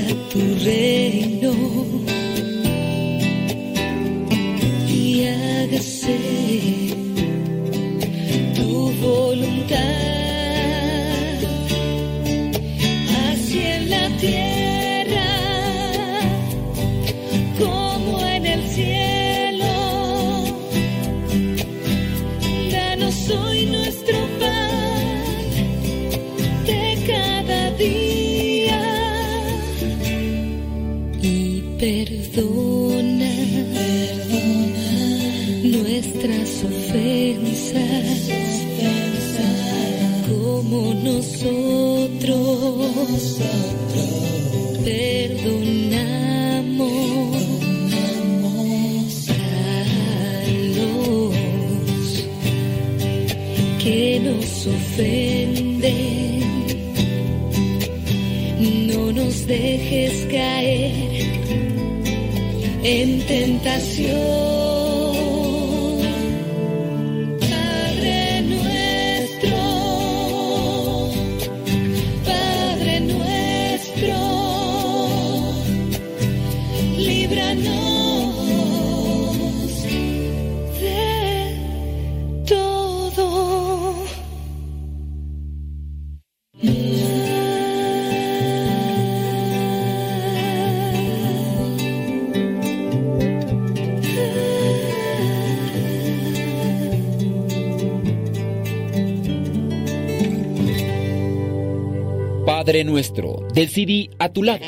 tu reino y hágase tu voluntad, así en la tierra como en el cielo. Danos hoy nuestro pan de cada día y perdona nuestras ofensas como nosotros perdonamos a los que nos ofenden. No nos dejes caer en tentación. Padre Nuestro, del CD A Tu Lado.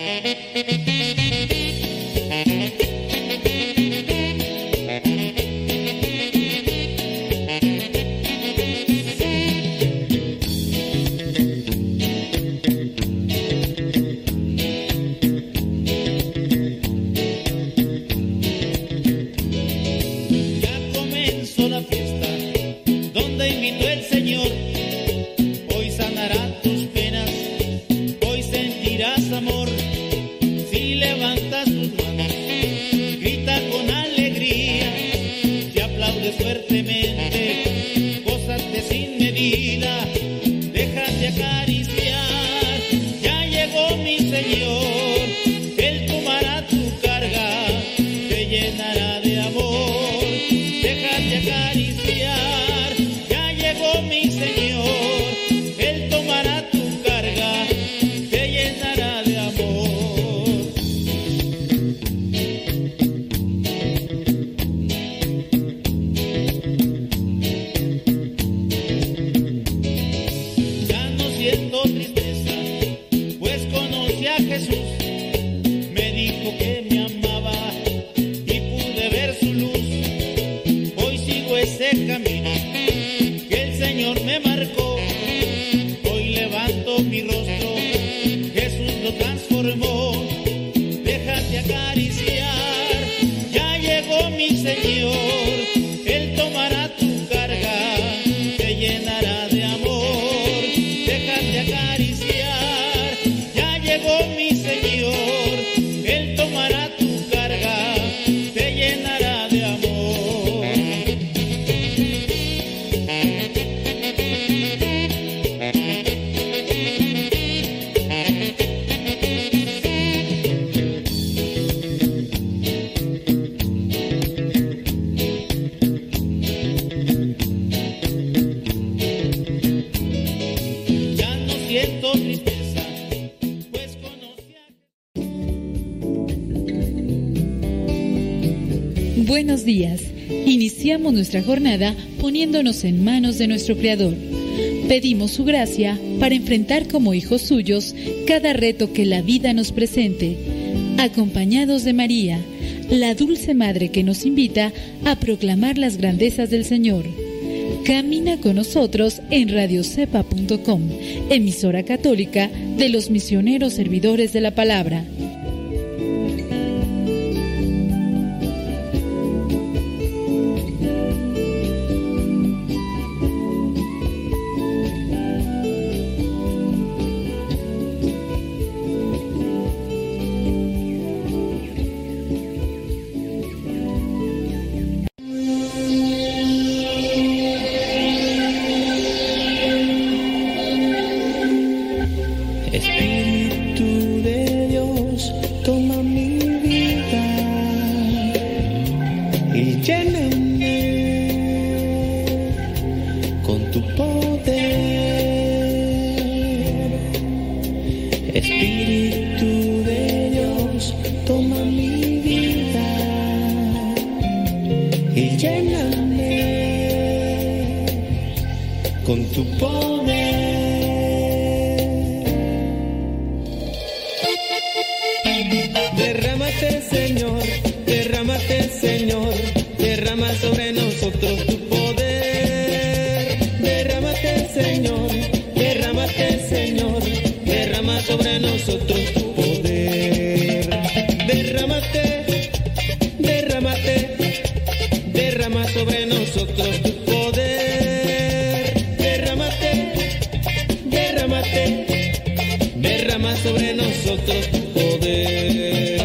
Buenos días. Iniciamos nuestra jornada poniéndonos en manos de nuestro Creador. Pedimos su gracia para enfrentar como hijos suyos cada reto que la vida nos presente, acompañados de María, la dulce Madre que nos invita a proclamar las grandezas del Señor. Camina con nosotros en radiocepa.com, emisora católica de los misioneros servidores de la palabra. Espíritu de Dios, lléname con tu poder. Derrámate, Señor, derrámate, Señor, derrama sobre nosotros tu poder. Derrámate, Señor, derrámate, Señor, derrama sobre nosotros tu poder. Derrámate, derrámate, derrama sobre nosotros tu poder. Derrámate, derrámate, derrama sobre nosotros tu poder.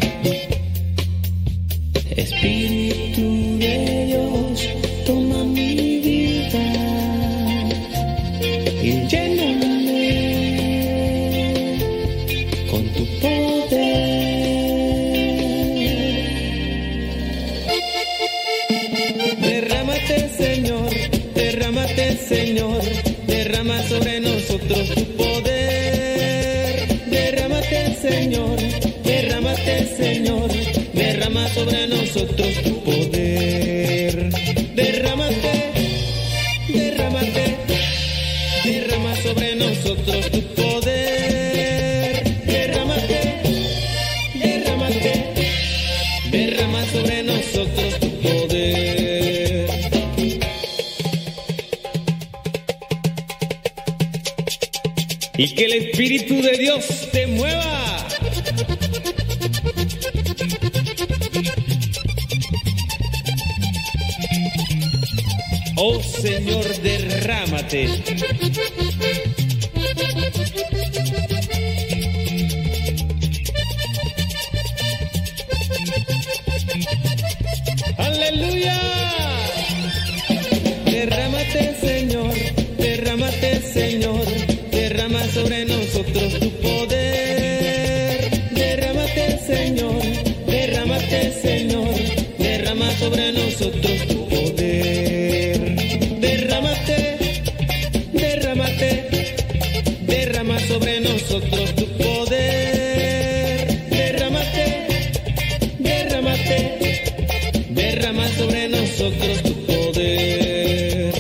Espíritu de Dios, toma mi vida y lléname con tu poder. Derrámate, Señor, derrámate, Señor, derrama sobre nosotros tu poder. Derrámate, Señor, derrámate, Señor, derrama sobre nosotros tu poder. Derrámate, derrámate, derrama sobre nosotros tu poder. Derrámate, derrámate, derrama sobre nosotros tu poder. Y que el Espíritu de Dios te mueva. Oh Señor, derrámate. Aleluya. Derrámate, Señor, derrámate, Señor, derrama sobre nosotros tu poder. Derrámate, Señor, derrámate, Señor, derrama sobre nosotros tu poder. Derrámate, derrámate, derrama sobre nosotros tu poder. Derrámate, derrámate, derrama sobre nosotros tu poder.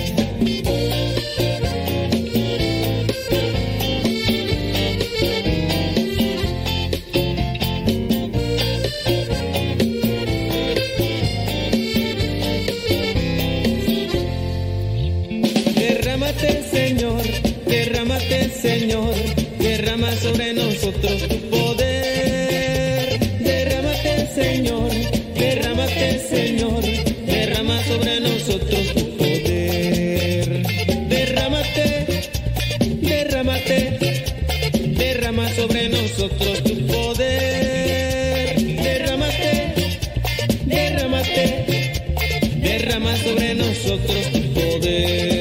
Derrámate, Señor, derrámate, Señor, derrama sobre nosotros tu poder. Derrámate, Señor, derrámate, Señor, derrama sobre nosotros tu poder. Derrámate, derrámate, derrama sobre nosotros tu poder. Derrámate, derrámate, derrama sobre nosotros tu poder.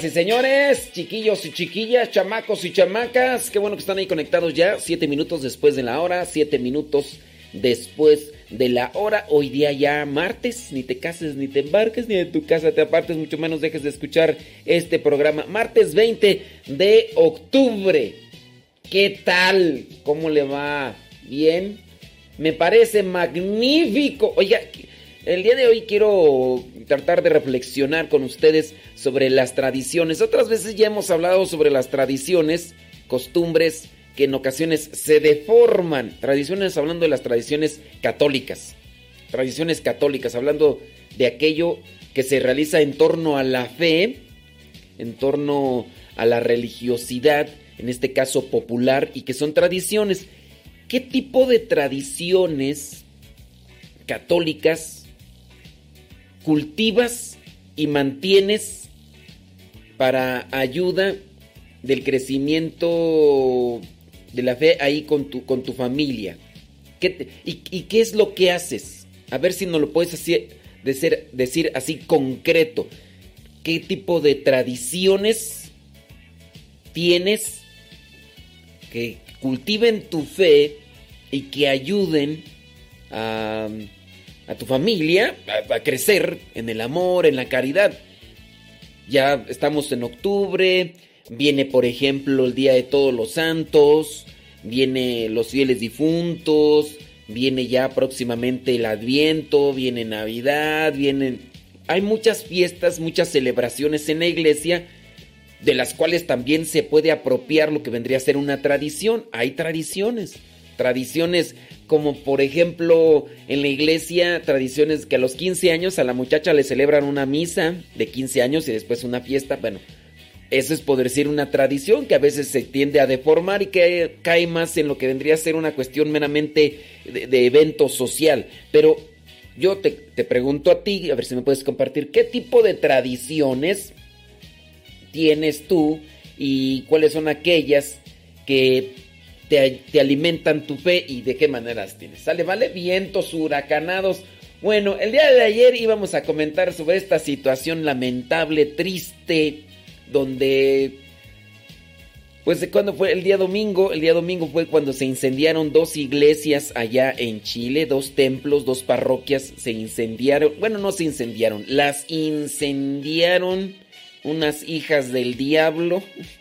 Señoras y señores, chiquillos y chiquillas, chamacos y chamacas, qué bueno que están ahí conectados ya, 7 minutos después de la hora, 7 minutos después de la hora. Hoy día ya martes, ni te cases, ni te embarques, ni de tu casa te apartes, mucho menos dejes de escuchar este programa. Martes 20 de octubre. ¿Qué tal? ¿Cómo le va? ¿Bien? Me parece magnífico. Oiga, el día de hoy quiero tratar de reflexionar con ustedes sobre las tradiciones. Otras veces ya hemos hablado sobre las tradiciones, costumbres que en ocasiones se deforman. Tradiciones, hablando de las tradiciones católicas. Tradiciones católicas, hablando de aquello que se realiza en torno a la fe, en torno a la religiosidad, en este caso popular, y que son tradiciones. ¿Qué tipo de tradiciones católicas cultivas y mantienes para ayuda del crecimiento de la fe ahí con tu familia? ¿Y qué es lo que haces? A ver si nos lo puedes decir así concreto. ¿Qué tipo de tradiciones tienes que cultiven tu fe y que ayuden a tu familia a crecer en el amor, en la caridad? Ya estamos en octubre, viene por ejemplo el Día de Todos los Santos, viene los fieles difuntos, viene ya próximamente el Adviento, viene Navidad, hay muchas fiestas, muchas celebraciones en la iglesia, de las cuales también se puede apropiar lo que vendría a ser una tradición. Hay tradiciones como por ejemplo en la iglesia, tradiciones que a los 15 años a la muchacha le celebran una misa de 15 años y después una fiesta. Bueno, eso es poder decir una tradición que a veces se tiende a deformar y que cae más en lo que vendría a ser una cuestión meramente de evento social. Pero yo te pregunto a ti, a ver si me puedes compartir, ¿qué tipo de tradiciones tienes tú y cuáles son aquellas que te alimentan tu fe y de qué maneras tienes? ¿Sale, vale? Vientos huracanados. Bueno, el día de ayer íbamos a comentar sobre esta situación lamentable, triste, donde, pues, ¿cuándo fue? El día domingo fue cuando se incendiaron 2 iglesias allá en Chile, 2 templos, 2 parroquias se incendiaron. Bueno, no se incendiaron, las incendiaron unas hijas del diablo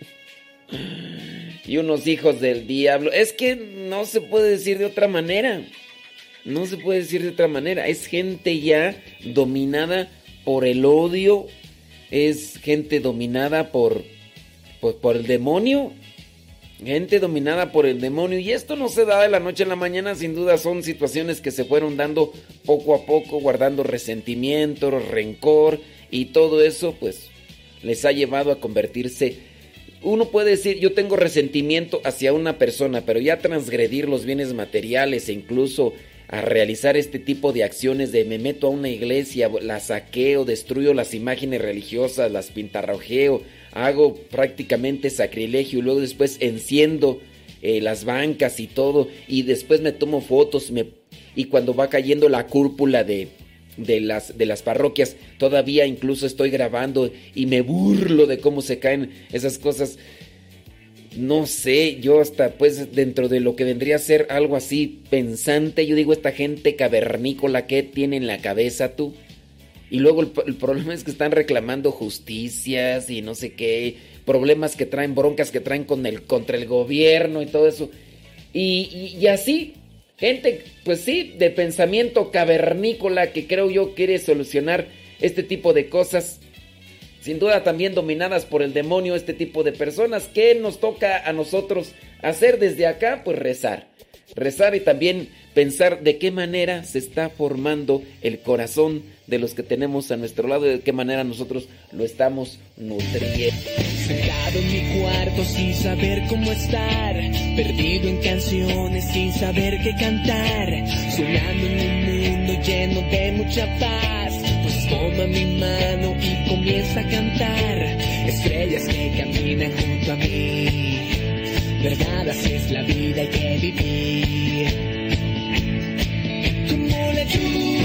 y unos hijos del diablo. Es que no se puede decir de otra manera. No se puede decir de otra manera. Es gente ya dominada por el odio. Es gente dominada por el demonio. Gente dominada por el demonio. Y esto no se da de la noche a la mañana. Sin duda son situaciones que se fueron dando poco a poco, guardando resentimiento, rencor. Y todo eso pues les ha llevado a convertirse. Uno puede decir, yo tengo resentimiento hacia una persona, pero ya transgredir los bienes materiales e incluso a realizar este tipo de acciones de me meto a una iglesia, la saqueo, destruyo las imágenes religiosas, las pintarrojeo, hago prácticamente sacrilegio y luego después enciendo las bancas y todo y después me tomo fotos y cuando va cayendo la cúpula de las parroquias, todavía incluso estoy grabando y me burlo de cómo se caen esas cosas. No sé, yo hasta pues dentro de lo que vendría a ser algo así pensante, yo digo, esta gente cavernícola, ¿qué tiene en la cabeza tú? Y luego el problema es que están reclamando justicias y no sé qué, problemas que traen, broncas que traen contra el gobierno y todo eso. Y así, gente, pues sí, de pensamiento cavernícola que creo yo quiere solucionar este tipo de cosas. Sin duda también dominadas por el demonio este tipo de personas. ¿Qué nos toca a nosotros hacer desde acá? Pues rezar. Rezar y también pensar de qué manera se está formando el corazón de los que tenemos a nuestro lado y de qué manera nosotros lo estamos nutriendo. Sentado en mi cuarto sin saber cómo estar, perdido en canciones sin saber qué cantar, soñando en un mundo lleno de mucha paz. Pues toma mi mano y comienza a cantar, estrellas que caminan junto a mí, verdad así es la vida, hay que vivir. Como la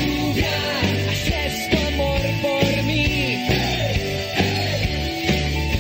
lluvia, así es tu amor por mí.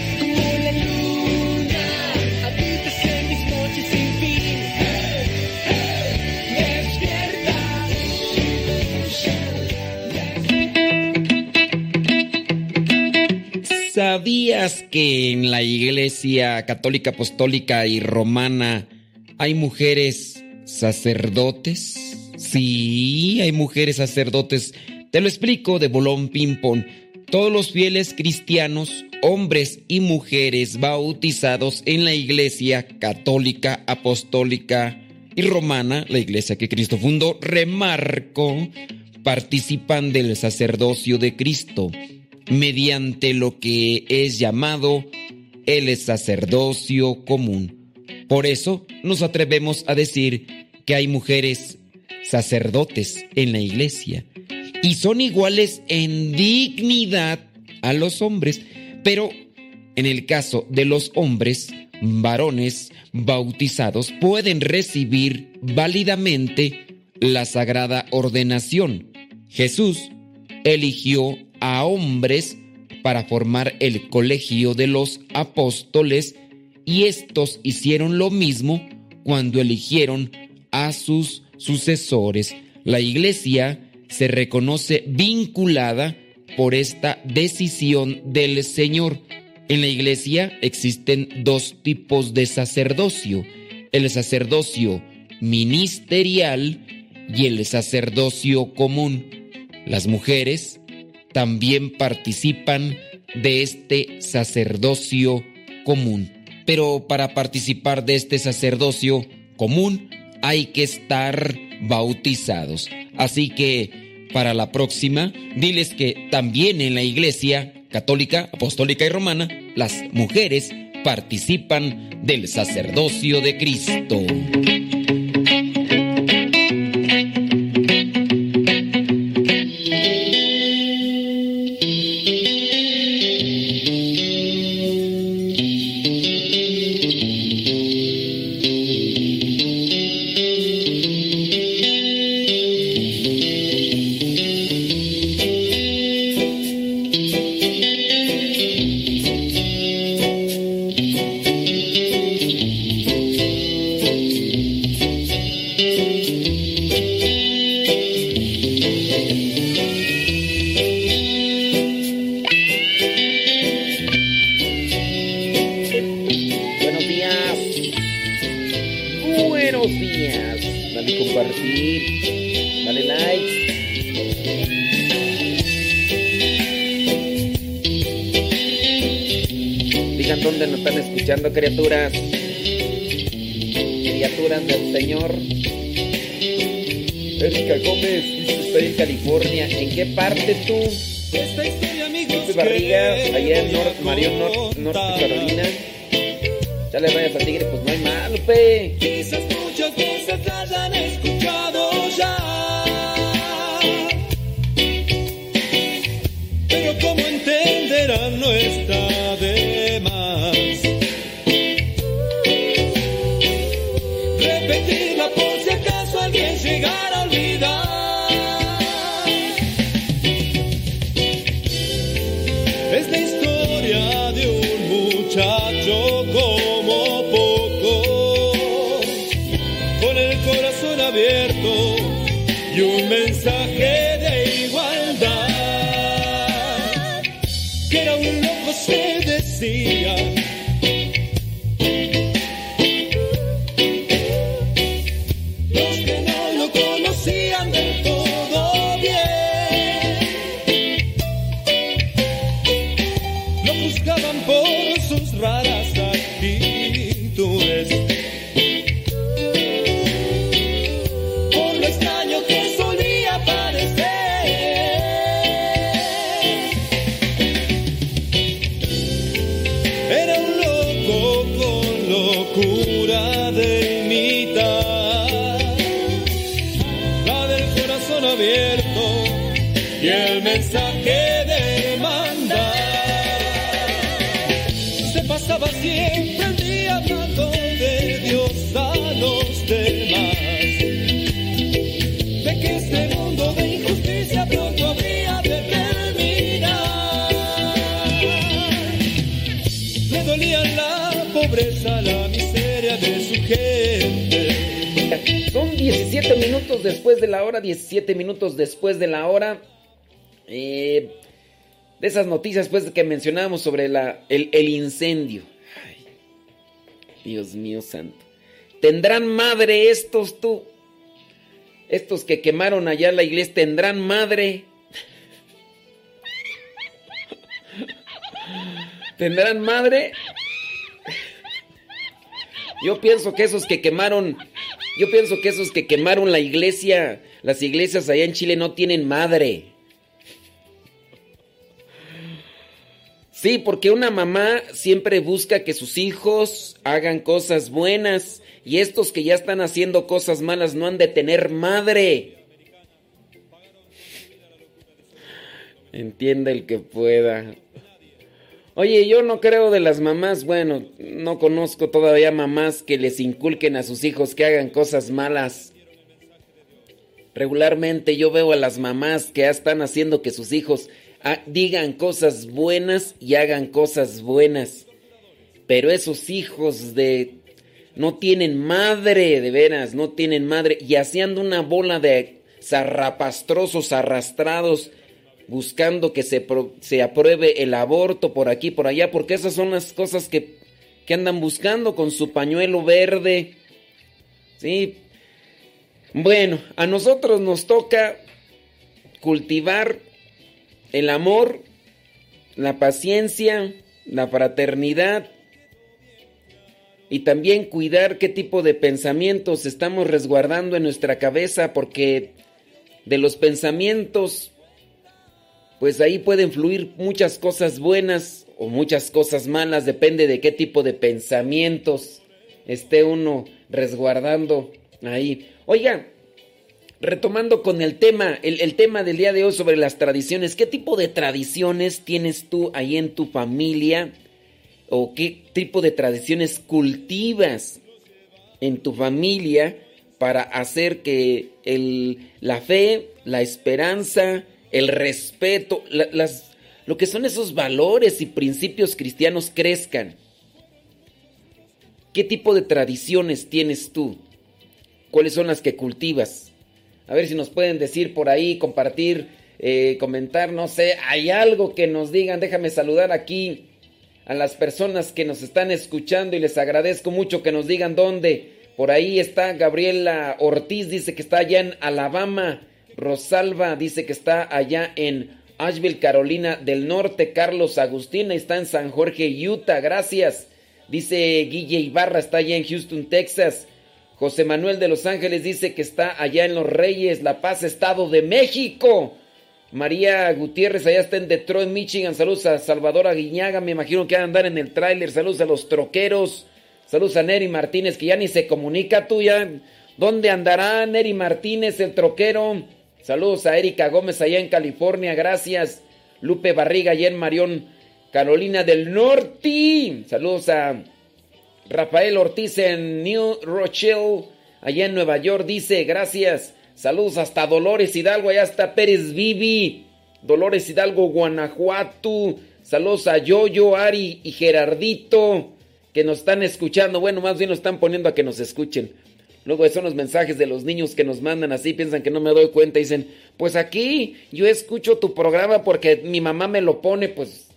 ¿Sabías que en la Iglesia Católica, Apostólica y Romana hay mujeres sacerdotes? Sí, hay mujeres sacerdotes. Te lo explico de bolón ping-pong. Todos los fieles cristianos, hombres y mujeres bautizados en la Iglesia Católica, Apostólica y Romana, la iglesia que Cristo fundó, remarco, participan del sacerdocio de Cristo mediante lo que es llamado el sacerdocio común. Por eso nos atrevemos a decir que hay mujeres sacerdotes en la iglesia y son iguales en dignidad a los hombres, pero en el caso de los hombres, varones bautizados pueden recibir válidamente la sagrada ordenación. Jesús eligió a hombres para formar el colegio de los apóstoles y estos hicieron lo mismo cuando eligieron a sus sucesores. La iglesia se reconoce vinculada por esta decisión del Señor. En la iglesia existen dos tipos de sacerdocio: el sacerdocio ministerial y el sacerdocio común. Las mujeres también participan de este sacerdocio común. Pero para participar de este sacerdocio común hay que estar bautizados. Así que para la próxima, diles que también en la Iglesia Católica, Apostólica y Romana, las mujeres participan del sacerdocio de Cristo. Criaturas del Señor. Erika Gómez dice: estoy en California. ¿En qué parte tú? Lupe Barrigas, allá en Norte Carolina. Ya le vayas a Tigre, pues no hay más, Lupe. Quizás muchas veces las han escuchado ya, pero como entenderán no está de más repetirla por si acaso alguien llegara a olvidar. Es la historia de un muchacho como pocos, con el corazón abierto y un mensaje de igualdad, que era un loco, se decía. Raras actitudes, por lo extraño que solía parecer. Era un loco con locura de imitar la del corazón abierto y el mensaje de mandar. Pasaba siempre el día hablando de Dios a los demás, de que este mundo de injusticia pronto habría de terminar. Le dolía la pobreza, la miseria de su gente. Son 17 minutos después de la hora, 17 minutos después de la hora. de esas noticias pues que mencionábamos sobre el incendio. Ay, Dios mío santo. ¿Tendrán madre estos tú? Estos que quemaron allá la iglesia, ¿tendrán madre? ¿Tendrán madre? Yo pienso que esos que quemaron la iglesia, las iglesias allá en Chile no tienen madre. Sí, porque una mamá siempre busca que sus hijos hagan cosas buenas y estos que ya están haciendo cosas malas no han de tener madre. Entienda el que pueda. Oye, yo no creo de las mamás, bueno, no conozco todavía mamás que les inculquen a sus hijos que hagan cosas malas. Regularmente yo veo a las mamás que ya están haciendo que sus hijos digan cosas buenas y hagan cosas buenas. Pero esos hijos no tienen madre, de veras, no tienen madre. Y haciendo una bola de zarrapastrosos arrastrados, buscando que se apruebe el aborto por aquí, por allá, porque esas son las cosas que andan buscando con su pañuelo verde. Sí. Bueno, a nosotros nos toca cultivar el amor, la paciencia, la fraternidad y también cuidar qué tipo de pensamientos estamos resguardando en nuestra cabeza, porque de los pensamientos pues ahí pueden fluir muchas cosas buenas o muchas cosas malas, depende de qué tipo de pensamientos esté uno resguardando ahí. Oiga, retomando con el tema, el tema del día de hoy sobre las tradiciones, ¿qué tipo de tradiciones tienes tú ahí en tu familia? ¿O qué tipo de tradiciones cultivas en tu familia para hacer que la fe, la esperanza, el respeto, lo que son esos valores y principios cristianos crezcan? ¿Qué tipo de tradiciones tienes tú? ¿Cuáles son las que cultivas? A ver si nos pueden decir por ahí, compartir, comentar, no sé, hay algo que nos digan. Déjame saludar aquí a las personas que nos están escuchando y les agradezco mucho que nos digan dónde. Por ahí está Gabriela Ortiz, dice que está allá en Alabama. Rosalba dice que está allá en Asheville, Carolina del Norte. Carlos Agustina está en San Jorge, Utah. Gracias. Dice Guille Ibarra, está allá en Houston, Texas. José Manuel de Los Ángeles dice que está allá en Los Reyes, La Paz, Estado de México. María Gutiérrez allá está en Detroit, Michigan. Saludos a Salvador Aguiñaga, me imagino que van a andar en el tráiler. Saludos a los troqueros. Saludos a Neri Martínez, que ya ni se comunica tú ya. ¿Dónde andará Neri Martínez, el troquero? Saludos a Erika Gómez allá en California, gracias. Lupe Barriga allá en Marión, Carolina del Norte. Saludos a Rafael Ortiz en New Rochelle, allá en Nueva York, dice, gracias. Saludos hasta Dolores Hidalgo, allá está Pérez Vivi. Dolores Hidalgo, Guanajuato. Saludos a Yoyo, Ari y Gerardito, que nos están escuchando. Bueno, más bien nos están poniendo a que nos escuchen. Luego son los mensajes de los niños que nos mandan así, piensan que no me doy cuenta. Dicen, pues aquí yo escucho tu programa porque mi mamá me lo pone, pues.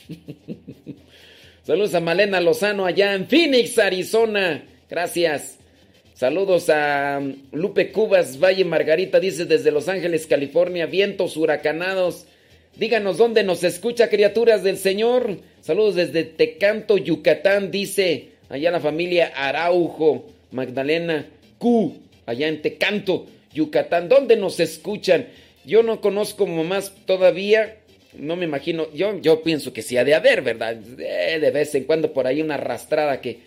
Saludos a Malena Lozano allá en Phoenix, Arizona. Gracias. Saludos a Lupe Cubas, Valle Margarita, dice desde Los Ángeles, California. Vientos huracanados. Díganos dónde nos escucha, criaturas del Señor. Saludos desde Tecanto, Yucatán, dice allá la familia Araujo. Magdalena Q, allá en Tecanto, Yucatán. ¿Dónde nos escuchan? Yo no conozco mamás todavía, no me imagino. Yo pienso que sí ha de haber, ¿verdad? De vez en cuando por ahí una arrastrada que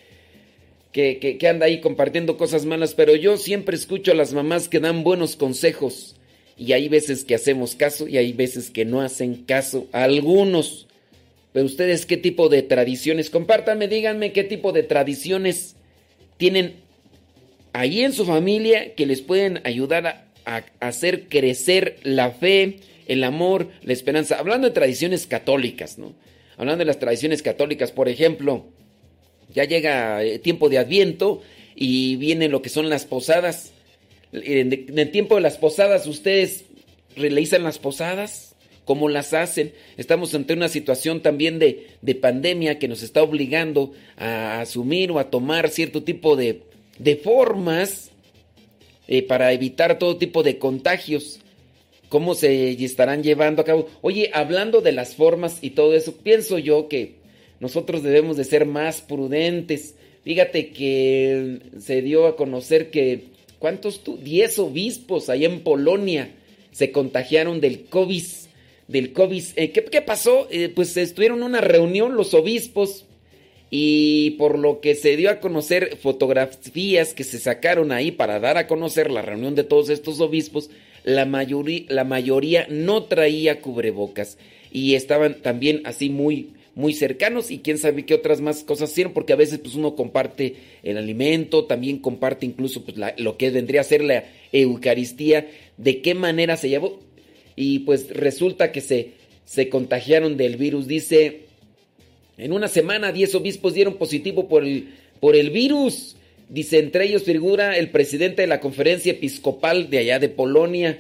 anda ahí compartiendo cosas malas, pero yo siempre escucho a las mamás que dan buenos consejos. Y hay veces que hacemos caso y hay veces que no hacen caso a algunos. Pero ustedes, ¿qué tipo de tradiciones? Compártanme, díganme qué tipo de tradiciones tienen ahí en su familia que les pueden ayudar a hacer crecer la fe, el amor, la esperanza. Hablando de tradiciones católicas, ¿no? Hablando de las tradiciones católicas, por ejemplo, ya llega tiempo de Adviento y viene lo que son las posadas. En el tiempo de las posadas, ¿ustedes realizan las posadas? cómo las hacen. Estamos ante una situación también de pandemia que nos está obligando a asumir o a tomar cierto tipo de formas para evitar todo tipo de contagios. ¿Cómo se estarán llevando a cabo? Oye, hablando de las formas y todo eso, pienso yo que nosotros debemos de ser más prudentes. Fíjate que se dio a conocer que, ¿cuántos 10 obispos allá en Polonia se contagiaron del COVID. ¿Qué pasó? Pues estuvieron en una reunión los obispos y por lo que se dio a conocer fotografías que se sacaron ahí para dar a conocer la reunión de todos estos obispos, la mayoría no traía cubrebocas y estaban también así muy, muy cercanos y quién sabe qué otras más cosas hicieron, porque a veces pues uno comparte el alimento, también comparte incluso pues lo que vendría a ser la Eucaristía, de qué manera se llevó y pues resulta que se contagiaron del virus. Dice, en una semana 10 obispos dieron positivo por el virus. Dice, entre ellos figura el presidente de la conferencia episcopal de allá de Polonia.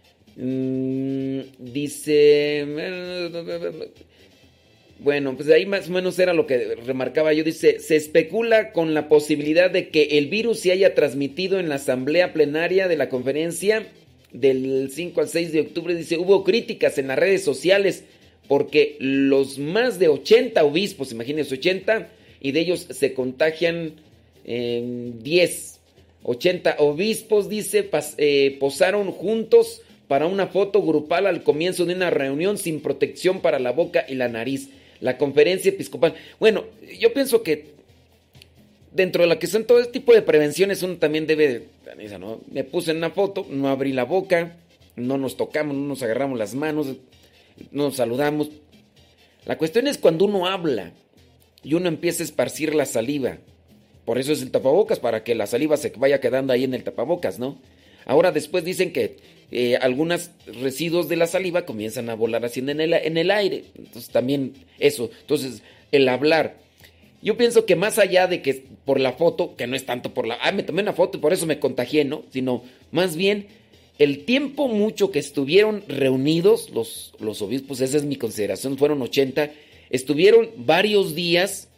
Dice, bueno, pues ahí más o menos era lo que remarcaba yo. Dice, se especula con la posibilidad de que el virus se haya transmitido en la asamblea plenaria de la conferencia del 5 al 6 de octubre. Dice, hubo críticas en las redes sociales porque los más de 80 obispos, imagínense 80, y de ellos se contagian 80 obispos, dice, posaron juntos para una foto grupal al comienzo de una reunión sin protección para la boca y la nariz. La conferencia episcopal. Bueno, yo pienso que dentro de la que son todo este tipo de prevenciones, uno también debe, ¿no? Me puse en una foto, no abrí la boca, no nos tocamos, no nos agarramos las manos, no nos saludamos. La cuestión es cuando uno habla y uno empieza a esparcir la saliva. Por eso es el tapabocas, para que la saliva se vaya quedando ahí en el tapabocas, ¿no? Ahora después dicen que algunos residuos de la saliva comienzan a volar así en el aire. Entonces también eso. Entonces el hablar. Yo pienso que más allá de que por la foto, que no es tanto por me tomé una foto y por eso me contagié, ¿no? Sino más bien el tiempo mucho que estuvieron reunidos los obispos, esa es mi consideración, fueron 80, estuvieron varios días.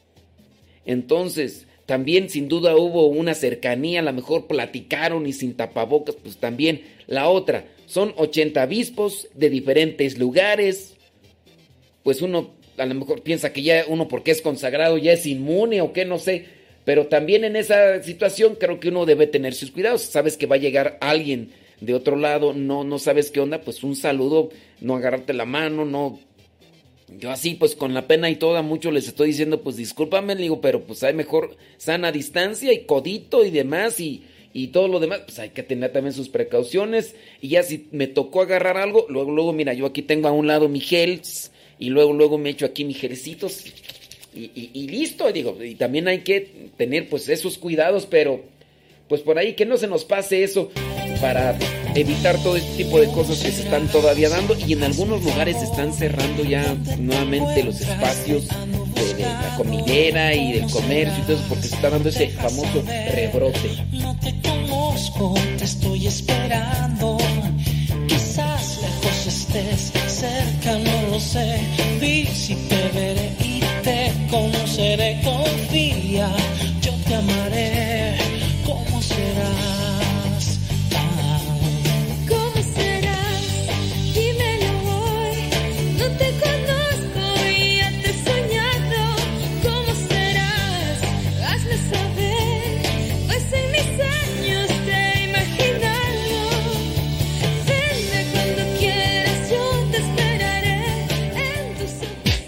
Entonces también sin duda hubo una cercanía, a lo mejor platicaron y sin tapabocas, pues también. La otra, son 80 obispos de diferentes lugares, pues uno a lo mejor piensa que ya uno porque es consagrado ya es inmune o qué, no sé, pero también en esa situación creo que uno debe tener sus cuidados. Sabes que va a llegar alguien de otro lado, no sabes qué onda, pues un saludo, no agarrarte la mano, no. Yo así, pues con la pena y todo, a muchos les estoy diciendo, pues discúlpame, le digo, pero pues hay mejor sana distancia y codito y demás y todo lo demás, pues hay que tener también sus precauciones. Y ya si me tocó agarrar algo, luego, mira, yo aquí tengo a un lado mi gel y luego me echo aquí mis gelcitos y listo, digo, y también hay que tener pues esos cuidados, pero pues por ahí que no se nos pase eso, para evitar todo este tipo de cosas que se están todavía dando, y en algunos lugares se están cerrando ya nuevamente los espacios de la comidera y del comercio y todo eso, porque se está dando ese famoso rebrote. No te conozco, te estoy esperando, quizás lejos estés, cerca no lo sé, vi si te veré y te conoceré, confía, yo te amaré, ¿cómo serás? ¿Cómo serás? Dímelo hoy. No te conozco y ya te he soñado. ¿Cómo serás? Hazme saber, pues en mis años te he imaginado. Venme cuando quieras, yo te esperaré en tus ojos.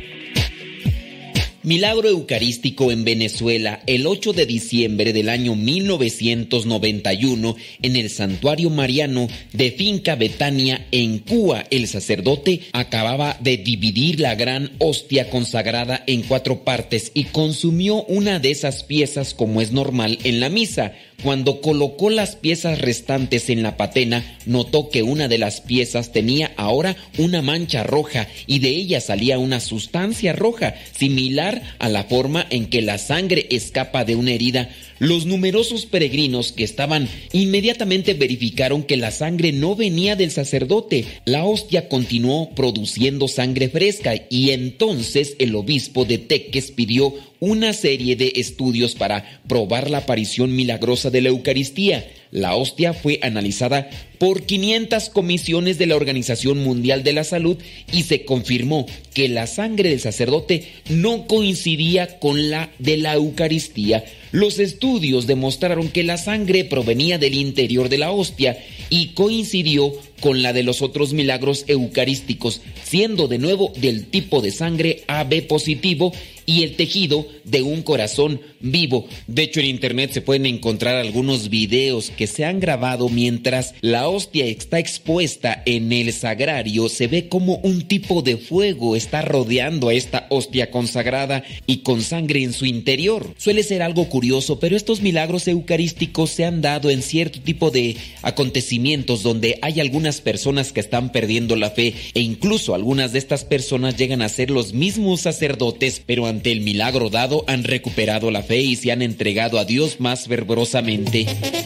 Milagro Eucarístico en Venezuela, el 8 de diciembre del año 1991, en el Santuario Mariano de Finca Betania, en Cuba. El sacerdote acababa de dividir la gran hostia consagrada en 4 partes y consumió una de esas piezas como es normal en la misa. Cuando colocó las piezas restantes en la patena, notó que una de las piezas tenía ahora una mancha roja y de ella salía una sustancia roja, similar a la forma en que la sangre escapa de una herida. Los numerosos peregrinos que estaban inmediatamente verificaron que la sangre no venía del sacerdote. La hostia continuó produciendo sangre fresca y entonces el obispo de Teques pidió una serie de estudios para probar la aparición milagrosa de la Eucaristía. La hostia fue analizada por 500 comisiones de la Organización Mundial de la Salud y se confirmó que la sangre del sacerdote no coincidía con la de la Eucaristía. Los estudios demostraron que la sangre provenía del interior de la hostia y coincidió con la de los otros milagros eucarísticos, siendo de nuevo del tipo de sangre AB positivo y el tejido de un corazón vivo. De hecho, en internet se pueden encontrar algunos videos que se han grabado mientras la hostia está expuesta en el sagrario. Se ve como un tipo de fuego está rodeando a esta hostia consagrada y con sangre en su interior. Suele ser algo curioso, pero estos milagros eucarísticos se han dado en cierto tipo de acontecimientos donde hay algunas personas que están perdiendo la fe e incluso algunas de estas personas llegan a ser los mismos sacerdotes, pero ante el milagro dado han recuperado la fe y se han entregado a Dios más fervorosamente.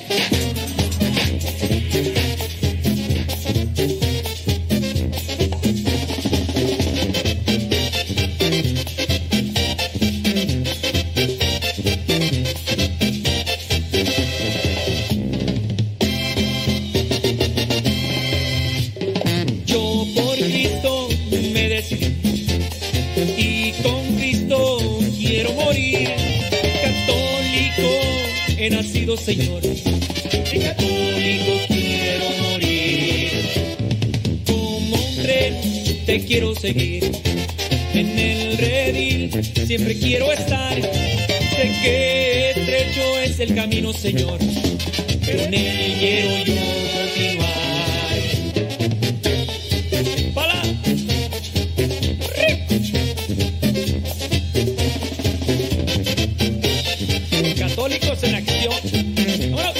Yo por Cristo me decidí y con Cristo quiero morir. Católico he nacido, Señor, y católico quiero morir. Como un tren te quiero seguir, en el redil siempre quiero estar. Sé que estrecho es el camino, Señor, pero en él quiero yo continuar. ¡Para! Católicos en acción. ¡Vámonos!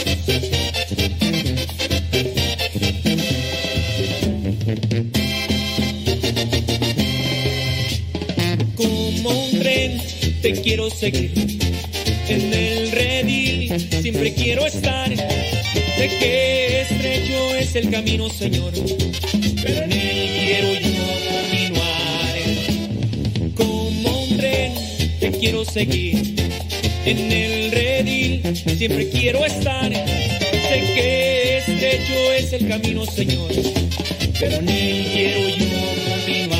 Como un tren te quiero seguir, en el redil siempre quiero estar. Sé que estrecho es el camino, Señor, pero en él quiero yo continuar. Como un tren te quiero seguir, en el redil siempre quiero estar. Sé que estrecho es el camino, Señor, pero en él quiero yo continuar.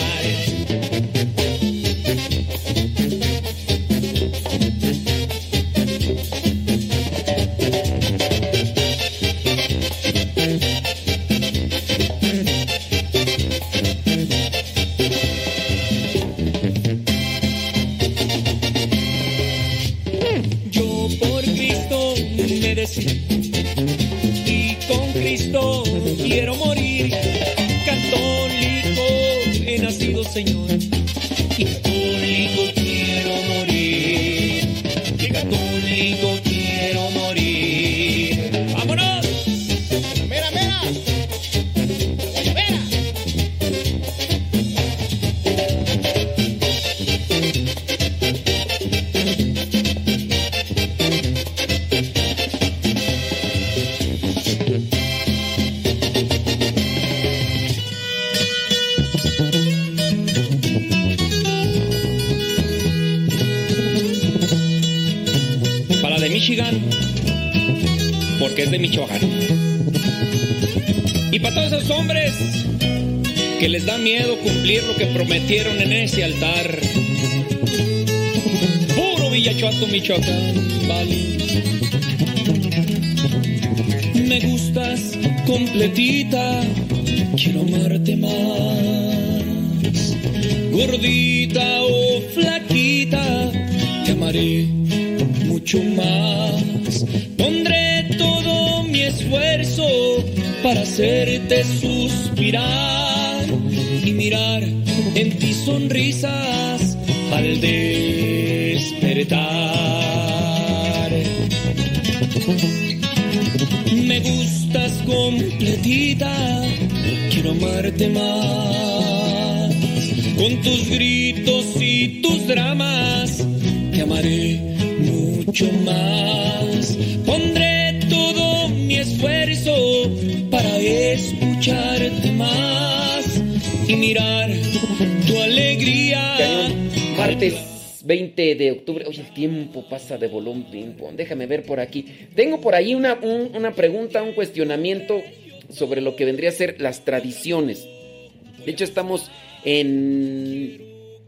Yo por Cristo me decidí y con Cristo quiero morir. Católico he nacido, Señor, y católico quiero morir. Y católico quiero morir. ¡Vámonos! ¡Mira, mira! ¡Guayabera! Para de Michigan, porque es de Michoacán. Y para todos esos hombres que les da miedo cumplir lo que prometieron en ese altar. Puro Villachuato, Michoacán, vale. Me gustas completita, quiero amarte más. Gordita o flaquita, te amaré mucho más. Pondré todo mi esfuerzo para hacerte suspirar y mirar en ti sonrisas al despertar. Me gustas completita, quiero amarte más. Con tus gritos y tus dramas, te amaré mucho mucho más. Pondré todo mi esfuerzo para escucharte más y mirar tu alegría. Cañón. Martes 20 de octubre. Oye, el tiempo pasa de volumen. Déjame ver por aquí. Tengo por ahí una pregunta, un cuestionamiento sobre lo que vendría a ser las tradiciones. De hecho, estamos en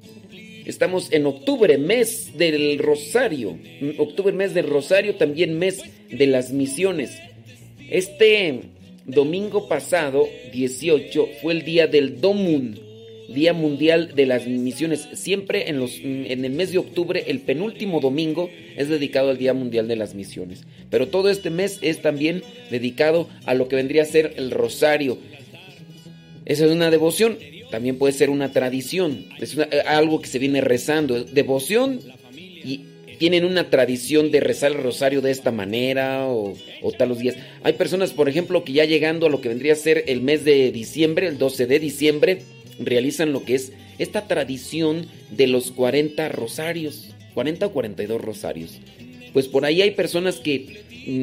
octubre, mes del Rosario. Octubre, mes del Rosario, también mes de las misiones. Este domingo pasado, 18, fue el día del Domun, Día Mundial de las Misiones. Siempre en el mes de octubre, el penúltimo domingo, es dedicado al Día Mundial de las Misiones. Pero todo este mes es también dedicado a lo que vendría a ser el Rosario. Esa es una devoción, también puede ser una tradición, es algo que se viene rezando, devoción, y tienen una tradición de rezar el rosario de esta manera o tal los días. Hay personas, por ejemplo, que ya llegando a lo que vendría a ser el mes de diciembre, el 12 de diciembre, realizan lo que es esta tradición de los 40 rosarios, 40 o 42 rosarios. Pues por ahí hay personas que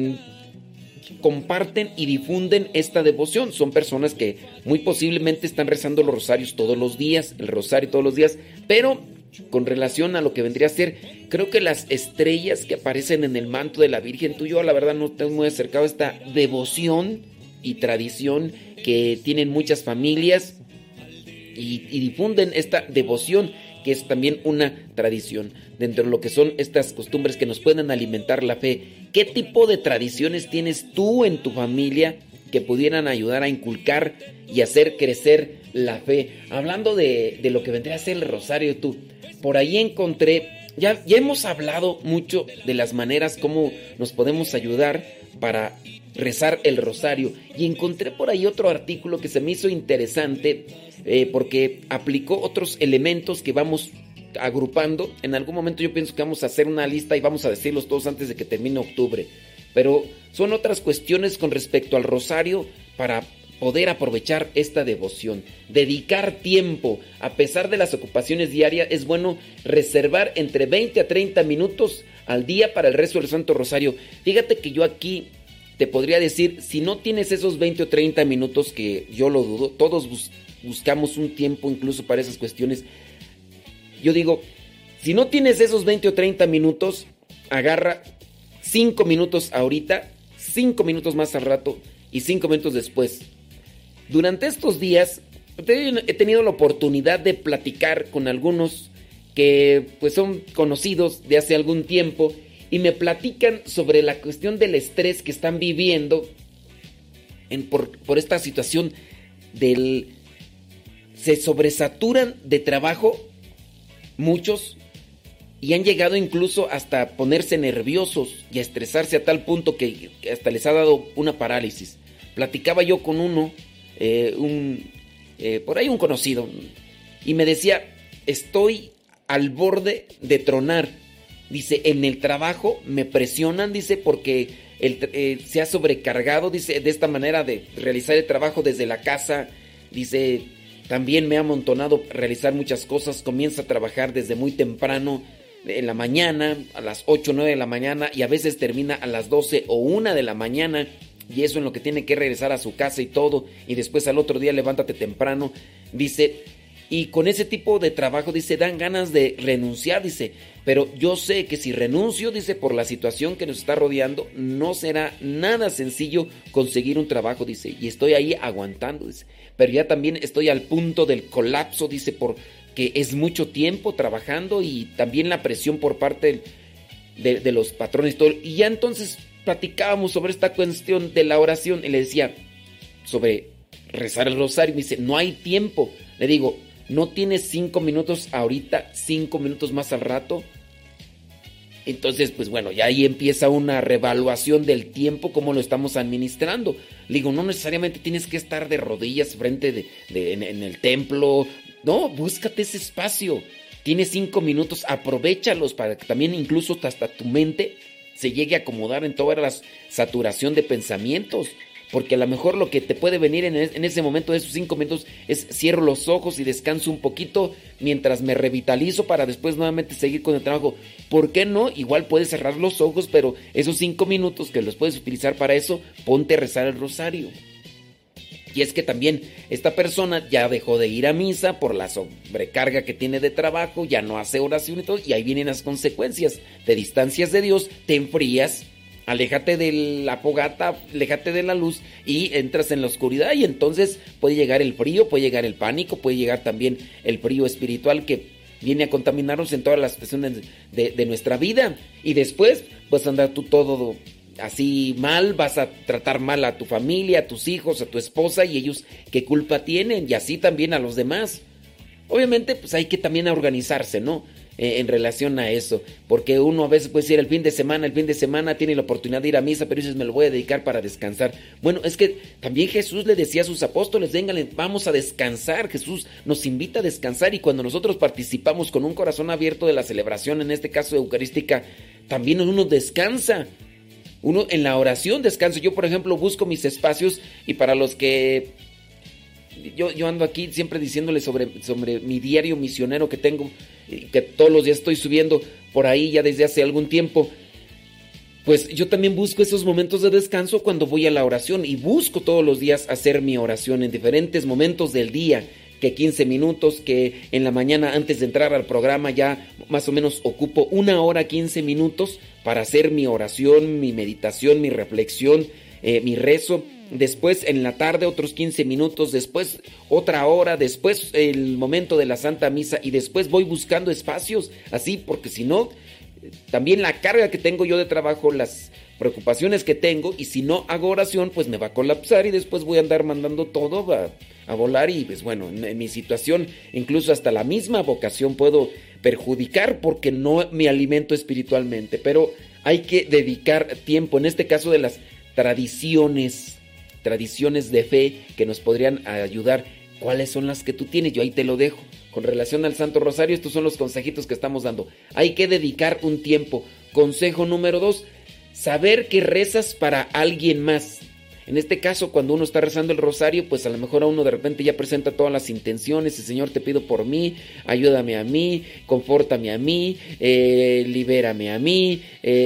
comparten y difunden esta devoción. Son personas que muy posiblemente están rezando los rosarios todos los días, el rosario todos los días, pero con relación a lo que vendría a ser, creo que las estrellas que aparecen en el manto de la Virgen, tú y yo la verdad no estamos muy acercados a esta devoción y tradición que tienen muchas familias y difunden esta devoción, que es también una tradición dentro de lo que son estas costumbres que nos pueden alimentar la fe. ¿Qué tipo de tradiciones tienes tú en tu familia que pudieran ayudar a inculcar y hacer crecer la fe? Hablando de lo que vendría a ser el rosario, tú, por ahí encontré, ya hemos hablado mucho de las maneras como nos podemos ayudar para rezar el rosario, y encontré por ahí otro artículo que se me hizo interesante, porque aplicó otros elementos que vamos agrupando. En algún momento yo pienso que vamos a hacer una lista y vamos a decirlos todos antes de que termine octubre, pero son otras cuestiones con respecto al rosario para poder aprovechar esta devoción, dedicar tiempo. A pesar de las ocupaciones diarias, es bueno reservar entre 20 a 30 minutos al día para el rezo del Santo Rosario. Fíjate que yo aquí te podría decir, si no tienes esos 20 o 30 minutos, que yo lo dudo, todos buscamos un tiempo incluso para esas cuestiones. Yo digo, si no tienes esos 20 o 30 minutos, agarra 5 minutos ahorita, 5 minutos más al rato y 5 minutos después. Durante estos días he tenido la oportunidad de platicar con algunos que pues son conocidos de hace algún tiempo y me platican sobre la cuestión del estrés que están viviendo por esta situación se sobresaturan de trabajo muchos y han llegado incluso hasta ponerse nerviosos y a estresarse a tal punto que hasta les ha dado una parálisis. Platicaba yo con uno, por ahí un conocido, y me decía, estoy al borde de tronar. Dice, en el trabajo me presionan, dice, porque se ha sobrecargado, dice, de esta manera de realizar el trabajo desde la casa. Dice, también me ha amontonado realizar muchas cosas. Comienza a trabajar desde muy temprano en la mañana, a las 8 o 9 de la mañana, y a veces termina a las 12 o 1 de la mañana, y eso en lo que tiene que regresar a su casa y todo, y después al otro día levántate temprano. Dice, y con ese tipo de trabajo, dice, dan ganas de renunciar, dice, pero yo sé que si renuncio, dice, por la situación que nos está rodeando, no será nada sencillo conseguir un trabajo, dice, y estoy ahí aguantando, dice, pero ya también estoy al punto del colapso, dice, porque es mucho tiempo trabajando y también la presión por parte de los patrones, todo. Y ya entonces platicábamos sobre esta cuestión de la oración y le decía sobre rezar el rosario, y me dice, no hay tiempo. Le digo, ¿no tienes 5 minutos ahorita, 5 minutos más al rato? Entonces, pues bueno, ya ahí empieza una reevaluación del tiempo, cómo lo estamos administrando. Le digo, no necesariamente tienes que estar de rodillas frente en el templo. No, búscate ese espacio. Tienes 5 minutos, aprovéchalos para que también incluso hasta tu mente se llegue a acomodar en toda la saturación de pensamientos. porque a lo mejor lo que te puede venir en ese momento de esos 5 minutos es cierro los ojos y descanso un poquito mientras me revitalizo para después nuevamente seguir con el trabajo. ¿Por qué no? Igual puedes cerrar los ojos, pero esos 5 minutos que los puedes utilizar para eso, ponte a rezar el rosario. Y es que también esta persona ya dejó de ir a misa por la sobrecarga que tiene de trabajo, ya no hace oración y todo, y ahí vienen las consecuencias. Te distancias de Dios, te enfrías, aléjate de la fogata, aléjate de la luz y entras en la oscuridad, y entonces puede llegar el frío, puede llegar el pánico, puede llegar también el frío espiritual que viene a contaminarnos en todas las situaciones de nuestra vida. Y después vas a andar tú todo así mal, vas a tratar mal a tu familia, a tus hijos, a tu esposa, y ellos qué culpa tienen, y así también a los demás. Obviamente pues hay que también organizarse, ¿no? En relación a eso, porque uno a veces puede decir el fin de semana tiene la oportunidad de ir a misa, pero dices me lo voy a dedicar para descansar. Bueno, es que también Jesús le decía a sus apóstoles, vengan, vamos a descansar. Jesús nos invita a descansar, y cuando nosotros participamos con un corazón abierto de la celebración, en este caso eucarística, también uno descansa. Uno en la oración descansa. Yo, por ejemplo, busco mis espacios, y para los que yo ando aquí siempre diciéndoles sobre mi diario misionero que tengo, que todos los días estoy subiendo por ahí ya desde hace algún tiempo, pues yo también busco esos momentos de descanso cuando voy a la oración, y busco todos los días hacer mi oración en diferentes momentos del día, que 15 minutos, que en la mañana antes de entrar al programa ya más o menos ocupo 1 hora 15 minutos para hacer mi oración, mi meditación, mi reflexión, mi rezo. Después en la tarde otros 15 minutos, después otra hora, después el momento de la Santa Misa, y después voy buscando espacios así, porque si no, también la carga que tengo yo de trabajo, las preocupaciones que tengo, y si no hago oración pues me va a colapsar y después voy a andar mandando todo a volar, y pues bueno, en mi situación incluso hasta la misma vocación puedo perjudicar porque no me alimento espiritualmente. Pero hay que dedicar tiempo, en este caso de las tradiciones de fe que nos podrían ayudar. ¿Cuáles son las que tú tienes? Yo ahí te lo dejo. Con relación al Santo Rosario, estos son los consejitos que estamos dando. Hay que dedicar un tiempo. Consejo número 2, saber que rezas para alguien más. En este caso, cuando uno está rezando el rosario, pues a lo mejor a uno de repente ya presenta todas las intenciones. Y Señor, te pido por mí, ayúdame a mí, confórtame a mí, libérame a mí,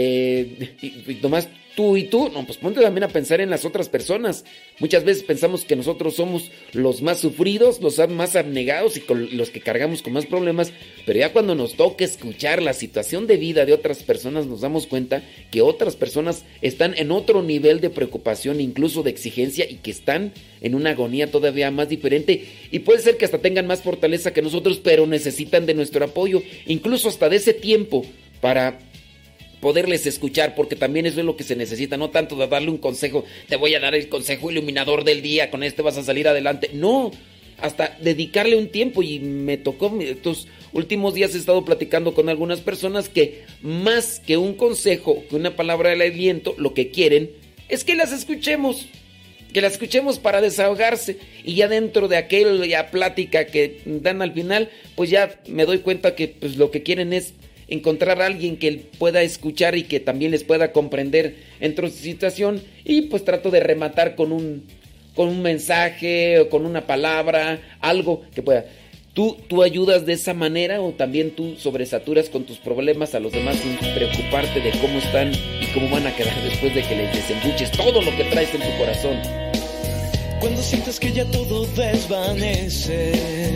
y nomás tú y tú, no, pues ponte también a pensar en las otras personas. Muchas veces pensamos que nosotros somos los más sufridos, los más abnegados y los que cargamos con más problemas, pero ya cuando nos toca escuchar la situación de vida de otras personas, nos damos cuenta que otras personas están en otro nivel de preocupación, incluso de exigencia, y que están en una agonía todavía más diferente, y puede ser que hasta tengan más fortaleza que nosotros, pero necesitan de nuestro apoyo, incluso hasta de ese tiempo para poderles escuchar, porque también eso es lo que se necesita, no tanto de darle un consejo, te voy a dar el consejo iluminador del día, con este vas a salir adelante, no, hasta dedicarle un tiempo. Y me tocó, estos últimos días he estado platicando con algunas personas que más que un consejo, que una palabra de aliento, lo que quieren es que las escuchemos para desahogarse, y ya dentro de aquella plática que dan al final, pues ya me doy cuenta que pues lo que quieren es encontrar a alguien que pueda escuchar y que también les pueda comprender en su situación, y pues trato de rematar con un mensaje o con una palabra, algo que pueda. ¿Tú ayudas de esa manera, o también tú sobresaturas con tus problemas a los demás sin preocuparte de cómo están y cómo van a quedar después de que les desembuches todo lo que traes en tu corazón? Cuando sientas que ya todo desvanece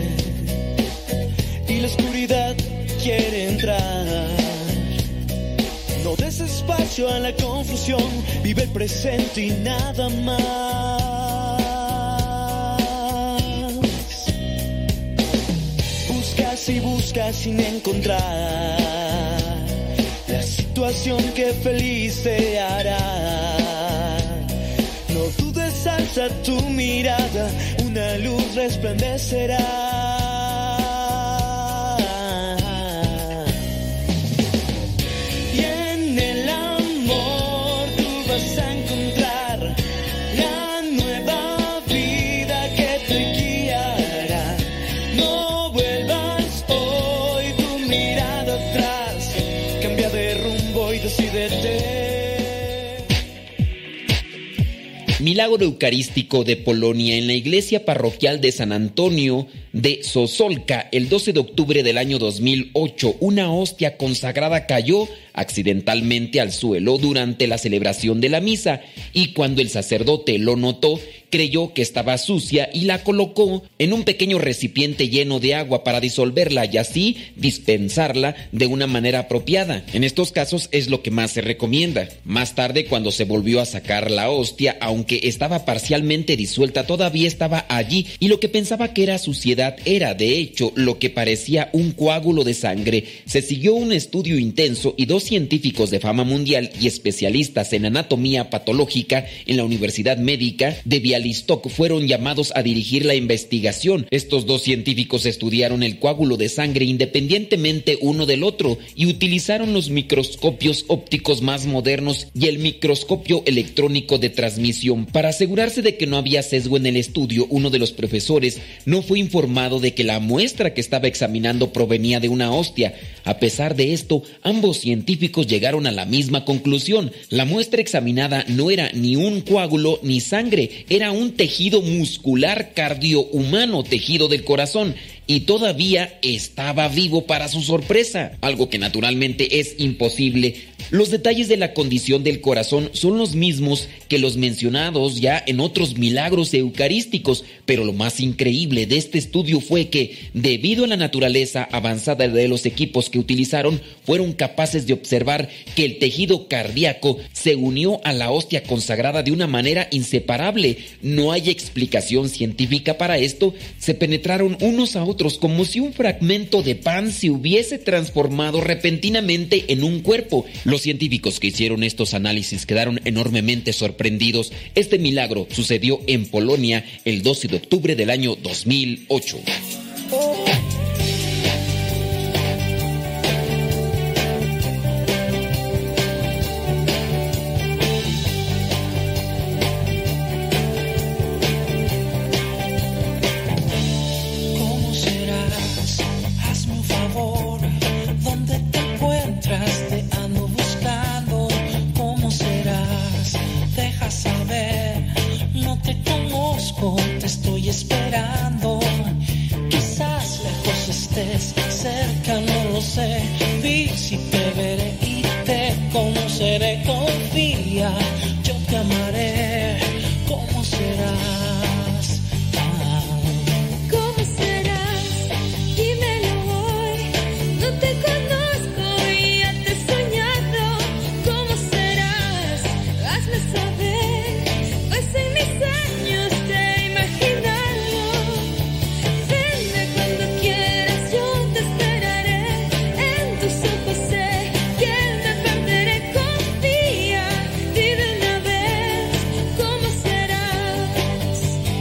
y la oscuridad quiere entrar, no des espacio a la confusión, vive el presente y nada más. Buscas y buscas sin encontrar la situación que feliz te hará. No dudes, alza tu mirada, una luz resplandecerá. Milagro eucarístico de Polonia en la iglesia parroquial de San Antonio de Sozolca, el 12 de octubre del año 2008, una hostia consagrada cayó accidentalmente al suelo durante la celebración de la misa y cuando el sacerdote lo notó, creyó que estaba sucia y la colocó en un pequeño recipiente lleno de agua para disolverla y así dispensarla de una manera apropiada. En estos casos es lo que más se recomienda. Más tarde, cuando se volvió a sacar la hostia, aunque estaba parcialmente disuelta, todavía estaba allí y lo que pensaba que era suciedad era, de hecho, lo que parecía un coágulo de sangre. Se siguió un estudio intenso y 2 científicos de fama mundial y especialistas en anatomía patológica en la Universidad Médica de Białystok fueron llamados a dirigir la investigación. Estos 2 científicos estudiaron el coágulo de sangre independientemente uno del otro y utilizaron los microscopios ópticos más modernos y el microscopio electrónico de transmisión. Para asegurarse de que no había sesgo en el estudio, uno de los profesores no fue informado de que la muestra que estaba examinando provenía de una hostia. A pesar de esto, ambos científicos llegaron a la misma conclusión. La muestra examinada no era ni un coágulo ni sangre, era un tejido muscular cardiohumano, tejido del corazón, y todavía estaba vivo para su sorpresa, algo que naturalmente es imposible. Los detalles de la condición del corazón son los mismos que los mencionados ya en otros milagros eucarísticos, pero lo más increíble de este estudio fue que, debido a la naturaleza avanzada de los equipos que utilizaron, fueron capaces de observar que el tejido cardíaco se unió a la hostia consagrada de una manera inseparable. No hay explicación científica para esto. Se penetraron unos a otros como si un fragmento de pan se hubiese transformado repentinamente en un cuerpo. Los científicos que hicieron estos análisis quedaron enormemente sorprendidos. Este milagro sucedió en Polonia el 12 de octubre del año 2008. Te estoy esperando, quizás lejos estés, cerca no lo sé. Vi si te veré y te conoceré. Confía, yo te amaré. ¿Cómo serás? ¿Cómo serás? Dímelo hoy. No te conozco y ya te he soñado. ¿Cómo serás? Hazme saber, pues en mis años te he imaginado. Venme cuando quieras, yo te esperaré. En tus ojos sé que me perderé. Confía, di de una vez, ¿cómo serás?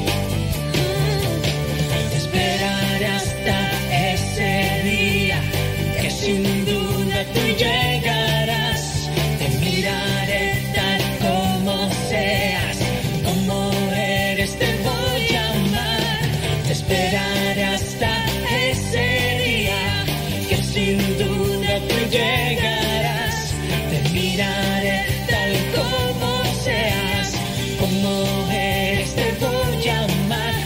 Te esperaré hasta ese día, que sin duda tú llegarás. Te miraré tal como seas, como eres te voy a amar. Te esperaré hasta ese día, que sin duda tú llegarás. Te miraré tal como seas, como eres te voy a amar.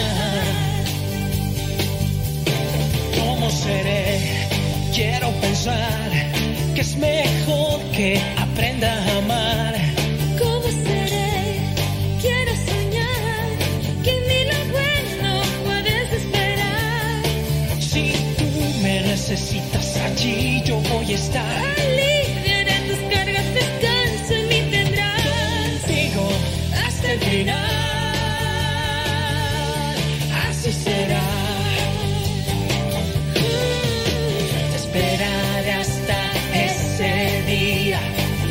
¿Cómo seré? Quiero pensar que es mejor que aprenda a amar. ¿Cómo seré? Quiero soñar que ni lo bueno puedes esperar. Si tú me necesitas allí, yo voy a estar. Aliviaré tus cargas, descanso en mí tendrás. Contigo hasta el final. Así será. Te esperaré hasta ese día,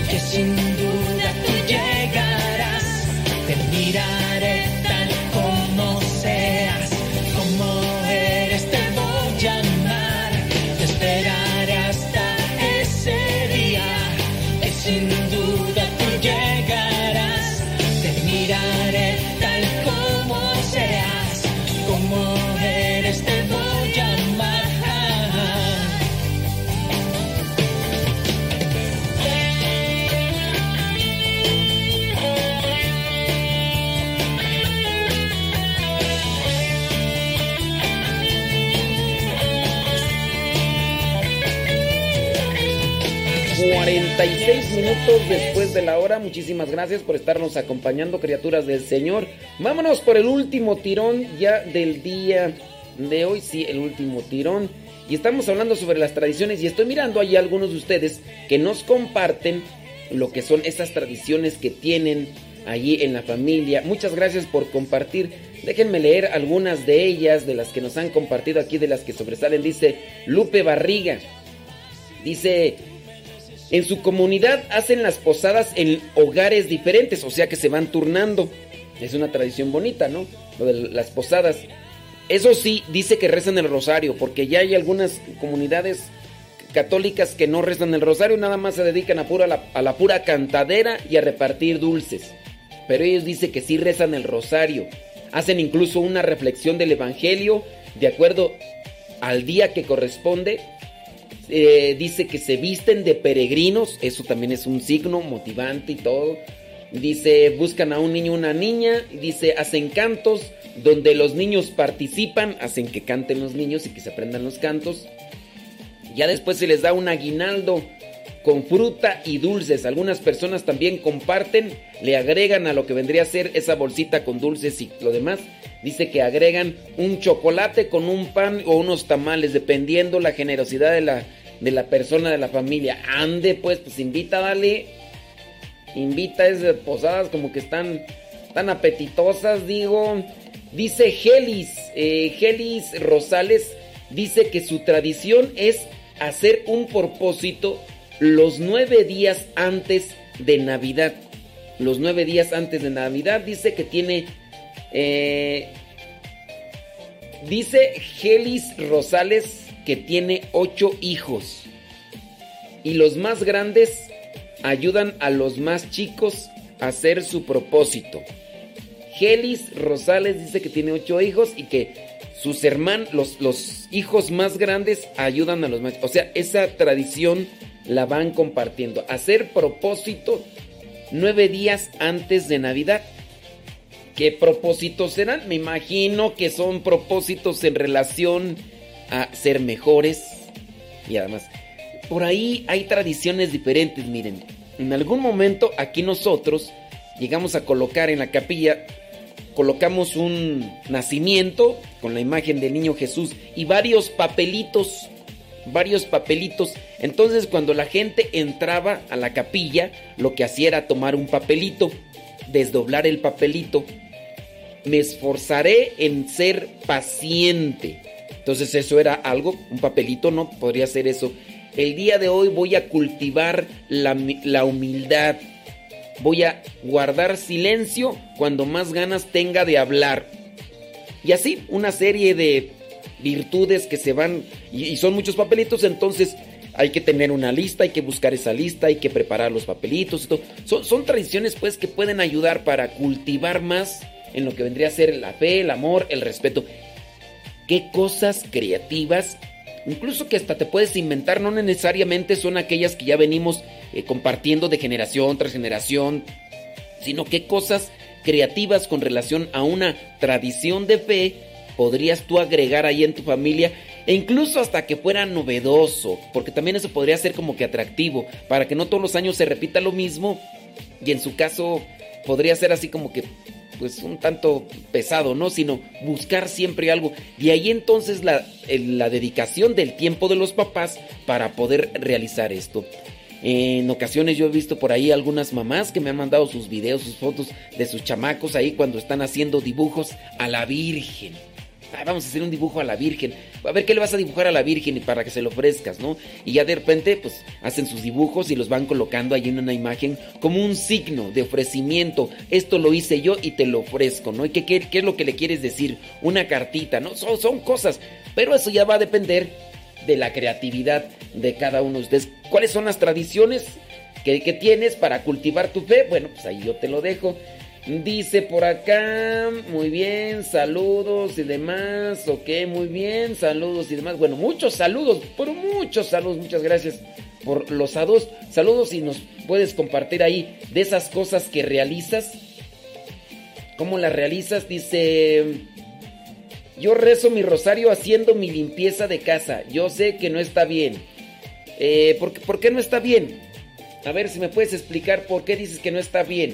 46 minutos después de la hora. Muchísimas gracias por estarnos acompañando, criaturas del Señor. Vámonos por el último tirón ya del día de hoy. Sí, el último tirón. Y estamos hablando sobre las tradiciones. Y estoy mirando ahí a algunos de ustedes que nos comparten lo que son esas tradiciones que tienen allí en la familia. Muchas gracias por compartir. Déjenme leer algunas de ellas, de las que nos han compartido aquí, de las que sobresalen. Dice Lupe Barriga. Dice: en su comunidad hacen las posadas en hogares diferentes, o sea que se van turnando. Es una tradición bonita, ¿no? Lo de las posadas. Eso sí, dice que rezan el rosario, porque ya hay algunas comunidades católicas que no rezan el rosario, nada más se dedican a la pura cantadera y a repartir dulces. Pero ellos dicen que sí rezan el rosario. Hacen incluso una reflexión del evangelio de acuerdo al día que corresponde. Dice que se visten de peregrinos, eso también es un signo motivante y todo. Dice, buscan a un niño o una niña. Dice, hacen cantos donde los niños participan, hacen que canten los niños y que se aprendan los cantos. Ya después se les da un aguinaldo con fruta y dulces. Algunas personas también comparten, le agregan a lo que vendría a ser esa bolsita con dulces y lo demás. Dice que agregan un chocolate con un pan o unos tamales, dependiendo la generosidad de la persona, de la familia. Ande pues invita, dale. Invita a esas posadas como que están tan apetitosas, digo. Dice Gelis Rosales, dice que su tradición es hacer un propósito los 9 días antes de Navidad. Los 9 días antes de Navidad. Dice que tiene... dice Gelis Rosales que tiene 8 hijos. Y los más grandes ayudan a los más chicos a hacer su propósito. Gelis Rosales dice que tiene 8 hijos y que sus hermanos, los hijos más grandes ayudan a los más... O sea, esa tradición la van compartiendo. Hacer propósito 9 días antes de Navidad. ¿Qué propósitos serán? Me imagino que son propósitos en relación a ser mejores. Y además, por ahí hay tradiciones diferentes. Miren, en algún momento aquí nosotros llegamos a colocar en la capilla, colocamos un nacimiento con la imagen del niño Jesús y varios papelitos. Entonces cuando la gente entraba a la capilla, lo que hacía era tomar un papelito, desdoblar el papelito. Me esforzaré en ser paciente. Entonces eso era algo, un papelito, ¿no? Podría ser eso. El día de hoy voy a cultivar la humildad. Voy a guardar silencio cuando más ganas tenga de hablar. Y así, una serie de virtudes que se van, y son muchos papelitos, entonces hay que tener una lista, hay que buscar esa lista, hay que preparar los papelitos y todo. Son tradiciones pues que pueden ayudar para cultivar más en lo que vendría a ser la fe, el amor, el respeto. Qué cosas creativas, incluso que hasta te puedes inventar, no necesariamente son aquellas que ya venimos compartiendo de generación tras generación, sino qué cosas creativas con relación a una tradición de fe podrías tú agregar ahí en tu familia, e incluso hasta que fuera novedoso, porque también eso podría ser como que atractivo, para que no todos los años se repita lo mismo, y en su caso podría ser así como que pues un tanto pesado, ¿no? Sino buscar siempre algo. Y ahí entonces la dedicación del tiempo de los papás para poder realizar esto. En ocasiones yo he visto por ahí algunas mamás que me han mandado sus videos, sus fotos de sus chamacos ahí cuando están haciendo dibujos a la Virgen. Vamos a hacer un dibujo a la Virgen. A ver qué le vas a dibujar a la Virgen para que se lo ofrezcas, ¿no? Y ya de repente pues hacen sus dibujos y los van colocando ahí en una imagen como un signo de ofrecimiento. Esto lo hice yo y te lo ofrezco, ¿no? ¿Y qué es lo que le quieres decir? Una cartita, ¿no? Son cosas, pero eso ya va a depender de la creatividad de cada uno de ustedes. ¿Cuáles son las tradiciones que tienes para cultivar tu fe? Bueno, pues ahí yo te lo dejo. Dice por acá, muy bien, saludos y demás, ok, muy bien, saludos y demás. Bueno, muchos saludos, pero muchos saludos, muchas gracias por los saludos y nos puedes compartir ahí de esas cosas que realizas. ¿Cómo las realizas? Dice, yo rezo mi rosario haciendo mi limpieza de casa, yo sé que no está bien. ¿Por qué no está bien? A ver si me puedes explicar por qué dices que no está bien.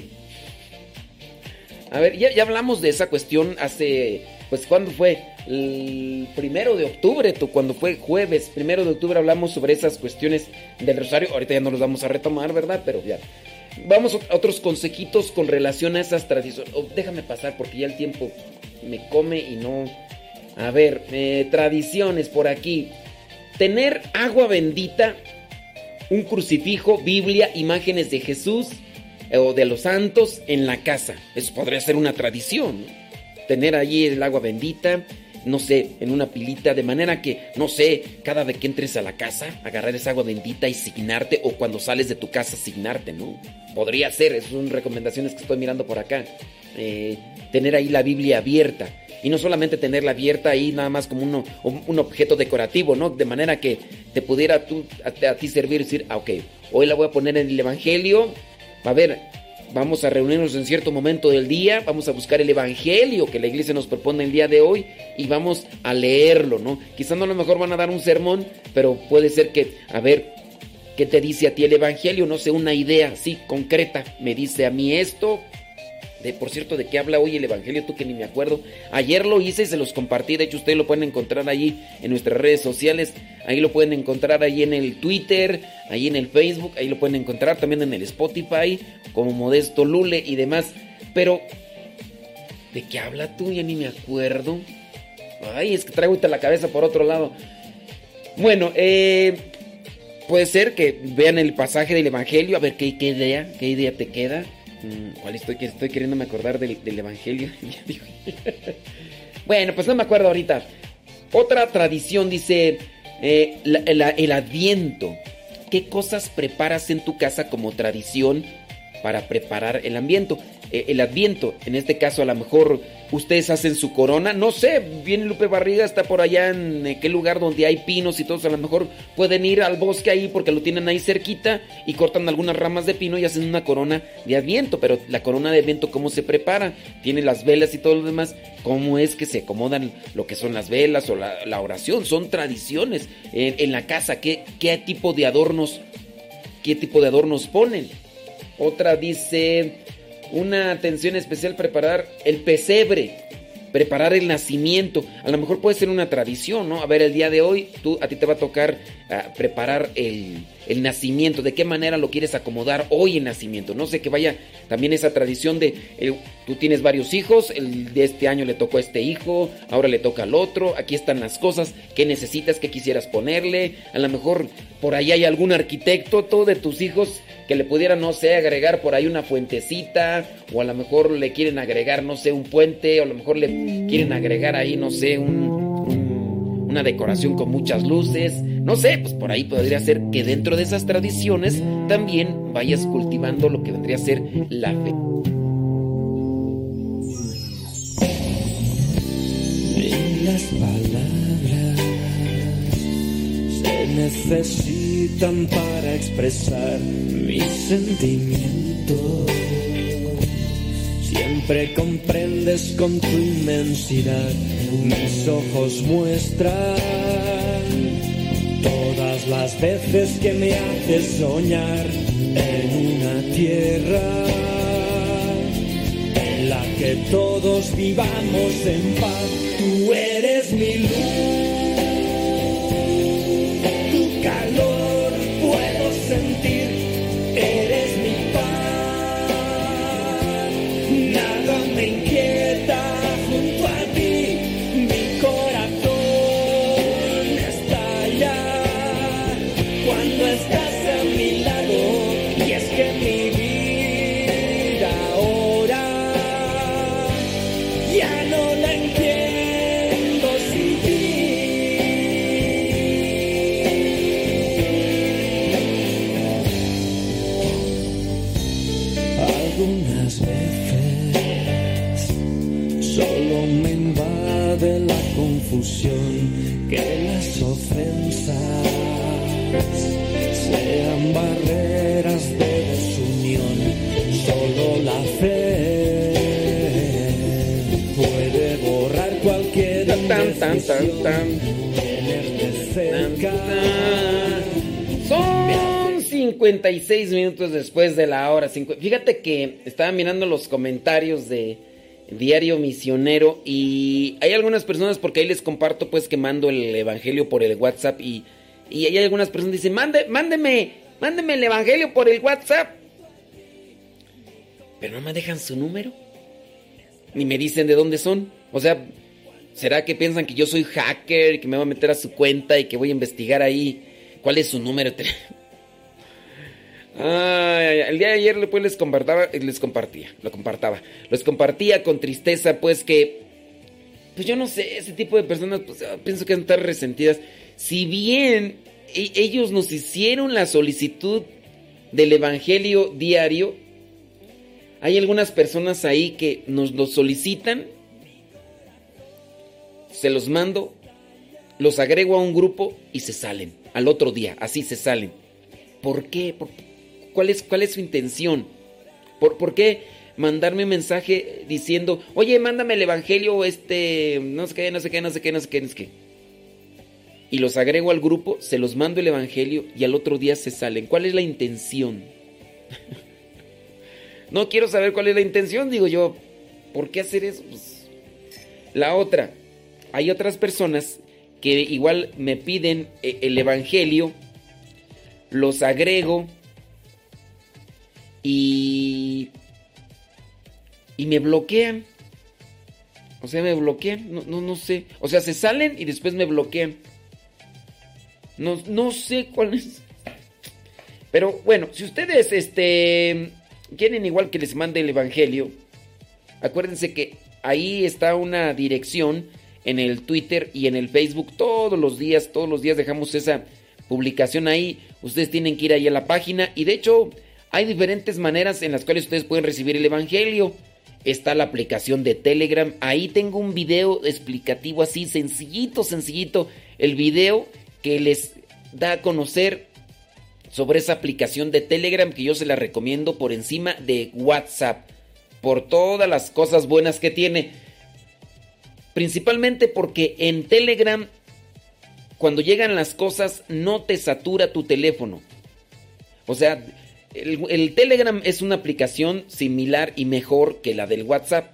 A ver, ya hablamos de esa cuestión hace... Pues, ¿cuándo fue? El 1 de octubre, cuando fue jueves 1 de octubre hablamos sobre esas cuestiones del rosario. Ahorita ya no los vamos a retomar, ¿verdad? Pero ya. Vamos a otros consejitos con relación a esas tradiciones. Déjame pasar porque ya el tiempo me come y no... A ver, tradiciones por aquí. Tener agua bendita, un crucifijo, Biblia, imágenes de Jesús o de los santos en la casa. Eso podría ser una tradición, ¿no? Tener allí el agua bendita, no sé, en una pilita, de manera que, no sé, cada vez que entres a la casa, agarrar esa agua bendita y signarte, o cuando sales de tu casa, signarte, ¿no? Podría ser, esas son recomendaciones que estoy mirando por acá. Tener ahí la Biblia abierta. Y no solamente tenerla abierta ahí nada más como un objeto decorativo, ¿no? De manera que te pudiera a ti servir y decir, ok, hoy la voy a poner en el Evangelio. A ver, vamos a reunirnos en cierto momento del día, vamos a buscar el Evangelio que la iglesia nos propone el día de hoy y vamos a leerlo, ¿no? Quizás no a lo mejor van a dar un sermón, pero puede ser que, a ver, ¿qué te dice a ti el Evangelio? No sé, una idea así concreta. Me dice a mí esto. Por cierto, ¿de qué habla hoy el Evangelio? Tú que ni me acuerdo. Ayer lo hice y se los compartí. De hecho, ustedes lo pueden encontrar allí en nuestras redes sociales. Ahí lo pueden encontrar ahí en el Twitter, ahí en el Facebook. Ahí lo pueden encontrar también en el Spotify, como Modesto Lule y demás. Pero, ¿de qué habla tú? Ya ni me acuerdo. Ay, es que traigo ahorita la cabeza por otro lado. Bueno, puede ser que vean el pasaje del Evangelio. A ver, ¿qué idea te queda? ¿Cuál estoy queriéndome acordar del Evangelio? Bueno, pues no me acuerdo ahorita. Otra tradición dice el Adviento. ¿Qué cosas preparas en tu casa como tradición para preparar el Adviento? El Adviento, en este caso a lo mejor ustedes hacen su corona, no sé, viene Lupe Barriga, está por allá en aquel lugar donde hay pinos y todos, a lo mejor pueden ir al bosque ahí porque lo tienen ahí cerquita y cortan algunas ramas de pino y hacen una corona de Adviento. Pero la corona de Adviento, ¿cómo se prepara? Tiene las velas y todo lo demás. ¿Cómo es que se acomodan lo que son las velas o la oración? Son tradiciones en la casa. ¿Qué tipo de adornos ponen? Otra dice... Una atención especial, preparar el pesebre, preparar el nacimiento. A lo mejor puede ser una tradición, ¿no? A ver, el día de hoy a ti te va a tocar preparar el nacimiento. ¿De qué manera lo quieres acomodar hoy el nacimiento? No sé, que vaya también esa tradición de tú tienes varios hijos, el de este año le tocó a este hijo, ahora le toca al otro, aquí están las cosas, ¿qué necesitas, qué quisieras ponerle? A lo mejor por ahí hay algún arquitecto, todo de tus hijos, que le pudiera, no sé, agregar por ahí una fuentecita, o a lo mejor le quieren agregar, no sé, un puente, o a lo mejor le quieren agregar ahí, no sé, una decoración con muchas luces, no sé, pues por ahí podría ser que dentro de esas tradiciones también vayas cultivando lo que vendría a ser la fe. En las palabras se necesitan para expresar mis sentimientos. Siempre comprendes con tu inmensidad, mis ojos muestran todas las veces que me haces soñar en una tierra en la que todos vivamos en paz. Tú eres mi luz, tu calor puedo sentir, eres mi paz. Nada me inquieta junto a ti, mi corazón estalla cuando estás a mi lado. Y es que mi vida ahora ya no la entiendo sin ti. Algunas veces solo me invade la confusión, que las ofensas sean barreras de desunión. Solo la fe puede borrar cualquier indecisión. Tenerte cerca. Son 56 minutos después de la hora. Fíjate que estaba mirando los comentarios de Diario Misionero y hay algunas personas, porque ahí les comparto pues que mando el evangelio por el WhatsApp y hay algunas personas que dicen, mándeme el evangelio por el WhatsApp. Pero no me dejan su número, ni me dicen de dónde son. O sea, ¿será que piensan que yo soy hacker y que me voy a meter a su cuenta y que voy a investigar ahí cuál es su número? El día de ayer pues les compartía con tristeza pues que, pues yo no sé, ese tipo de personas pues pienso que están resentidas. Si bien ellos nos hicieron la solicitud del evangelio diario, hay algunas personas ahí que nos lo solicitan, se los mando, los agrego a un grupo y se salen al otro día, así se salen. ¿Por qué? ¿Cuál es su intención? ¿Por qué mandarme un mensaje diciendo, oye, mándame el evangelio, no sé qué? Y los agrego al grupo, se los mando el evangelio y al otro día se salen. ¿Cuál es la intención? No quiero saber cuál es la intención, digo yo. ¿Por qué hacer eso? Pues, la otra, hay otras personas que igual me piden el evangelio, los agrego y me bloquean. O sea, me bloquean, no sé. O sea, se salen y después me bloquean. No sé cuál es. Pero bueno, si ustedes quieren igual que les mande el evangelio, acuérdense que ahí está una dirección en el Twitter y en el Facebook. Todos los días dejamos esa publicación ahí. Ustedes tienen que ir ahí a la página y de hecho hay diferentes maneras en las cuales ustedes pueden recibir el evangelio. Está la aplicación de Telegram. Ahí tengo un video explicativo así, sencillito. El video que les da a conocer sobre esa aplicación de Telegram, que yo se la recomiendo por encima de WhatsApp, por todas las cosas buenas que tiene. Principalmente porque en Telegram, cuando llegan las cosas, no te satura tu teléfono. O sea, el Telegram es una aplicación similar y mejor que la del WhatsApp.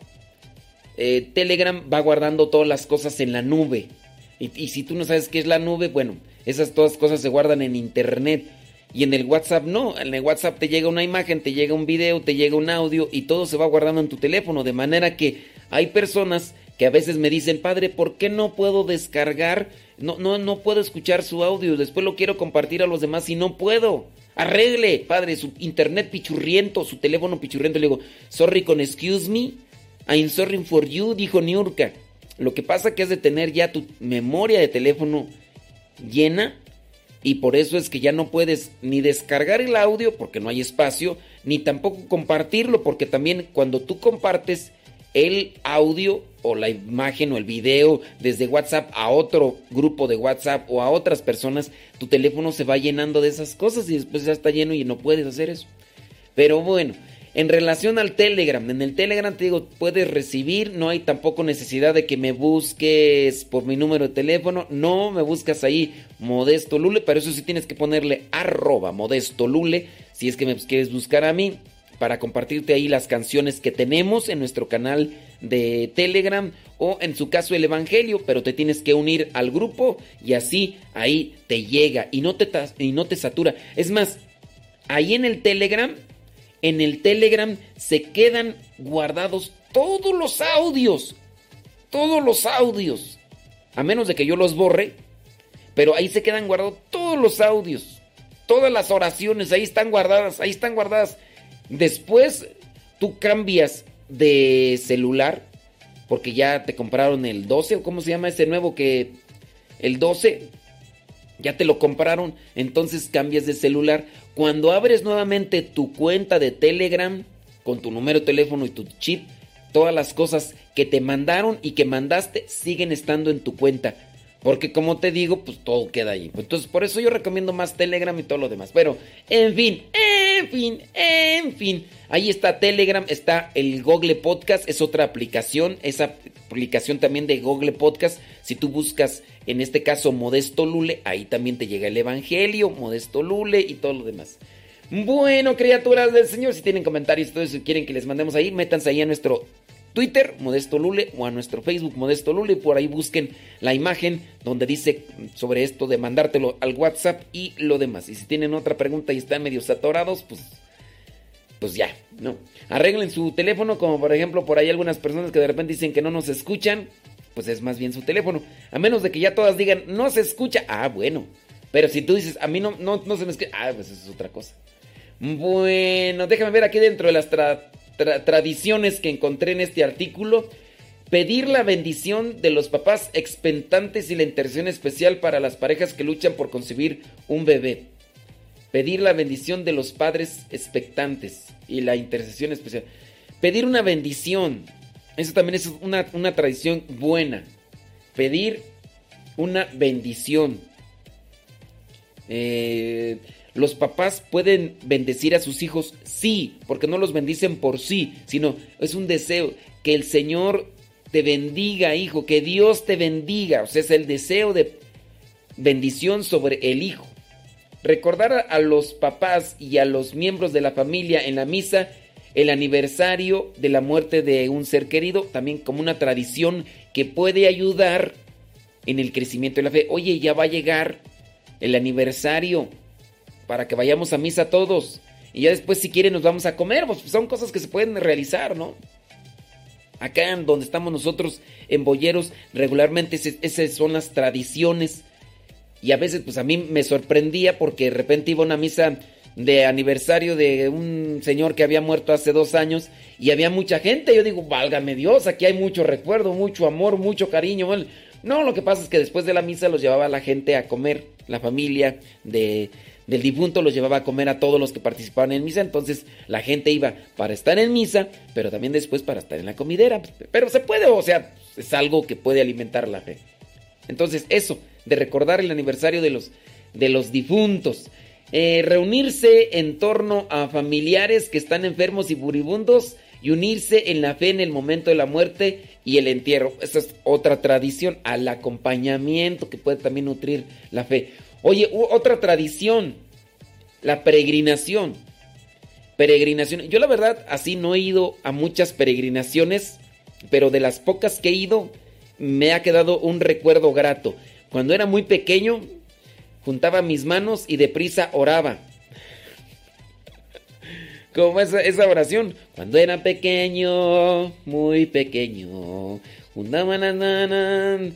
Telegram va guardando todas las cosas en la nube. Y si tú no sabes qué es la nube, bueno, esas todas cosas se guardan en internet. Y en el WhatsApp no, en el WhatsApp te llega una imagen, te llega un video, te llega un audio y todo se va guardando en tu teléfono. De manera que hay personas que a veces me dicen, padre, ¿por qué no puedo descargar? No puedo escuchar su audio, después lo quiero compartir a los demás y no puedo. Arregle, padre, su internet pichurriento, su teléfono pichurriento. Le digo, sorry con excuse me, I'm sorry for you, dijo Niurka. Lo que pasa que es de tener ya tu memoria de teléfono llena y por eso es que ya no puedes ni descargar el audio porque no hay espacio, ni tampoco compartirlo porque también cuando tú compartes el audio o la imagen o el video desde WhatsApp a otro grupo de WhatsApp o a otras personas, tu teléfono se va llenando de esas cosas y después ya está lleno y no puedes hacer eso. Pero bueno, en relación al Telegram, en el Telegram te digo, puedes recibir, no hay tampoco necesidad de que me busques por mi número de teléfono, no me buscas ahí Modesto Lule, pero eso sí tienes que ponerle @Modesto Lule, si es que me quieres buscar a mí, para compartirte ahí las canciones que tenemos en nuestro canal de Telegram o en su caso el evangelio, pero te tienes que unir al grupo y así ahí te llega y no te satura. Es más, ahí en el Telegram se quedan guardados todos los audios, a menos de que yo los borre, pero ahí se quedan guardados todos los audios, todas las oraciones, ahí están guardadas. Después tú cambias de celular, porque ya te compraron el 12, o cómo se llama ese nuevo que... El 12, ya te lo compraron, entonces cambias de celular. Cuando abres nuevamente tu cuenta de Telegram, con tu número de teléfono y tu chip, todas las cosas que te mandaron y que mandaste siguen estando en tu cuenta. Porque como te digo, pues todo queda ahí. Entonces por eso yo recomiendo más Telegram y todo lo demás. Pero, en fin. Ahí está Telegram, está el Google Podcast, es otra aplicación. Esa aplicación también de Google Podcast. Si tú buscas, en este caso, Modesto Lule, ahí también te llega el evangelio, Modesto Lule y todo lo demás. Bueno, criaturas del Señor, si tienen comentarios, todo eso, quieren que les mandemos ahí, métanse ahí a nuestro Twitter, Modesto Lule, o a nuestro Facebook, Modesto Lule, y por ahí busquen la imagen donde dice sobre esto de mandártelo al WhatsApp y lo demás. Y si tienen otra pregunta y están medio atorados, pues ya, ¿no? Arreglen su teléfono, como por ejemplo por ahí algunas personas que de repente dicen que no nos escuchan, pues es más bien su teléfono. A menos de que ya todas digan, no se escucha, bueno. Pero si tú dices, a mí no se me escucha, pues eso es otra cosa. Bueno, déjame ver aquí dentro de las tradiciones que encontré en este artículo. Pedir la bendición de los papás expectantes y la intercesión especial para las parejas que luchan por concebir un bebé. Pedir la bendición de los padres expectantes y la intercesión especial. Pedir una bendición. Eso también es una tradición buena. Pedir una bendición. Los papás pueden bendecir a sus hijos, sí, porque no los bendicen por sí, sino es un deseo. Que el Señor te bendiga, hijo, que Dios te bendiga. O sea, es el deseo de bendición sobre el hijo. Recordar a los papás y a los miembros de la familia en la misa el aniversario de la muerte de un ser querido, también como una tradición que puede ayudar en el crecimiento de la fe. Oye, ya va a llegar el aniversario para que vayamos a misa todos. Y ya después, si quieren, nos vamos a comer. Pues son cosas que se pueden realizar, ¿no? Acá en donde estamos nosotros, en Boyeros, regularmente esas son las tradiciones. Y a veces, pues a mí me sorprendía porque de repente iba a una misa de aniversario de un señor que había muerto hace 2 años y había mucha gente. Yo digo, válgame Dios, aquí hay mucho recuerdo, mucho amor, mucho cariño. Bueno, no, lo que pasa es que después de la misa los llevaba la gente a comer, la familia del difunto los llevaba a comer a todos los que participaban en misa. Entonces la gente iba para estar en misa, pero también después para estar en la comidera. Pero se puede, o sea, es algo que puede alimentar la fe. Entonces eso, de recordar el aniversario de los difuntos. Reunirse en torno a familiares que están enfermos y moribundos y unirse en la fe en el momento de la muerte y el entierro. Esa es otra tradición, al acompañamiento que puede también nutrir la fe. Oye, otra tradición, la peregrinación. Yo la verdad así no he ido a muchas peregrinaciones, pero de las pocas que he ido me ha quedado un recuerdo grato. Cuando era muy pequeño, juntaba mis manos y deprisa oraba. Como esa oración. Cuando era pequeño, muy pequeño, juntaba las manos,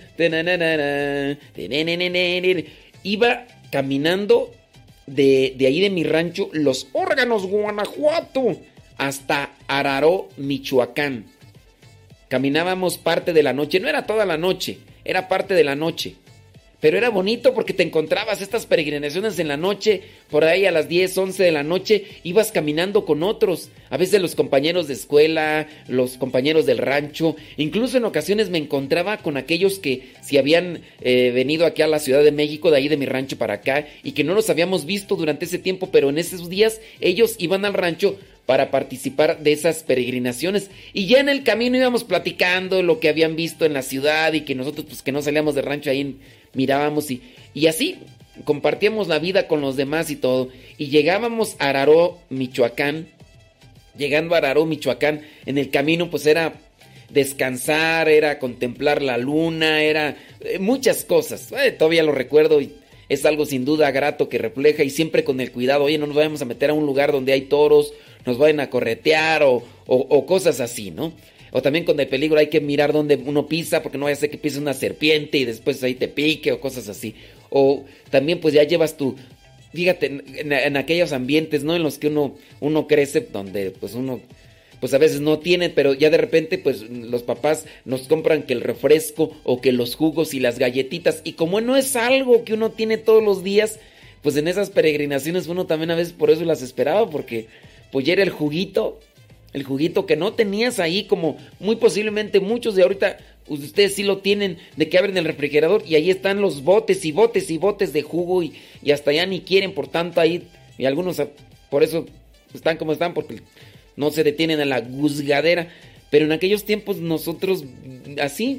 iba caminando de ahí de mi rancho, Los Órganos, Guanajuato, hasta Araró, Michoacán. Caminábamos parte de la noche, no era toda la noche, era parte de la noche. Pero era bonito porque te encontrabas estas peregrinaciones en la noche, por ahí a las 10, 11 de la noche, ibas caminando con otros, a veces los compañeros de escuela, los compañeros del rancho, incluso en ocasiones me encontraba con aquellos que si habían venido aquí a la Ciudad de México, de ahí de mi rancho para acá, y que no los habíamos visto durante ese tiempo, pero en esos días ellos iban al rancho para participar de esas peregrinaciones, y ya en el camino íbamos platicando lo que habían visto en la ciudad, y que nosotros pues que no salíamos del rancho ahí mirábamos y así compartíamos la vida con los demás y todo. Y llegábamos a Araró, Michoacán. Llegando a Araró, Michoacán, en el camino pues era descansar, era contemplar la luna, era muchas cosas. Todavía lo recuerdo y es algo sin duda grato que refleja, y siempre con el cuidado. Oye, no nos vayamos a meter a un lugar donde hay toros, nos vayan a corretear o cosas así, ¿no? O también con el peligro hay que mirar dónde uno pisa, porque no vaya a ser que pise una serpiente y después ahí te pique o cosas así. O también pues ya llevas tu... Fíjate, en aquellos ambientes, ¿no? En los que uno crece, donde pues uno pues a veces no tiene, pero ya de repente pues los papás nos compran que el refresco o que los jugos y las galletitas. Y como no es algo que uno tiene todos los días, pues en esas peregrinaciones uno también a veces por eso las esperaba, porque pues ya era el juguito que no tenías ahí, como muy posiblemente muchos de ahorita, ustedes sí lo tienen, de que abren el refrigerador y ahí están los botes y botes y botes de jugo y hasta ya ni quieren, por tanto ahí, y algunos por eso están como están, porque no se detienen a la guzgadera. Pero en aquellos tiempos nosotros así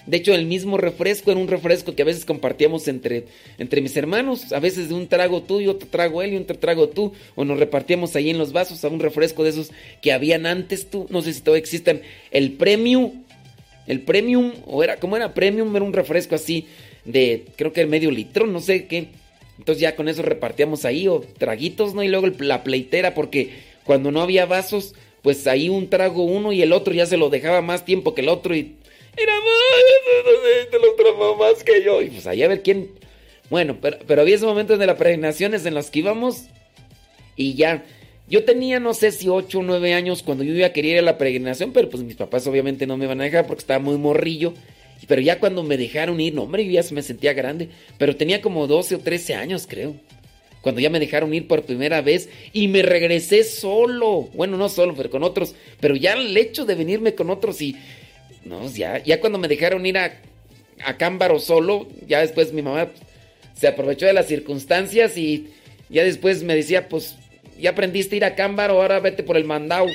De hecho, el mismo refresco era un refresco que a veces compartíamos entre mis hermanos. A veces de un trago tú y otro trago él y otro trago tú. O nos repartíamos ahí en los vasos a un refresco de esos que habían antes tú. No sé si todavía existen. El Premium, o era, ¿cómo era? Premium era un refresco así de, creo que el medio litro, no sé qué. Entonces ya con eso repartíamos ahí, o traguitos, ¿no? Y luego la pleitera, porque cuando no había vasos, pues ahí un trago uno y el otro ya se lo dejaba más tiempo que el otro y era más, te lo tomó más que yo. Y pues ahí a ver quién. Bueno, pero había esos momentos de las peregrinaciones en los que íbamos y ya. Yo tenía, no sé si 8 o 9 años cuando yo iba a querer ir a la peregrinación, pero pues mis papás obviamente no me iban a dejar porque estaba muy morrillo. Pero ya cuando me dejaron ir, no, hombre, yo ya me sentía grande. Pero tenía como 12 o 13 años, creo. Cuando ya me dejaron ir por primera vez y me regresé solo. Bueno, no solo, pero con otros. Pero ya el hecho de venirme con otros y... No, ya cuando me dejaron ir a Cámbaro solo, ya después mi mamá se aprovechó de las circunstancias y ya después me decía, pues, ya aprendiste a ir a Cámbaro, ahora vete por el mandado.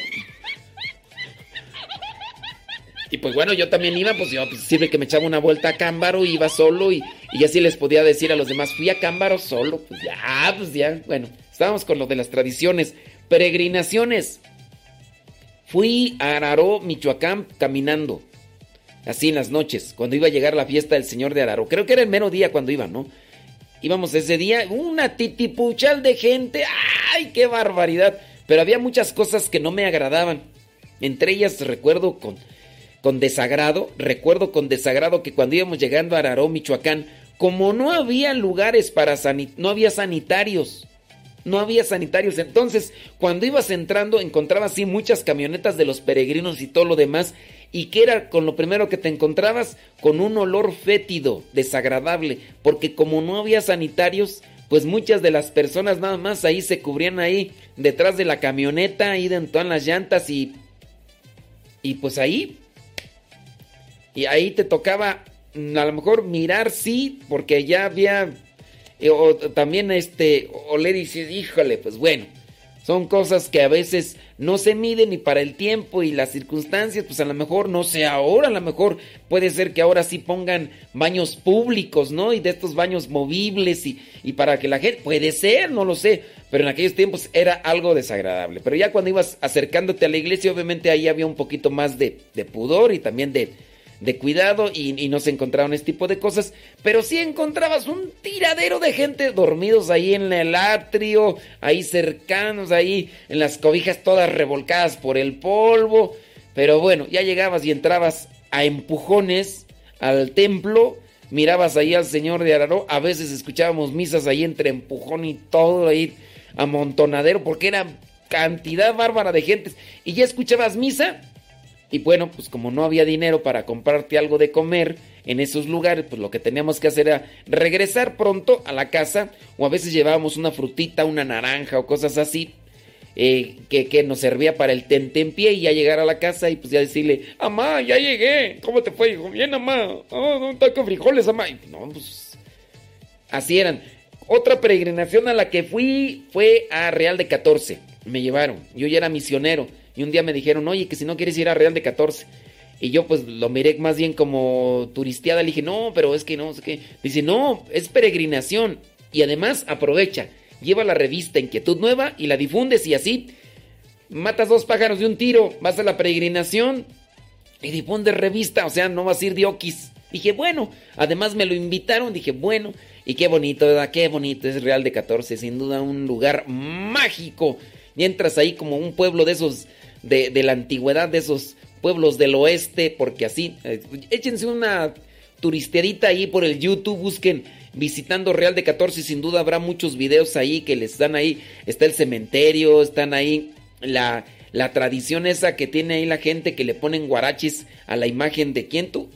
Y pues bueno, yo también iba, pues yo sirve que me echaba una vuelta a Cámbaro, iba solo y así les podía decir a los demás, fui a Cámbaro solo, pues ya, bueno, estábamos con lo de las tradiciones, peregrinaciones. Fui a Araró, Michoacán, caminando, así en las noches, cuando iba a llegar la fiesta del Señor de Araró, creo que era el mero día cuando iba, ¿no? Íbamos ese día, una titipuchal de gente, ¡ay, qué barbaridad! Pero había muchas cosas que no me agradaban, entre ellas recuerdo con desagrado que cuando íbamos llegando a Araró, Michoacán, como no había lugares no había sanitarios, entonces cuando ibas entrando encontrabas así muchas camionetas de los peregrinos y todo lo demás, y que era con lo primero que te encontrabas, con un olor fétido, desagradable, porque como no había sanitarios, pues muchas de las personas nada más ahí se cubrían ahí detrás de la camioneta, ahí dentro en las llantas y pues ahí te tocaba a lo mejor mirar, sí, porque ya había o también oler y decir, híjole, pues bueno, son cosas que a veces no se miden y para el tiempo y las circunstancias, pues a lo mejor, no sé, ahora a lo mejor puede ser que ahora sí pongan baños públicos, ¿no? Y de estos baños movibles y para que la gente, puede ser, no lo sé, pero en aquellos tiempos era algo desagradable. Pero ya cuando ibas acercándote a la iglesia, obviamente ahí había un poquito más de pudor y también de cuidado y no se encontraban este tipo de cosas, pero sí encontrabas un tiradero de gente dormidos ahí en el atrio, ahí cercanos, ahí en las cobijas todas revolcadas por el polvo, pero bueno, ya llegabas y entrabas a empujones al templo, mirabas ahí al Señor de Araró, a veces escuchábamos misas ahí entre empujón y todo ahí amontonadero, porque era cantidad bárbara de gente, y ya escuchabas misa. Y bueno, pues como no había dinero para comprarte algo de comer en esos lugares, pues lo que teníamos que hacer era regresar pronto a la casa, o a veces llevábamos una frutita, una naranja o cosas así, que nos servía para el tentempié y ya llegar a la casa y pues ya decirle, amá, ya llegué, ¿cómo te fue? Dijo, bien, amá, un taco de frijoles, amá. Y no, pues así eran. Otra peregrinación a la que fui fue a Real de 14, me llevaron, yo ya era misionero. Y un día me dijeron, oye, que si no quieres ir a Real de 14. Y yo pues lo miré más bien como turisteada. Le dije, no, pero es que no sé qué. Dice, no, es peregrinación. Y además aprovecha, lleva la revista Inquietud Nueva y la difundes y así matas 2 pájaros de un tiro. Vas a la peregrinación y difundes revista, o sea, no vas a ir de oquis. Dije, bueno, además me lo invitaron. Dije, bueno, y qué bonito, ¿verdad? Qué bonito es Real de 14. Sin duda un lugar mágico. Y entras ahí como un pueblo de esos... De la antigüedad, de esos pueblos del oeste, porque así, échense una turisteadita ahí por el YouTube, busquen visitando Real de 14 y sin duda habrá muchos videos ahí que les dan ahí, está el cementerio, están ahí la tradición esa que tiene ahí la gente que le ponen guaraches a la imagen de ¿quién tú?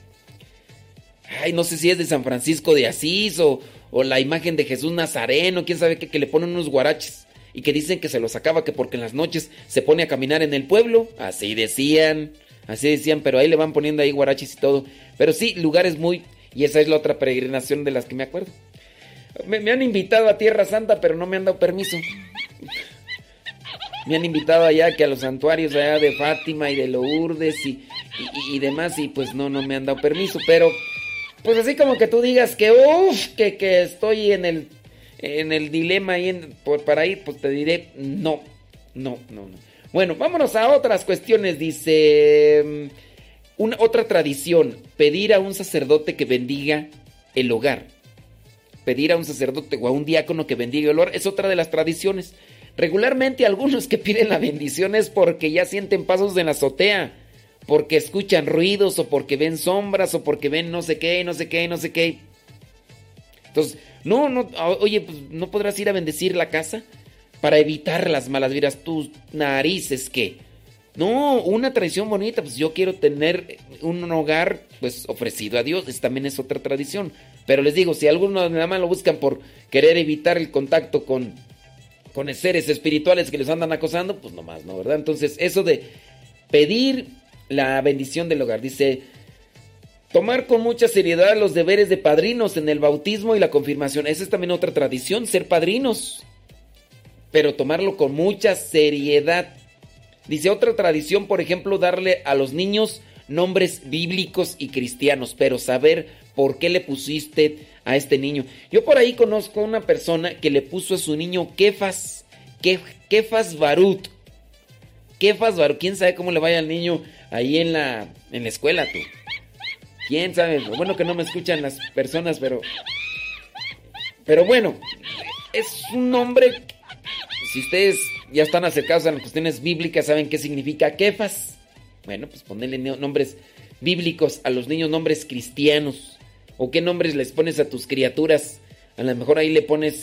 Ay, no sé si es de San Francisco de Asís o la imagen de Jesús Nazareno, quién sabe qué, que le ponen unos guaraches. Y que dicen que se lo sacaba que porque en las noches se pone a caminar en el pueblo. Así decían, pero ahí le van poniendo ahí guaraches y todo. Pero sí, lugares muy... Y esa es la otra peregrinación de las que me acuerdo. Me han invitado a Tierra Santa, pero no me han dado permiso. Me han invitado allá que a los santuarios allá de Fátima y de Lourdes y demás, y pues no me han dado permiso, pero pues así como que tú digas que uff, que estoy en el dilema ahí para ir, pues te diré no. Bueno, vámonos a otras cuestiones. Dice otra tradición, pedir a un sacerdote que bendiga el hogar. Pedir a un sacerdote o a un diácono que bendiga el hogar es otra de las tradiciones. Regularmente algunos que piden la bendición es porque ya sienten pasos en la azotea, porque escuchan ruidos o porque ven sombras o porque ven no sé qué. Entonces, oye, pues no podrás ir a bendecir la casa para evitar las malas vibras. Tus narices, ¿qué? No, una tradición bonita, pues yo quiero tener un hogar pues ofrecido a Dios, también es otra tradición. Pero les digo, si algunos nada más lo buscan por querer evitar el contacto con seres espirituales que les andan acosando, pues nomás, ¿no? ¿Verdad? Entonces, eso de pedir la bendición del hogar, dice, tomar con mucha seriedad los deberes de padrinos en el bautismo y la confirmación. Esa es también otra tradición, ser padrinos, pero tomarlo con mucha seriedad. Dice otra tradición, por ejemplo, darle a los niños nombres bíblicos y cristianos, pero saber por qué le pusiste a este niño. Yo por ahí conozco a una persona que le puso a su niño Kefas Barut. Kefas Barut. ¿Quién sabe cómo le vaya al niño ahí en la escuela, tú? ¿Quién sabe? Lo bueno que no me escuchan las personas, pero bueno, es un nombre. Si ustedes ya están acercados a las cuestiones bíblicas, ¿saben qué significa Kefas? Bueno, pues ponerle nombres bíblicos a los niños, nombres cristianos. ¿O qué nombres les pones a tus criaturas? A lo mejor ahí le pones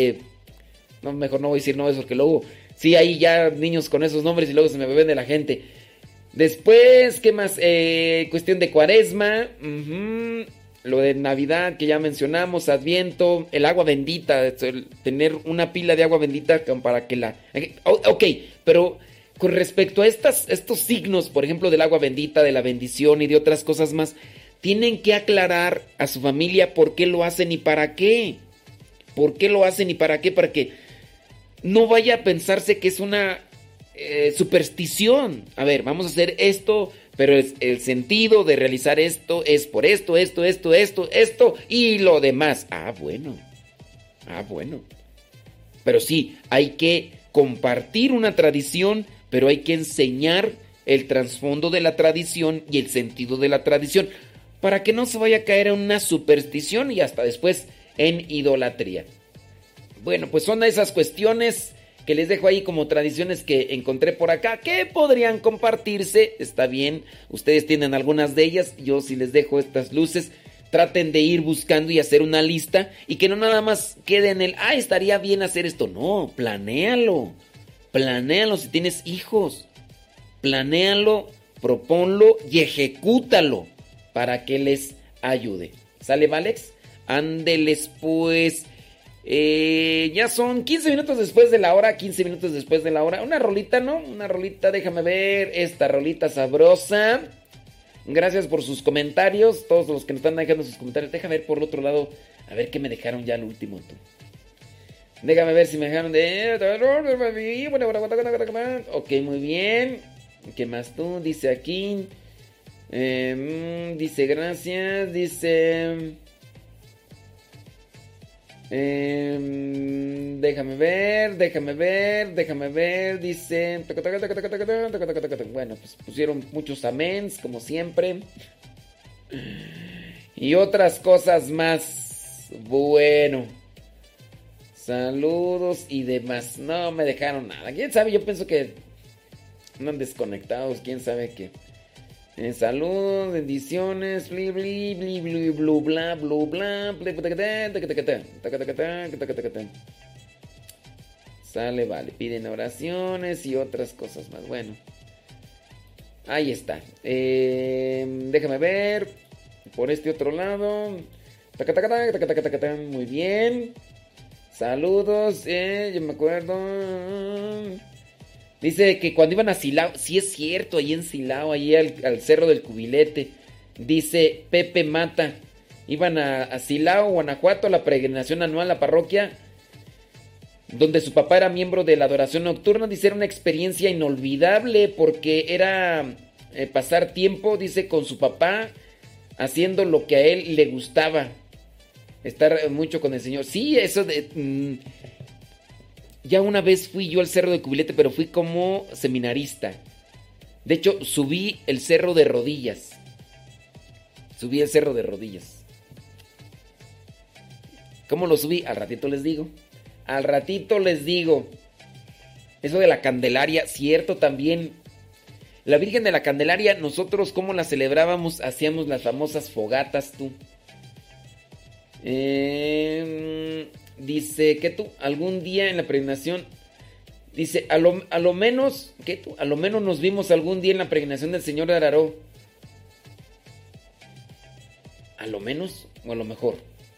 no, mejor no voy a decir nombres porque luego sí hay ya niños con esos nombres y luego se me beben de la gente. Después, ¿qué más? Cuestión de Cuaresma. Lo de Navidad que ya mencionamos, Adviento, el agua bendita, tener una pila de agua bendita para que la... Ok, pero con respecto a estos signos, por ejemplo, del agua bendita, de la bendición y de otras cosas más, tienen que aclarar a su familia por qué lo hacen y para qué. ¿Por qué lo hacen y para qué? Para que no vaya a pensarse que es una superstición. A ver, vamos a hacer esto, pero el sentido de realizar esto es por esto y lo demás. Ah, bueno. Pero sí, hay que compartir una tradición, pero hay que enseñar el trasfondo de la tradición y el sentido de la tradición, para que no se vaya a caer en una superstición y hasta después en idolatría. Bueno, pues son esas cuestiones que les dejo ahí como tradiciones que encontré por acá, que podrían compartirse. Está bien, ustedes tienen algunas de ellas, yo sí les dejo estas luces. Traten de ir buscando y hacer una lista y que no nada más quede en estaría bien hacer esto. No, planéalo si tienes hijos. Planéalo, propónlo y ejecútalo para que les ayude. ¿Sale, Valex? Ándeles pues. Ya son 15 minutos después de la hora. Una rolita, ¿no? Una rolita, déjame ver. Esta rolita sabrosa. Gracias por sus comentarios. Todos los que nos están dejando sus comentarios. Déjame ver por el otro lado. A ver qué me dejaron ya al último, tú. Déjame ver si me dejaron de... Ok, muy bien. ¿Qué más tú? Dice aquí. Dice gracias. Dice... déjame ver, dice... Bueno, pues pusieron muchos améns, como siempre. Y otras cosas más. Bueno. Saludos y demás. No me dejaron nada. ¿Quién sabe? Yo pienso que andan desconectados. ¿Quién sabe qué? Saludos, bendiciones, bli bli bli bli blu bla blu bla. Sale, vale. Piden oraciones y otras cosas más. Bueno, ahí está. Déjame ver por este otro lado. Muy bien. Saludos. Yo me acuerdo. Dice que cuando iban a Silao, sí es cierto, ahí en Silao, ahí al Cerro del Cubilete. Dice Pepe Mata, iban a Silao, Guanajuato, a la peregrinación anual, la parroquia, donde su papá era miembro de la adoración nocturna. Dice, era una experiencia inolvidable porque era pasar tiempo, dice, con su papá, haciendo lo que a él le gustaba. Estar mucho con el Señor. Sí, eso de... ya una vez fui yo al Cerro de Cubilete, pero fui como seminarista. De hecho, subí el Cerro de Rodillas. Subí el Cerro de Rodillas. ¿Cómo lo subí? Al ratito les digo. Al ratito les digo. Eso de la Candelaria, cierto también. La Virgen de la Candelaria, nosotros cómo la celebrábamos, hacíamos las famosas fogatas, tú. Dice que tú, algún día en la peregrinación, dice, a lo menos, ¿qué tú? A lo menos nos vimos algún día en la peregrinación del Señor de Araró. ¿A lo menos o a lo mejor?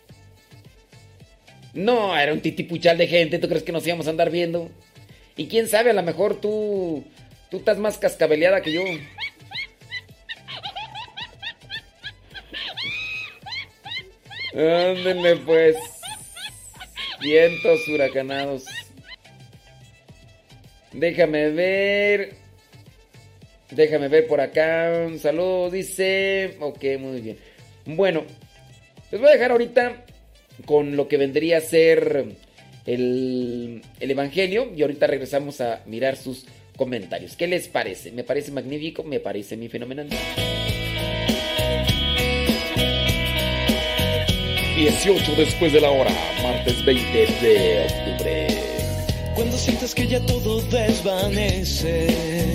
No, era un titipuchal de gente, ¿tú crees que nos íbamos a andar viendo? Y quién sabe, a lo mejor tú estás más cascabeleada que yo. Ándenme pues. Vientos huracanados. Déjame ver por acá. Un saludo, dice. Ok, muy bien. Bueno, les voy a dejar ahorita con lo que vendría a ser el Evangelio. Y ahorita regresamos a mirar sus comentarios. ¿Qué les parece? ¿Me parece magnífico? ¿Me parece muy fenomenal? 18 después de la hora, martes 20 de octubre. Cuando sientas que ya todo desvanece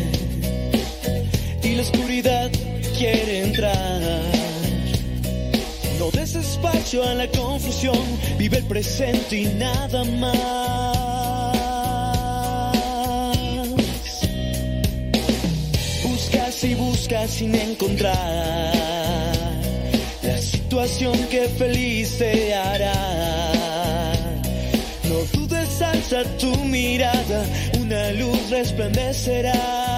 y la oscuridad quiere entrar, no des espacio a la confusión, vive el presente y nada más. Buscas y buscas sin encontrar la situación que feliz te hará. No dudes, alza tu mirada, una luz resplandecerá.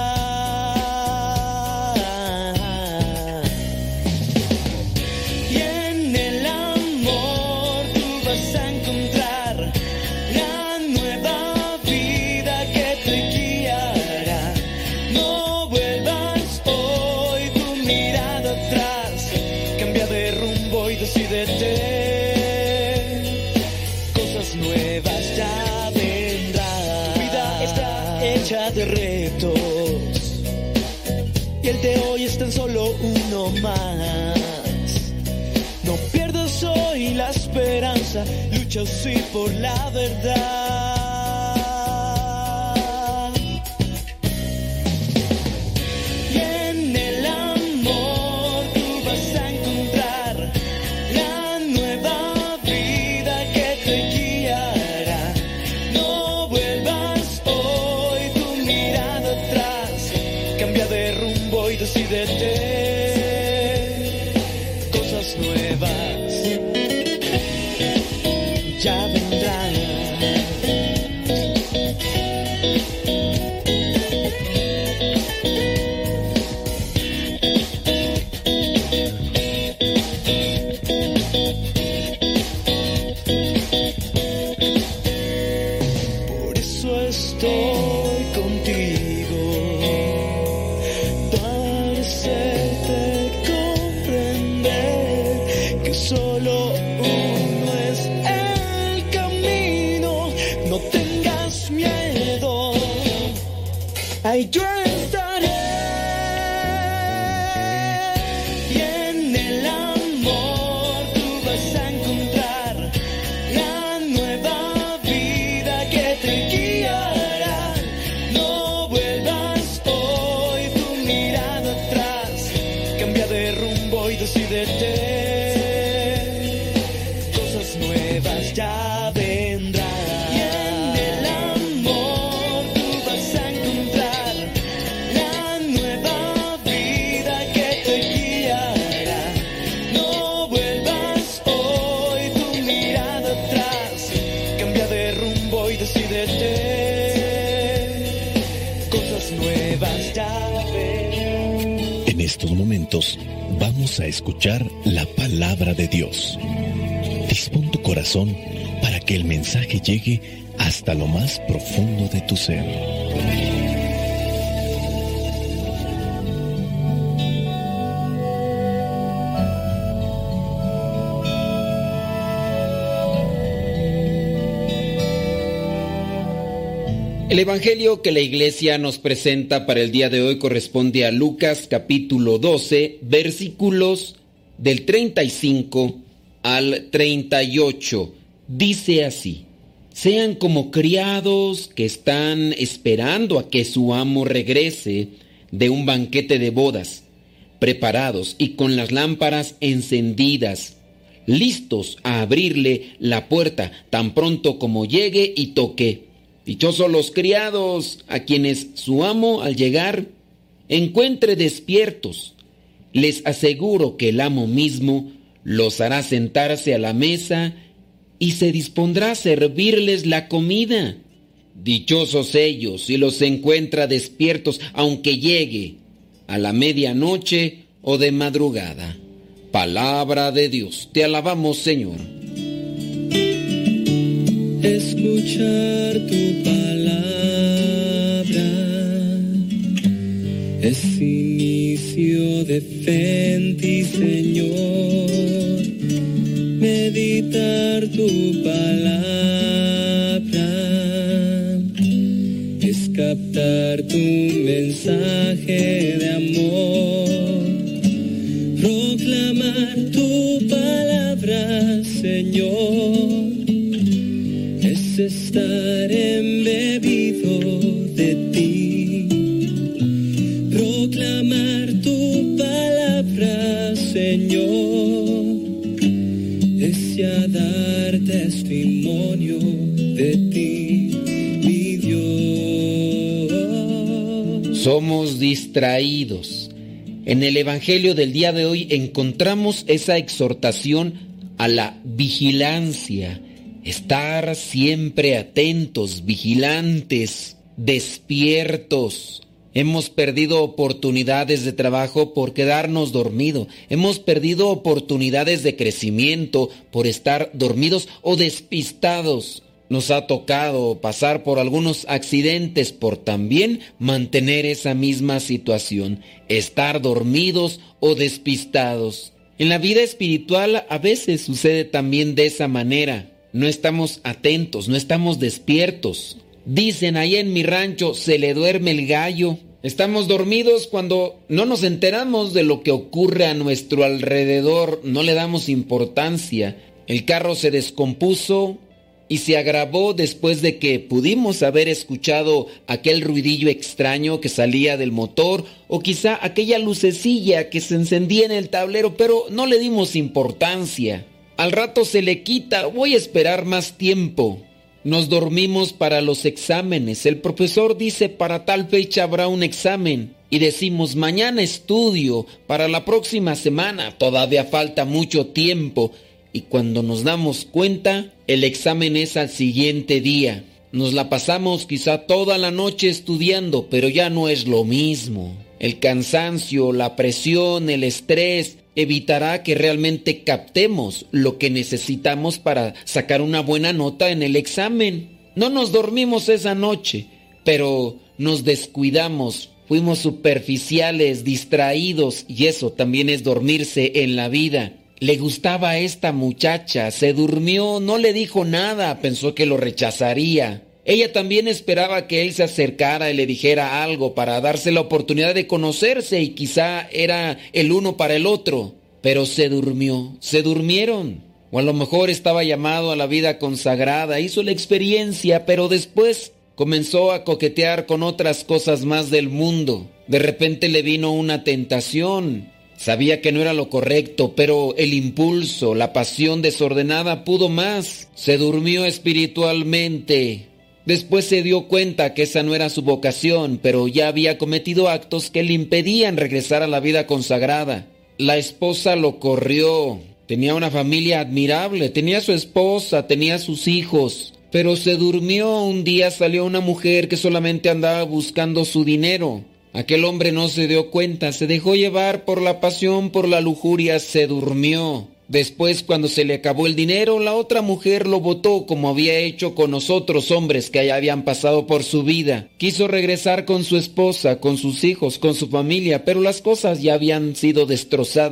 Y en el amor tú vas a encontrar la nueva vida que te guiará. No vuelvas hoy tu mirada atrás, cambia de rumbo y decídete. Cosas nuevas ya vendrán. Tu vida está hecha de retos y el de hoy es tan solo uno más. No pierdas hoy la esperanza, lucha sí por la verdad. Y en el amor tú vas a encontrar la nueva vida que te guiará. No vuelvas hoy tu mirada atrás, cambia de rumbo y decídete. Cosas nuevas ya vendrán. Por eso estoy contigo, para hacerte comprender que solo uno es el camino. No tengas miedo, ahí yo estaré. Y en el amor tú vas a encontrar la nueva vida que te guiará. No vuelvas hoy tu mirada atrás, cambia de rumbo y decídete. Cosas nuevas ya vendrán. Y en el amor tú vas a encontrar la nueva vida que te guiará. No vuelvas hoy tu mirada atrás, cambia de rumbo y decídete. Cosas nuevas ya vendrán. En estos momentos vamos a escuchar la palabra de Dios. Dispón tu corazón para que el mensaje llegue hasta lo más profundo de tu ser. El evangelio que la iglesia nos presenta para el día de hoy corresponde a Lucas capítulo 12, versículos del 35 al 38. Dice así: sean como criados que están esperando a que su amo regrese de un banquete de bodas, preparados y con las lámparas encendidas, listos a abrirle la puerta tan pronto como llegue y toque. Dichosos los criados a quienes su amo al llegar encuentre despiertos. Les aseguro que el amo mismo los hará sentarse a la mesa y se dispondrá a servirles la comida. Dichosos ellos si los encuentra despiertos, aunque llegue a la medianoche o de madrugada. Palabra de Dios. Te alabamos, Señor. Escuchar tu palabra es inicio de fe en ti, Señor. Meditar tu palabra es captar tu mensaje de amor. Proclamar tu palabra, Señor, es estar embebido de ti. Proclamar tu palabra, Señor, es ya dar testimonio de ti, mi Dios. Somos distraídos. En el evangelio del día de hoy encontramos esa exhortación a la vigilancia. Estar siempre atentos, vigilantes, despiertos. Hemos perdido oportunidades de trabajo por quedarnos dormidos. Hemos perdido oportunidades de crecimiento por estar dormidos o despistados. Nos ha tocado pasar por algunos accidentes por también mantener esa misma situación. Estar dormidos o despistados. En la vida espiritual a veces sucede también de esa manera. No estamos atentos, no estamos despiertos. Dicen ahí en mi rancho, se le duerme el gallo. Estamos dormidos cuando no nos enteramos de lo que ocurre a nuestro alrededor, no le damos importancia. El carro se descompuso y se agravó después de que pudimos haber escuchado aquel ruidillo extraño que salía del motor o quizá aquella lucecilla que se encendía en el tablero, pero no le dimos importancia. Al rato se le quita, voy a esperar más tiempo. Nos dormimos para los exámenes. El profesor dice para tal fecha habrá un examen. Y decimos mañana estudio, para la próxima semana. Todavía falta mucho tiempo. Y cuando nos damos cuenta, el examen es al siguiente día. Nos la pasamos quizá toda la noche estudiando, pero ya no es lo mismo. El cansancio, la presión, el estrés evitará que realmente captemos lo que necesitamos para sacar una buena nota en el examen. No nos dormimos esa noche, pero nos descuidamos, fuimos superficiales, distraídos, y eso también es dormirse en la vida. Le gustaba a esta muchacha, se durmió, no le dijo nada, pensó que lo rechazaría. Ella también esperaba que él se acercara y le dijera algo para darse la oportunidad de conocerse y quizá era el uno para el otro. Pero se durmió, se durmieron. O a lo mejor estaba llamado a la vida consagrada, hizo la experiencia, pero después comenzó a coquetear con otras cosas más del mundo. De repente le vino una tentación. Sabía que no era lo correcto, pero el impulso, la pasión desordenada pudo más. Se durmió espiritualmente. Después se dio cuenta que esa no era su vocación, pero ya había cometido actos que le impedían regresar a la vida consagrada. La esposa lo corrió. Tenía una familia admirable, tenía su esposa, tenía sus hijos. Pero se durmió. Un día salió una mujer que solamente andaba buscando su dinero. Aquel hombre no se dio cuenta, se dejó llevar por la pasión, por la lujuria, se durmió. Después, cuando se le acabó el dinero, la otra mujer lo botó como había hecho con los otros hombres que ya habían pasado por su vida. Quiso regresar con su esposa, con sus hijos, con su familia, pero las cosas ya habían sido destrozadas.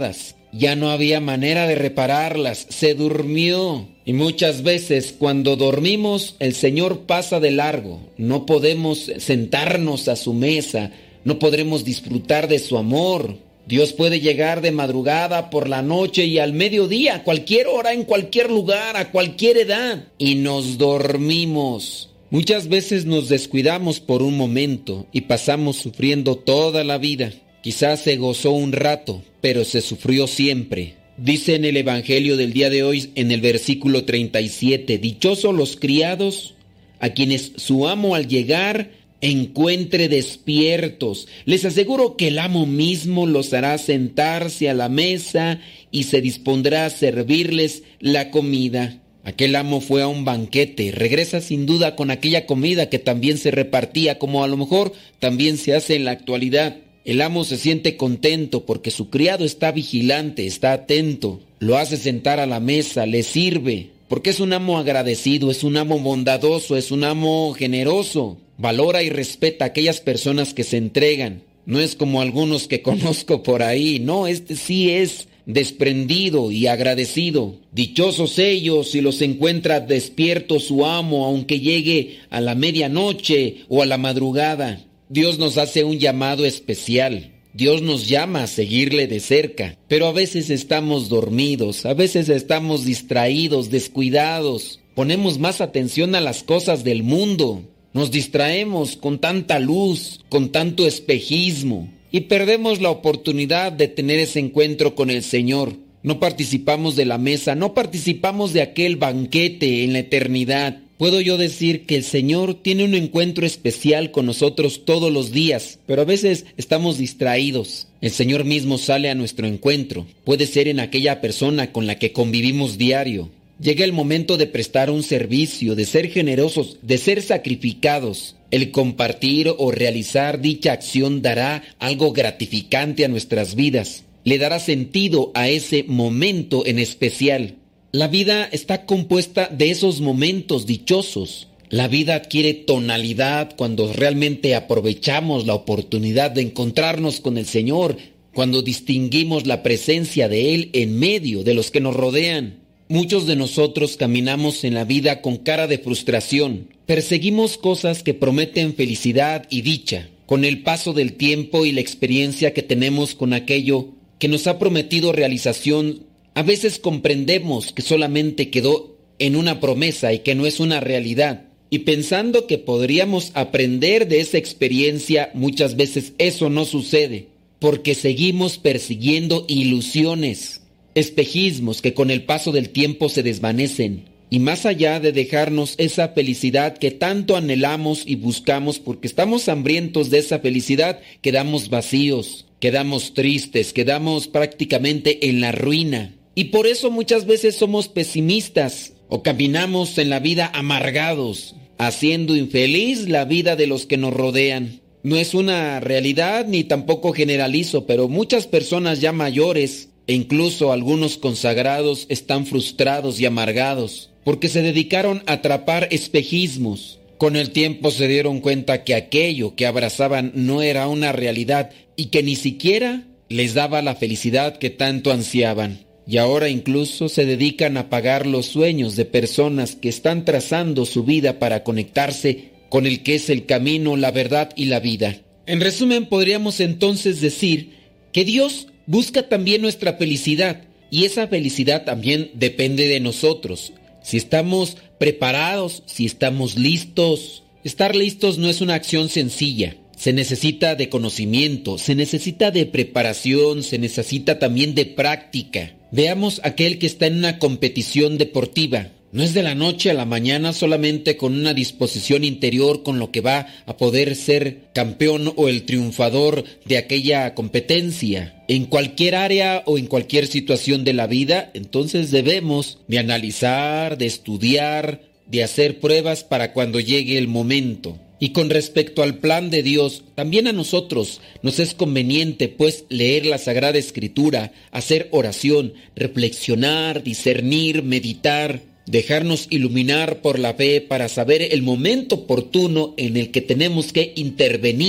Ya no había manera de repararlas, se durmió. Y muchas veces cuando dormimos el Señor pasa de largo. No podemos sentarnos a su mesa, no podremos disfrutar de su amor. Dios puede llegar de madrugada, por la noche y al mediodía, a cualquier hora, en cualquier lugar, a cualquier edad. Y nos dormimos. Muchas veces nos descuidamos por un momento y pasamos sufriendo toda la vida. Quizás se gozó un rato, pero se sufrió siempre. Dice en el Evangelio del día de hoy, en el versículo 37, dichosos los criados a quienes su amo al llegar encuentre despiertos. Les aseguro que el amo mismo los hará sentarse a la mesa y se dispondrá a servirles la comida. Aquel amo fue a un banquete, regresa sin duda con aquella comida que también se repartía, como a lo mejor también se hace en la actualidad. El amo se siente contento porque su criado está vigilante, está atento, lo hace sentar a la mesa, le sirve, porque es un amo agradecido, es un amo bondadoso, es un amo generoso. Valora y respeta a aquellas personas que se entregan. No es como algunos que conozco por ahí, no, este sí es desprendido y agradecido. Dichosos ellos si los encuentra despiertos su amo, aunque llegue a la medianoche o a la madrugada. Dios nos hace un llamado especial. Dios nos llama a seguirle de cerca, pero a veces estamos dormidos, a veces estamos distraídos, descuidados. Ponemos más atención a las cosas del mundo. Nos distraemos con tanta luz, con tanto espejismo, y perdemos la oportunidad de tener ese encuentro con el Señor. No participamos de la mesa, no participamos de aquel banquete en la eternidad. Puedo yo decir que el Señor tiene un encuentro especial con nosotros todos los días, pero a veces estamos distraídos. El Señor mismo sale a nuestro encuentro. Puede ser en aquella persona con la que convivimos diario. Llega el momento de prestar un servicio, de ser generosos, de ser sacrificados. El compartir o realizar dicha acción dará algo gratificante a nuestras vidas. Le dará sentido a ese momento en especial. La vida está compuesta de esos momentos dichosos. La vida adquiere tonalidad cuando realmente aprovechamos la oportunidad de encontrarnos con el Señor, cuando distinguimos la presencia de Él en medio de los que nos rodean. Muchos de nosotros caminamos en la vida con cara de frustración. Perseguimos cosas que prometen felicidad y dicha. Con el paso del tiempo y la experiencia que tenemos con aquello que nos ha prometido realización, a veces comprendemos que solamente quedó en una promesa y que no es una realidad. Y pensando que podríamos aprender de esa experiencia, muchas veces eso no sucede, porque seguimos persiguiendo ilusiones, espejismos que con el paso del tiempo se desvanecen. Y más allá de dejarnos esa felicidad que tanto anhelamos y buscamos porque estamos hambrientos de esa felicidad, quedamos vacíos, quedamos tristes, quedamos prácticamente en la ruina. Y por eso muchas veces somos pesimistas o caminamos en la vida amargados, haciendo infeliz la vida de los que nos rodean. No es una realidad ni tampoco generalizo, pero muchas personas ya mayores e incluso algunos consagrados están frustrados y amargados porque se dedicaron a atrapar espejismos. Con el tiempo se dieron cuenta que aquello que abrazaban no era una realidad y que ni siquiera les daba la felicidad que tanto ansiaban. Y ahora incluso se dedican a apagar los sueños de personas que están trazando su vida para conectarse con el que es el camino, la verdad y la vida. En resumen, podríamos entonces decir que Dios busca también nuestra felicidad y esa felicidad también depende de nosotros. Si estamos preparados, si estamos listos. Estar listos no es una acción sencilla. Se necesita de conocimiento, se necesita de preparación, se necesita también de práctica. Veamos aquel que está en una competición deportiva. No es de la noche a la mañana solamente con una disposición interior con lo que va a poder ser campeón o el triunfador de aquella competencia. En cualquier área o en cualquier situación de la vida, entonces debemos de analizar, de estudiar, de hacer pruebas para cuando llegue el momento. Y con respecto al plan de Dios, también a nosotros nos es conveniente pues leer la Sagrada Escritura, hacer oración, reflexionar, discernir, meditar, dejarnos iluminar por la fe para saber el momento oportuno en el que tenemos que intervenir.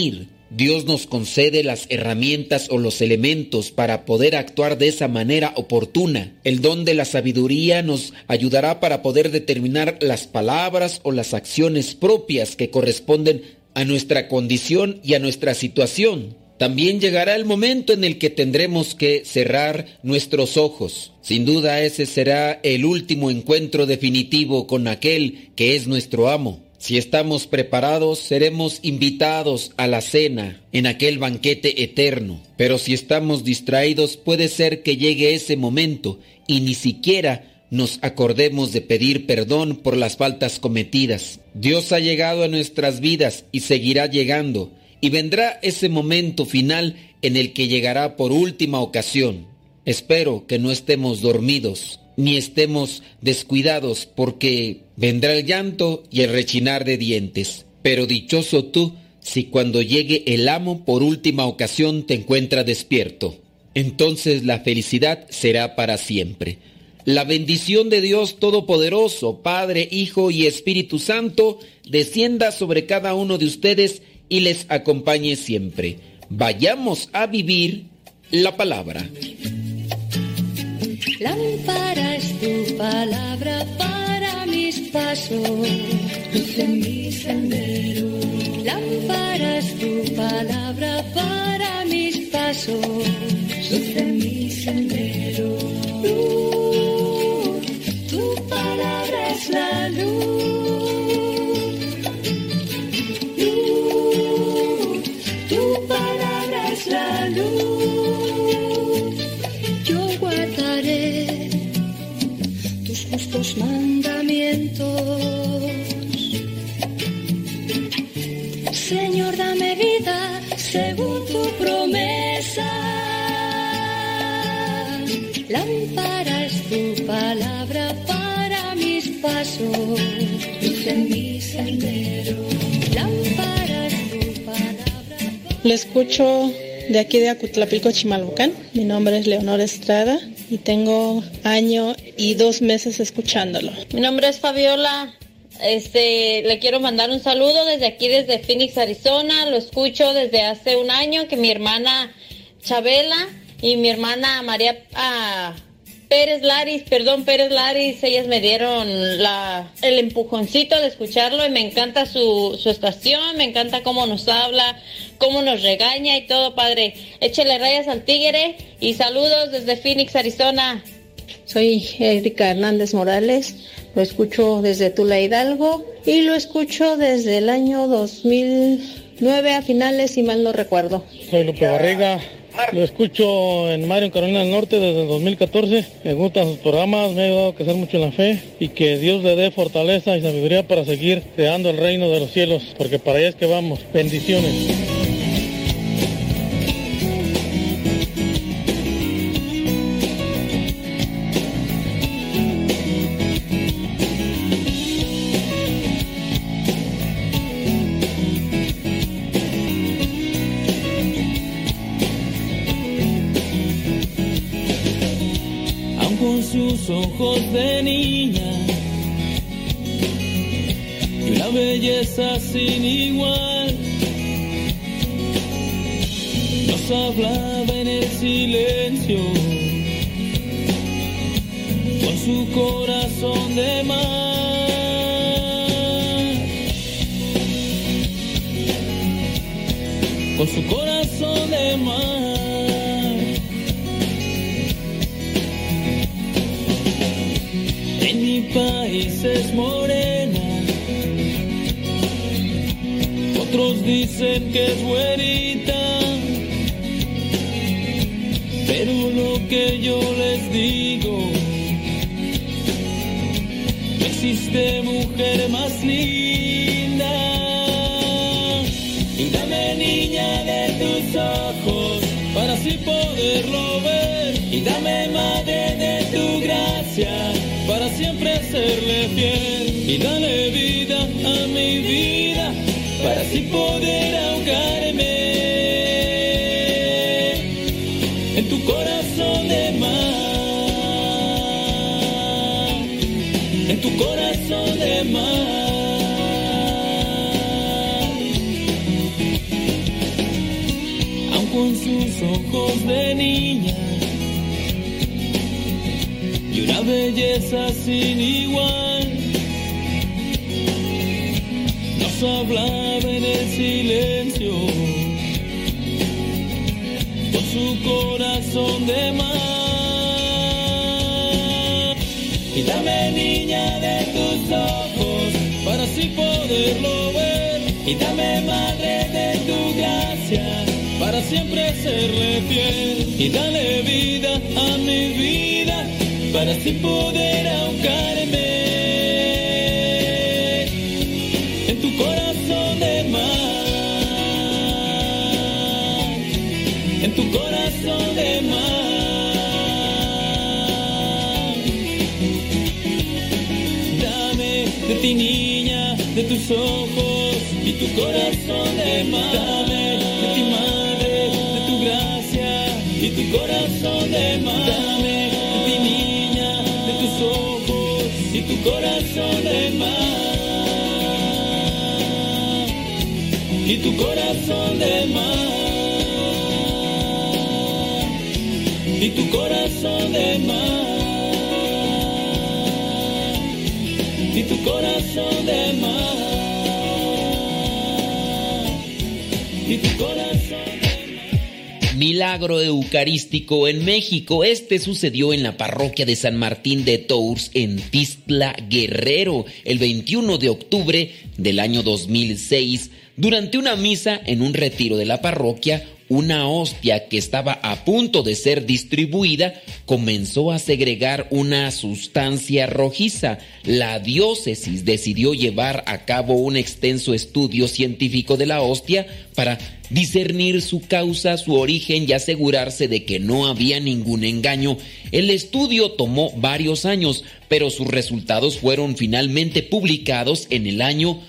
Dios nos concede las herramientas o los elementos para poder actuar de esa manera oportuna. El don de la sabiduría nos ayudará para poder determinar las palabras o las acciones propias que corresponden a nuestra condición y a nuestra situación. También llegará el momento en el que tendremos que cerrar nuestros ojos. Sin duda ese será el último encuentro definitivo con aquel que es nuestro amo. Si estamos preparados, seremos invitados a la cena en aquel banquete eterno. Pero si estamos distraídos, puede ser que llegue ese momento y ni siquiera nos acordemos de pedir perdón por las faltas cometidas. Dios ha llegado a nuestras vidas y seguirá llegando. Y vendrá ese momento final en el que llegará por última ocasión. Espero que no estemos dormidos, ni estemos descuidados, porque vendrá el llanto y el rechinar de dientes. Pero dichoso tú si cuando llegue el amo por última ocasión te encuentra despierto. Entonces la felicidad será para siempre. La bendición de Dios Todopoderoso, Padre, Hijo y Espíritu Santo, descienda sobre cada uno de ustedes y les acompañe siempre. Vayamos a vivir la palabra. Lámpara es tu palabra para mis pasos, luz en mi sendero. Lámpara es tu palabra para mis pasos, luz en mi sendero. Luz, tu palabra es la luz. Luz, tu palabra es la luz. Yo guardaré tus justos mandamientos. Señor, dame vida según tu promesa. Lámpara es tu palabra para mis pasos, luz en mi sendero. Lámpara es tu palabra. Lo escucho de aquí de Acutlapilco, Chimalhuacán. Mi nombre es Leonor Estrada y tengo 1 año y 2 meses escuchándolo. Mi nombre es Fabiola. Le quiero mandar un saludo desde aquí, desde Phoenix, Arizona. Lo escucho desde hace 1 año, que mi hermana Chabela y mi hermana María Pérez Laris, ellas me dieron el empujoncito de escucharlo y me encanta su estación, me encanta cómo nos habla, cómo nos regaña y todo, padre. Échele rayas al tigre y saludos desde Phoenix, Arizona. Soy Erika Hernández Morales, lo escucho desde Tula, Hidalgo, y lo escucho desde el año 2009 a finales, si mal no recuerdo. Soy Lupe Barriga, lo escucho en Marion, Carolina del Norte desde el 2014. Me gustan sus programas, me ha ayudado a crecer mucho en la fe y que Dios le dé fortaleza y sabiduría para seguir creando el reino de los cielos, porque para allá es que vamos. Bendiciones. Sus ojos de niña y una belleza sin igual, nos hablaba en el silencio con su corazón de mar, con su corazón de mar. En mi país es morena, otros dicen que es güerita, pero lo que yo les digo, no existe mujer más linda. Y dame, niña, de tus ojos para así poderlo ver, y dame, madre, de tu gracia para siempre serle fiel, y dale vida a mi vida para así poder ahogarme en tu corazón de mar, en tu corazón de mar. sus ojos de niña y una belleza sin igual. Nos hablaba en el silencio con su corazón de mar. Y dame, niña, de tus ojos para así poderlo ver. Y dame, madre, de tu gracia para siempre serle fiel. Y dale vida a mi vida para así poder ahogarme en tu corazón de mar, en tu corazón de mar. Dame de ti, niña, de tus ojos y tu corazón de mar. Dame de ti, madre, de tu gracia y tu corazón de mar. Dame de ti, niña, de tus ojos y tu corazón de mar. Y tu corazón de mar. Y tu corazón de mar. Y tu corazón de mar. Y tu corazón. Milagro eucarístico en México. Este sucedió en la parroquia de San Martín de Tours en Tistla, Guerrero, el 21 de octubre del año 2006. Durante una misa en un retiro de la parroquia, una hostia que estaba a punto de ser distribuida comenzó a segregar una sustancia rojiza. La diócesis decidió llevar a cabo un extenso estudio científico de la hostia para discernir su causa, su origen y asegurarse de que no había ningún engaño. El estudio tomó varios años, pero sus resultados fueron finalmente publicados en el año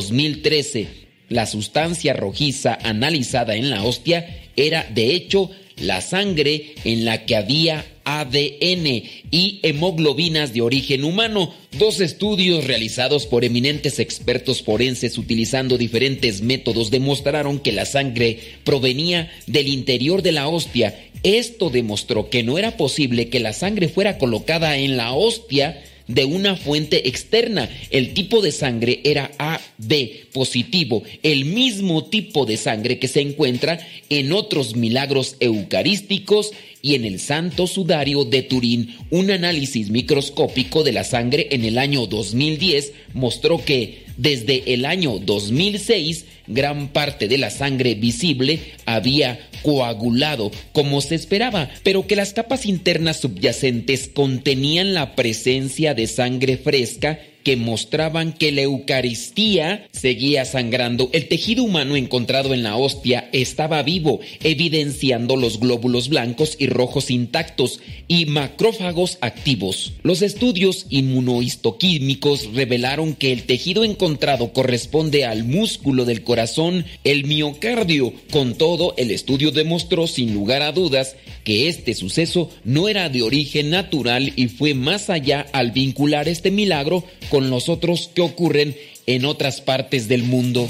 2013. La sustancia rojiza analizada en la hostia era, de hecho, la sangre en la que había ADN y hemoglobinas de origen humano. Dos estudios realizados por eminentes expertos forenses utilizando diferentes métodos demostraron que la sangre provenía del interior de la hostia. Esto demostró que no era posible que la sangre fuera colocada en la hostia de una fuente externa. El tipo de sangre era AB positivo, el mismo tipo de sangre que se encuentra en otros milagros eucarísticos y en el Santo Sudario de Turín. Un análisis microscópico de la sangre en el año 2010 mostró que desde el año 2006 gran parte de la sangre visible había coagulado como se esperaba, pero que las capas internas subyacentes contenían la presencia de sangre fresca que mostraban que la Eucaristía seguía sangrando. El tejido humano encontrado en la hostia estaba vivo, evidenciando los glóbulos blancos y rojos intactos y macrófagos activos. Los estudios inmunohistoquímicos revelaron que el tejido encontrado corresponde al músculo del corazón, el miocardio. Con todo, el estudio demostró sin lugar a dudas que este suceso no era de origen natural y fue más allá al vincular este milagro con los otros que ocurren en otras partes del mundo.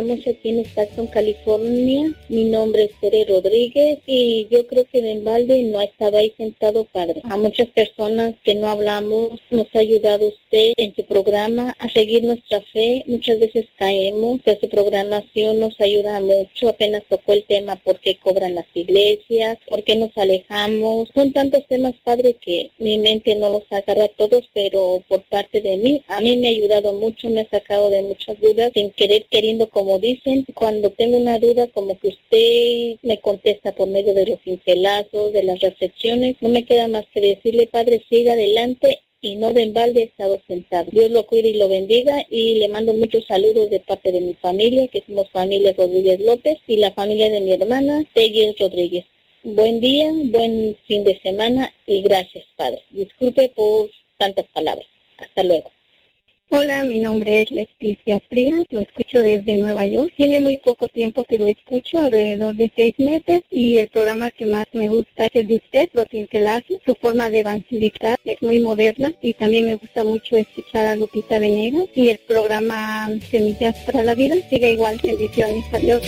escuchamos aquí en Stockton, California. Mi nombre es Tere Rodríguez y yo creo que de balde no estaba ahí sentado, Padre. A muchas personas que no hablamos, nos ha ayudado usted en su programa a seguir nuestra fe. Muchas veces caemos, pero su programación nos ayuda mucho. Apenas tocó el tema por qué cobran las iglesias, por qué nos alejamos. Son tantos temas, Padre, que mi mente no los agarra a todos, pero por parte de mí, a mí me ha ayudado mucho, me ha sacado de muchas dudas, sin querer, queriendo, como dicen. Cuando tengo una duda, como que usted me contesta por medio de los pincelazos, de las reflexiones. No me queda más que decirle, Padre, siga adelante y no de embalde he estado sentado. Dios lo cuide y lo bendiga, y le mando muchos saludos de parte de mi familia, que somos familia Rodríguez López, y la familia de mi hermana, Tegui Rodríguez. Buen día, buen fin de semana y gracias, Padre. Disculpe por tantas palabras. Hasta luego. Hola, mi nombre es Leticia Frías, lo escucho desde Nueva York. Tiene muy poco tiempo que lo escucho, alrededor de 6 meses, y el programa que más me gusta es el de usted, Los Pincelazos. Su forma de evangelizar es muy moderna, y también me gusta mucho escuchar a Lupita Venegas, y el programa Semillas para la Vida sigue igual. Bendiciones, adiós.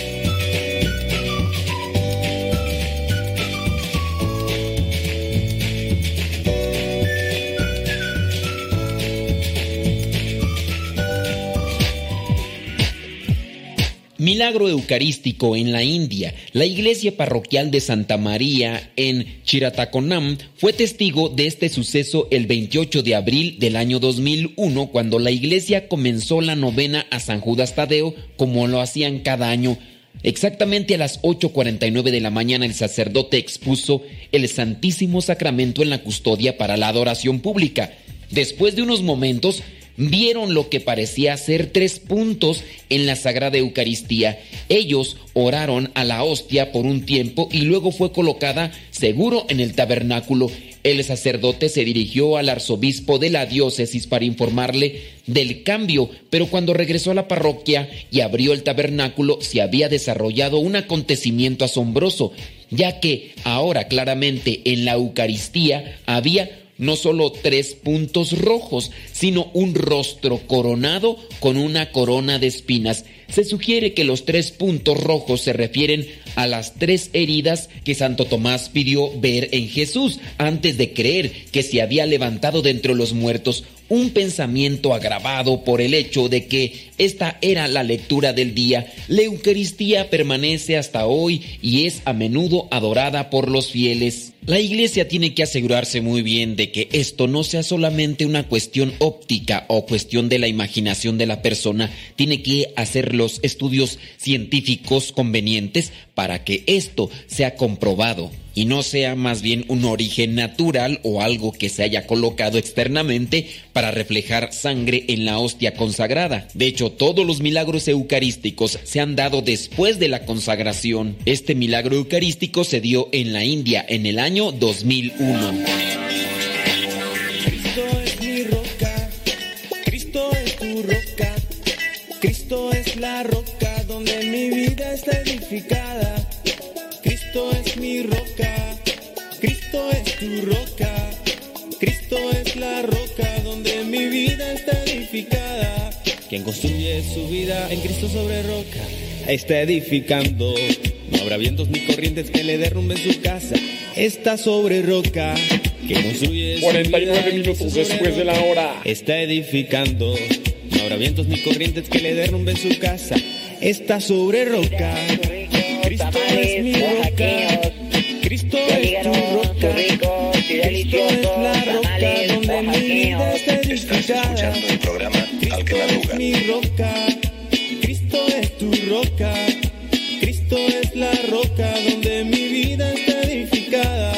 Milagro eucarístico en la India. La iglesia parroquial de Santa María en Chirataconam fue testigo de este suceso el 28 de abril del año 2001, cuando la iglesia comenzó la novena a San Judas Tadeo, como lo hacían cada año. Exactamente a las 8:49 de la mañana el sacerdote expuso el Santísimo Sacramento en la custodia para la adoración pública. Después de unos momentos, vieron lo que parecía ser 3 puntos en la Sagrada Eucaristía. Ellos oraron a la hostia por un tiempo y luego fue colocada seguro en el tabernáculo. El sacerdote se dirigió al arzobispo de la diócesis para informarle del cambio, pero cuando regresó a la parroquia y abrió el tabernáculo, se había desarrollado un acontecimiento asombroso, ya que ahora claramente en la Eucaristía había no solo 3 puntos rojos, sino un rostro coronado con una corona de espinas. Se sugiere que los 3 puntos rojos se refieren a las 3 heridas que Santo Tomás pidió ver en Jesús antes de creer que se había levantado de entre los muertos. Un pensamiento agravado por el hecho de que esta era la lectura del día. La Eucaristía permanece hasta hoy y es a menudo adorada por los fieles. La Iglesia tiene que asegurarse muy bien de que esto no sea solamente una cuestión óptica o cuestión de la imaginación de la persona. Tiene que hacer los estudios científicos convenientes para que esto sea comprobado y no sea más bien un origen natural o algo que se haya colocado externamente para reflejar sangre en la hostia consagrada. De hecho, todos los milagros eucarísticos se han dado después de la consagración. Este milagro eucarístico se dio en la India en el año 2001. Cristo es mi roca, Cristo es tu roca, Cristo es la roca donde mi vida está edificada. Cristo es mi roca, Cristo es tu roca, Cristo es la roca donde mi vida está edificada. Quien construye su vida en Cristo sobre roca está edificando. No habrá vientos ni corrientes que le derrumben su casa. Está sobre roca. Quien construye 49 minutos después de la hora. Está edificando. No habrá vientos ni corrientes que le derrumben su casa. Está sobre roca. Cristo es mi roca, Cristo es tu roca, Cristo es la roca donde mi vida está edificada. Cristo es mi roca, Cristo es tu roca, Cristo es la roca donde mi vida está edificada.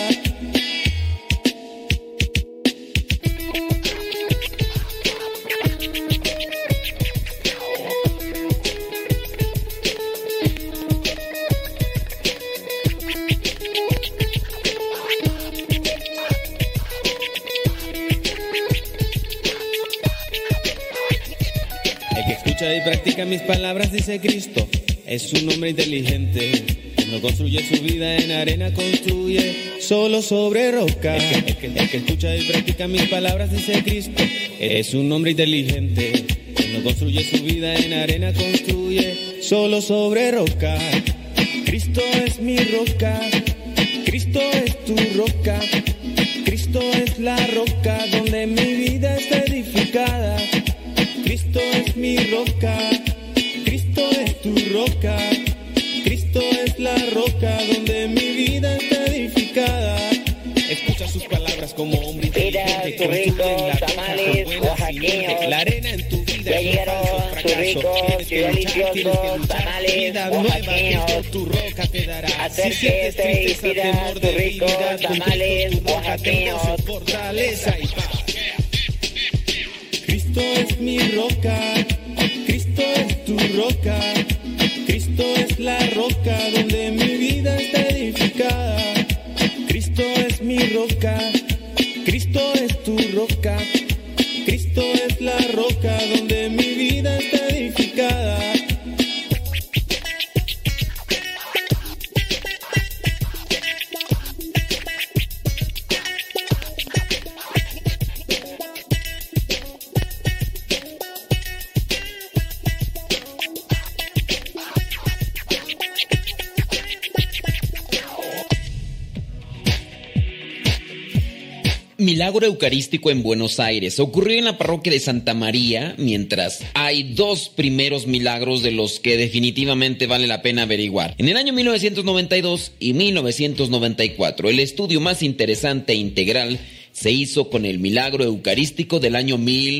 Y practica mis palabras, dice Cristo. Es un hombre inteligente. No construye su vida en arena, construye solo sobre roca. El que escucha y practica mis palabras, dice Cristo. Es un hombre inteligente. No construye su vida en arena, construye solo sobre roca. Cristo es mi roca, Cristo es tu roca, Cristo es la roca donde mi vida está edificada. Cristo es mi roca, Cristo es tu roca, Cristo es la roca donde mi vida está edificada. Escucha sus palabras como hombre inteligente. Churritos, tamales, oaxaqueños. La arena en tu vida ya llegaron churritos, deliciosos, tamales, oaxaqueños. Tu roca te dará. Acérquese y pida churritos, tamales, oaxaqueños. Fortaleza y paz. Cristo es mi roca, Cristo es tu roca, Cristo es la roca donde mi vida está edificada. Cristo es mi roca, Cristo es tu roca, Cristo es la roca donde mi vida está edificada. Milagro eucarístico en Buenos Aires. Ocurrió en la parroquia de Santa María, mientras hay dos primeros milagros de los que definitivamente vale la pena averiguar. En el año 1992 y 1994, el estudio más interesante e integral se hizo con el milagro eucarístico del año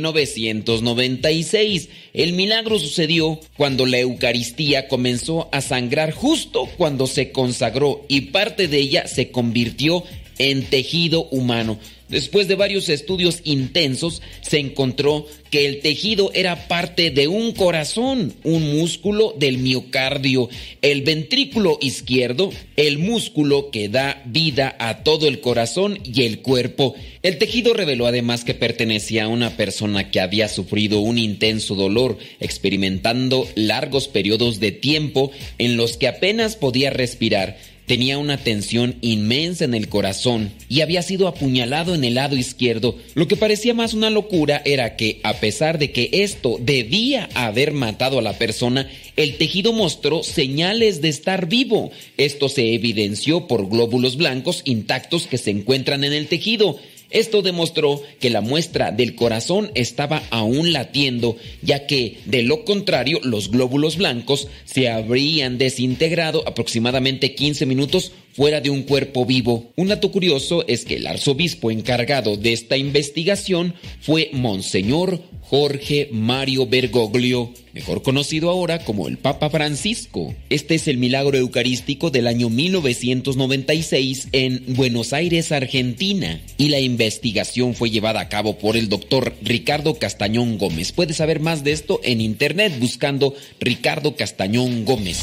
1996. El milagro sucedió cuando la Eucaristía comenzó a sangrar justo cuando se consagró y parte de ella se convirtió en tejido humano. Después de varios estudios intensos, se encontró que el tejido era parte de un corazón, un músculo del miocardio, el ventrículo izquierdo, el músculo que da vida a todo el corazón y el cuerpo. El tejido reveló además que pertenecía a una persona que había sufrido un intenso dolor, experimentando largos periodos de tiempo en los que apenas podía respirar. Tenía una tensión inmensa en el corazón y había sido apuñalado en el lado izquierdo. Lo que parecía más una locura era que, a pesar de que esto debía haber matado a la persona, el tejido mostró señales de estar vivo. Esto se evidenció por glóbulos blancos intactos que se encuentran en el tejido. Esto demostró que la muestra del corazón estaba aún latiendo, ya que, de lo contrario, los glóbulos blancos se habrían desintegrado aproximadamente 15 minutos fuera de un cuerpo vivo. Un dato curioso es que el arzobispo encargado de esta investigación fue Monseñor Jorge Mario Bergoglio, mejor conocido ahora como el Papa Francisco. Este es el milagro eucarístico del año 1996 en Buenos Aires, Argentina, y la investigación fue llevada a cabo por el doctor Ricardo Castañón Gómez. Puedes saber más de esto en internet buscando Ricardo Castañón Gómez.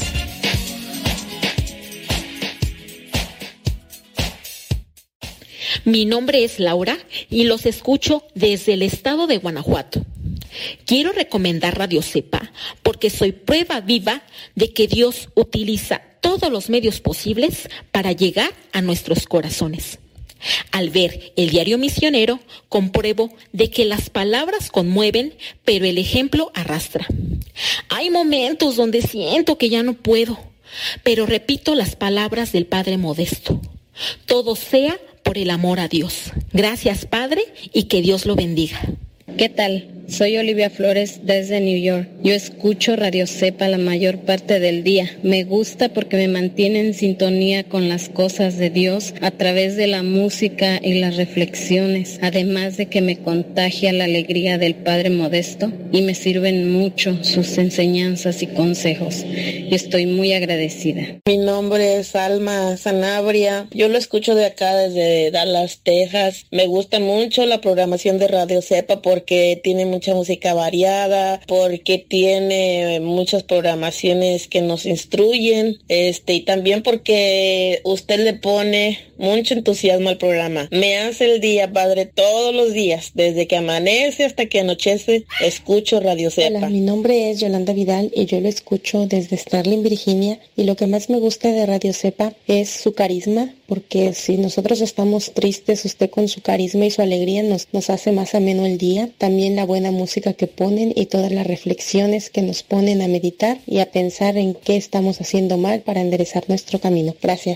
Mi nombre es Laura y los escucho desde el estado de Guanajuato. Quiero recomendar Radio Cepa porque soy prueba viva de que Dios utiliza todos los medios posibles para llegar a nuestros corazones. Al ver el diario misionero, compruebo de que las palabras conmueven, pero el ejemplo arrastra. Hay momentos donde siento que ya no puedo, pero repito las palabras del Padre Modesto. Todo sea por el amor a Dios. Gracias, Padre, y que Dios lo bendiga. ¿Qué tal? Soy Olivia Flores desde New York. Yo escucho Radio Cepa la mayor parte del día. Me gusta porque me mantiene en sintonía con las cosas de Dios a través de la música y las reflexiones, además de que me contagia la alegría del Padre Modesto y me sirven mucho sus enseñanzas y consejos. Y estoy muy agradecida. Mi nombre es Alma Sanabria. Yo lo escucho de acá desde Dallas, Texas. Me gusta mucho la programación de Radio Cepa porque tiene mucha música variada, porque tiene muchas programaciones que nos instruyen, y también porque usted le pone mucho entusiasmo al programa. Me hace el día, Padre, todos los días, desde que amanece hasta que anochece, escucho Radio Cepa. Hola, mi nombre es Yolanda Vidal y yo lo escucho desde Starling, Virginia, y lo que más me gusta de Radio Cepa es su carisma, porque si nosotros estamos tristes, usted con su carisma y su alegría nos hace más ameno el día. También la buena música que ponen y todas las reflexiones que nos ponen a meditar y a pensar en qué estamos haciendo mal para enderezar nuestro camino. Gracias.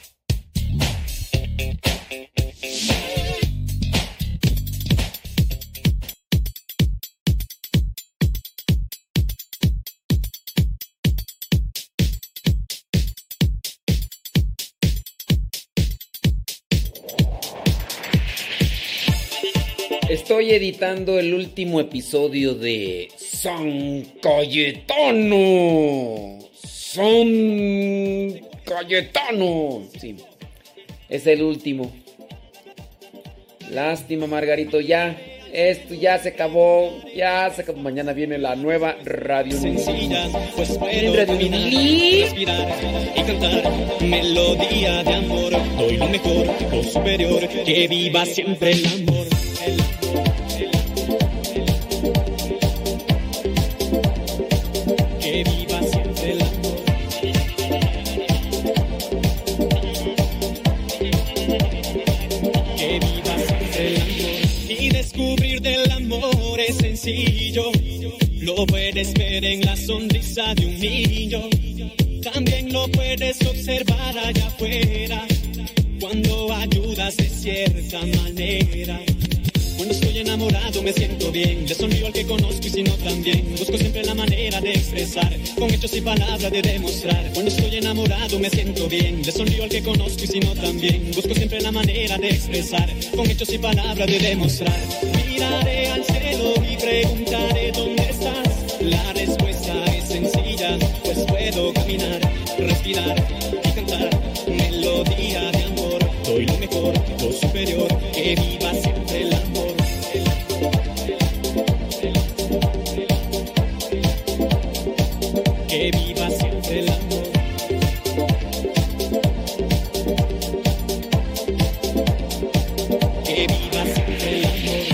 Estoy editando el último episodio de San Cayetano. San Cayetano. Sí, es el último. Lástima, Margarito, ya. Esto ya se acabó. Ya se acabó. Mañana viene la nueva radio. Sencilla, pues puedo caminar, respirar y cantar melodía de amor. Doy lo mejor, lo superior, que viva siempre el amor. Que viva siempre el amor. Que viva siempre el amor. Y descubrir del amor es sencillo. Lo puedes ver en la sonrisa de un niño. También lo puedes observar allá afuera, cuando ayudas de cierta manera. Cuando estoy enamorado me siento bien, le sonrío al que conozco y si no también. Busco siempre la manera de expresar, con hechos y palabras de demostrar. Cuando estoy enamorado me siento bien, le sonrío al que conozco y si no también. Busco siempre la manera de expresar, con hechos y palabras de demostrar. Miraré al cielo y preguntaré dónde estás. La respuesta es sencilla, pues puedo caminar, respirar y cantar melodía de amor. Doy lo mejor, lo superior, que viva siempre el amor. Que viva siempre el amor. Que viva siempre el amor.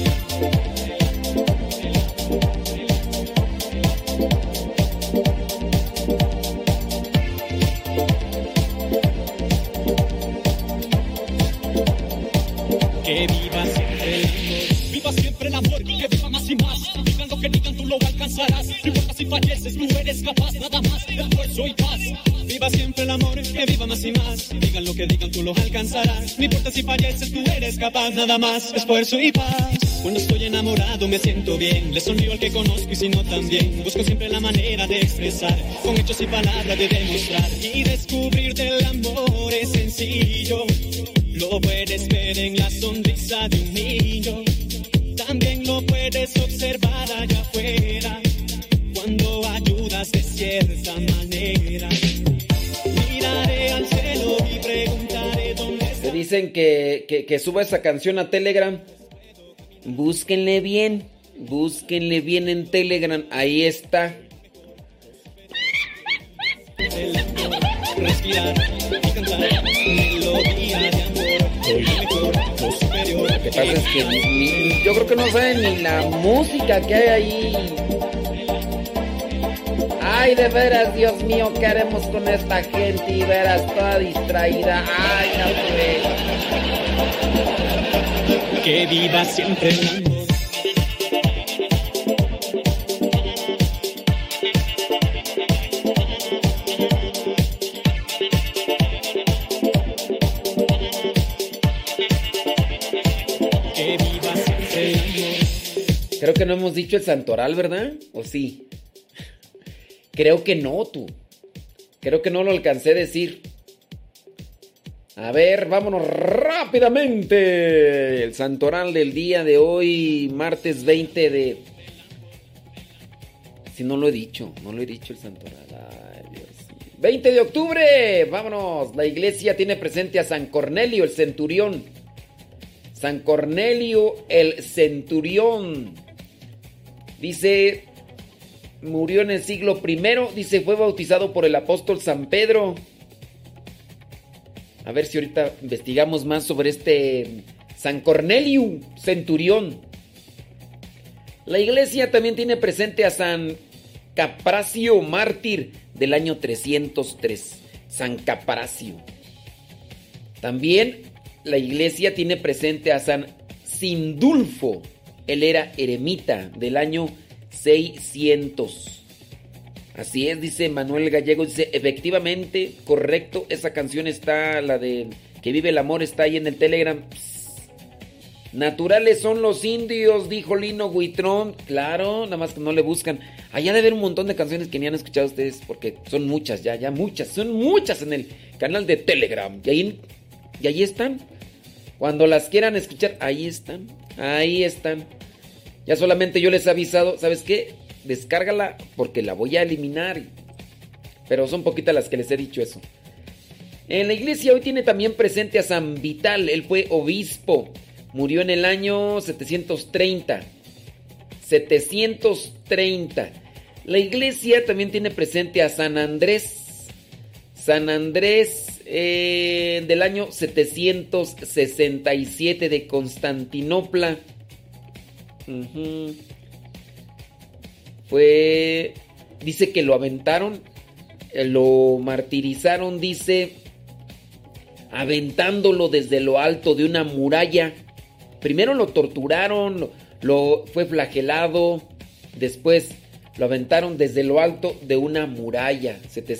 Que viva siempre el amor. Viva siempre el amor, que viva más y más. Digan lo que digan, tú lo alcanzarás. No importa si falleces, tú eres capaz. Nada más, esfuerzo y paz. Viva siempre el amor, que viva más y más. Digan lo que digan, tú lo alcanzarás. No importa si falleces, tú eres capaz. Nada más, esfuerzo y paz. Cuando estoy enamorado me siento bien, le sonrío al que conozco y si no también. Busco siempre la manera de expresar, con hechos y palabras de demostrar. Y descubrir del amor es sencillo. Lo puedes ver en la sonrisa de un niño. También lo puedes observar allá afuera, cuando ayudas de cierta manera. Miraré al cielo y preguntaré dónde está. Me dicen que suba esa canción a Telegram. Búsquenle bien en Telegram. Ahí está. Respirar y cantar melodía de amor. Hoy lo mejor, lo superior. Lo que pasa es que yo creo que no saben ni la música que hay ahí. Ay, de veras, Dios mío, ¿qué haremos con esta gente? Y veras, toda distraída. Ay, no sé. Que viva siempre el amor. Creo que no hemos dicho el santoral, ¿verdad? ¿O sí? Creo que no, tú. Creo que no lo alcancé a decir. A ver, vámonos rápidamente. El santoral del día de hoy, martes 20 de... Si no lo he dicho el santoral. Ay, Dios mío. 20 de octubre, vámonos. La iglesia tiene presente a San Cornelio, el centurión. San Cornelio, el centurión. Dice, murió en el siglo I. Dice, fue bautizado por el apóstol San Pedro. A ver si ahorita investigamos más sobre este San Cornelio, centurión. La iglesia también tiene presente a San Capracio, mártir del año 303. San Capracio. También la iglesia tiene presente a San Sindulfo. Él era eremita del año 600. Así es, dice Manuel Gallego, dice, efectivamente, correcto, esa canción está, la de Que vive el amor, está ahí en el Telegram. Naturales son los indios, dijo Lino Huitrón. Claro, nada más que no le buscan. Allá debe haber un montón de canciones que ni han escuchado ustedes, porque son muchas, ya muchas, son muchas en el canal de Telegram. Y ahí están. Cuando las quieran escuchar, ahí están. Ya solamente yo les he avisado, ¿sabes qué? Descárgala porque la voy a eliminar. Pero son poquitas las que les he dicho eso. En la iglesia hoy tiene también presente a San Vital. Él fue obispo. Murió en el año 730. La iglesia también tiene presente a San Andrés. San Andrés del año 767 de Constantinopla. Dice que lo aventaron, lo martirizaron, dice, aventándolo desde lo alto de una muralla. Primero lo torturaron, fue flagelado, después lo aventaron desde lo alto de una muralla,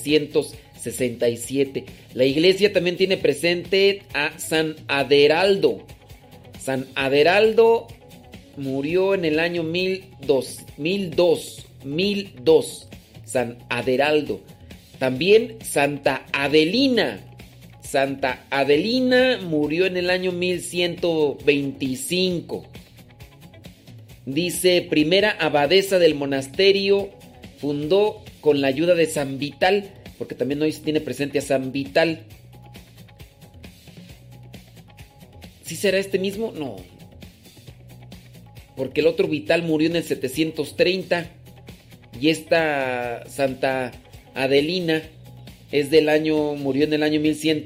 767. La iglesia también tiene presente a San Aderaldo. San Aderaldo murió en el año 1002. San Aderaldo. También Santa Adelina. Santa Adelina murió en el año 1125. Dice, primera abadesa del monasterio, fundó con la ayuda de San Vital, porque también hoy se tiene presente a San Vital. ¿Sí será este mismo? No. Porque el otro Vital murió en el 730 y esta Santa Adelina murió en el año 1100.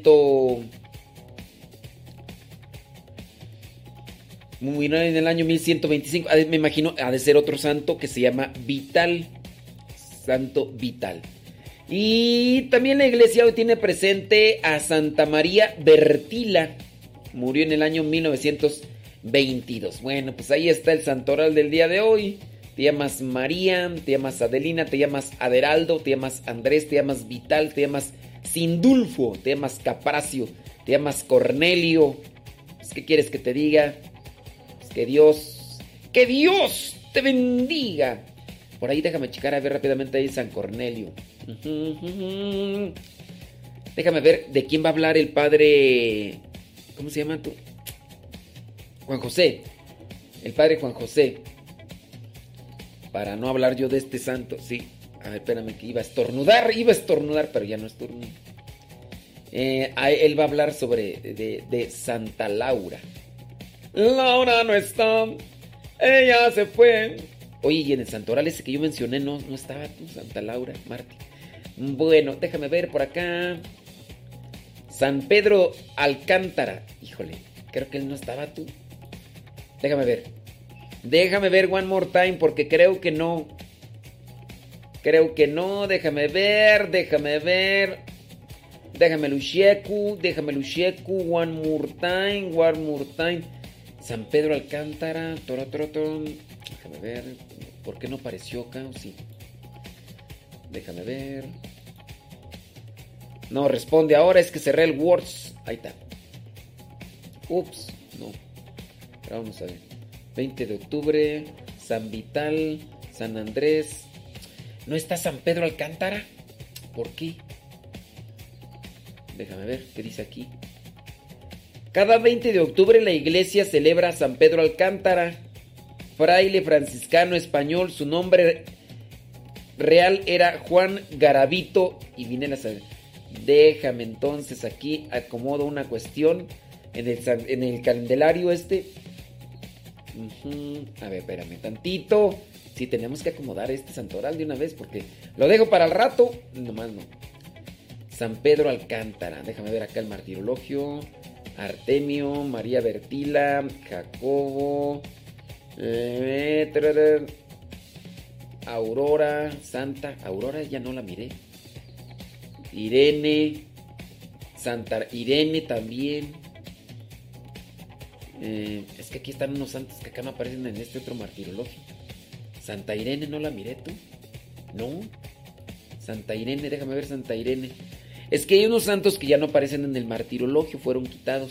Murió en el año 1125. Me imagino, ha de ser otro santo que se llama Vital. Santo Vital. Y también la iglesia hoy tiene presente a Santa María Bertila. Murió en el año 1922. Bueno, pues ahí está el santoral del día de hoy. Te llamas María, te llamas Adelina, te llamas Aderaldo, te llamas Andrés, te llamas Vital, te llamas Sindulfo, te llamas Capracio, te llamas Cornelio. Pues, ¿qué quieres que te diga? Pues que Dios te bendiga. Por ahí déjame checar a ver rápidamente ahí San Cornelio. Déjame ver de quién va a hablar el padre. ¿Cómo se llama tú? Juan José. El padre Juan José. Para no hablar yo de este santo, sí. A ver, espérame que iba a estornudar, pero ya no estornudo. Él va a hablar sobre de Santa Laura. Laura no está, ella se fue. Oye, y en el santoral ese que yo mencioné no estaba tú, Santa Laura, Martí. Bueno, déjame ver por acá. San Pedro Alcántara. Híjole, creo que él no estaba tú. Déjame ver one more time porque creo que no. Déjame ver. Déjame Luchecu, one more time. San Pedro Alcántara, déjame ver, ¿por qué no apareció acá? Sí. Déjame ver. No, responde ahora, es que cerré el Words. Ahí está. Ups, no. Pero vamos a ver. 20 de octubre, San Vital, San Andrés. ¿No está San Pedro Alcántara? ¿Por qué? Déjame ver, ¿qué dice aquí? Cada 20 de octubre la iglesia celebra a San Pedro Alcántara, fraile franciscano español. Su nombre real era Juan Garavito y vine a saber. Déjame entonces aquí acomodo una cuestión en el candelario este. A ver, espérame tantito. Sí, tenemos que acomodar este santoral de una vez porque lo dejo para el rato. Nomás no. San Pedro Alcántara. Déjame ver acá el martirologio. Artemio, María Bertila, Jacobo, Aurora, Santa Aurora, ya no la miré. Irene, Santa Irene también. Es que aquí están unos santos que acá no aparecen en este otro martirologio. Santa Irene, ¿no la miré tú? No. Santa Irene, déjame ver Santa Irene. Es que hay unos santos que ya no aparecen en el martirologio, fueron quitados.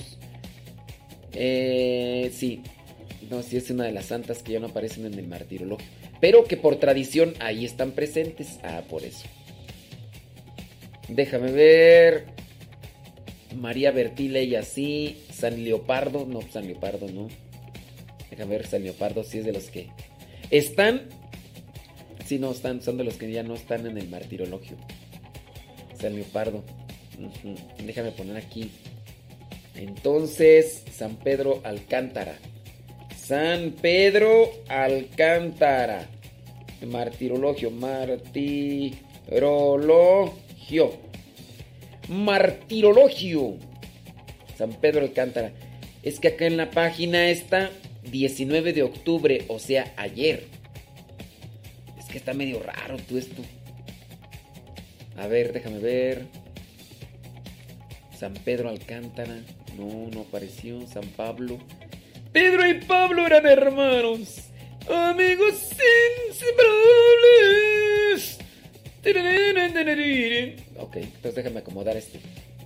Sí. No, sí es una de las santas que ya no aparecen en el martirologio. Pero que por tradición ahí están presentes. Ah, por eso. Déjame ver. María Bertila y así. San Leopardo. No, San Leopardo no. Déjame ver, San Leopardo sí es de los que están. Sí, no están. Son de los que ya no están en el martirologio. San Leopardo. Déjame poner aquí. Entonces, San Pedro Alcántara. San Pedro Alcántara. Martirologio. Martirologio. San Pedro Alcántara. Es que acá en la página está 19 de octubre, o sea, ayer. Es que está medio raro tú esto. A ver, déjame ver. San Pedro Alcántara. No apareció. San Pablo. Pedro y Pablo eran hermanos, amigos inseparables. Ok, entonces déjame acomodar esto.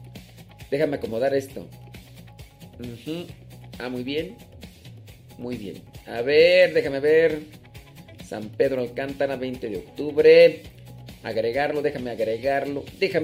Ah, muy bien. Muy bien. A ver, déjame ver. San Pedro Alcántara, 20 de octubre. Agregarlo, déjame agregarlo.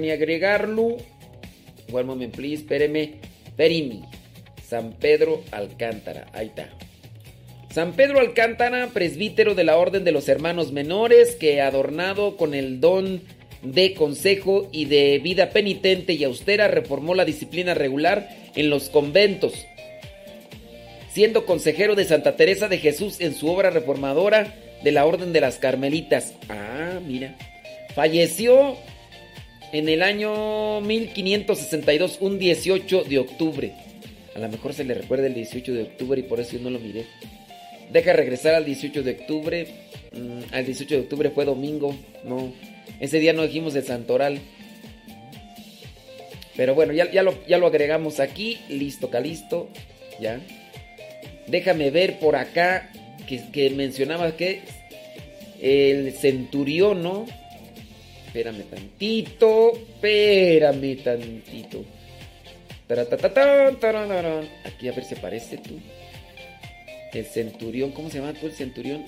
One moment, please, espéreme. San Pedro Alcántara, ahí está. San Pedro Alcántara, presbítero de la Orden de los Hermanos Menores, que adornado con el don de consejo y de vida penitente y austera, reformó la disciplina regular en los conventos, siendo consejero de Santa Teresa de Jesús en su obra reformadora de la Orden de las Carmelitas. Ah, mira. Falleció en el año 1562, un 18 de octubre. A lo mejor se le recuerda el 18 de octubre y por eso yo no lo miré. Deja regresar al 18 de octubre. Al 18 de octubre fue domingo. No, ese día no dijimos el santoral. Pero bueno, ya lo agregamos aquí. Listo, calisto. Ya. Déjame ver por acá que mencionaba que el centurión, ¿no? Espérame tantito. Aquí a ver si aparece tú. El centurión, ¿cómo se llama tú el centurión?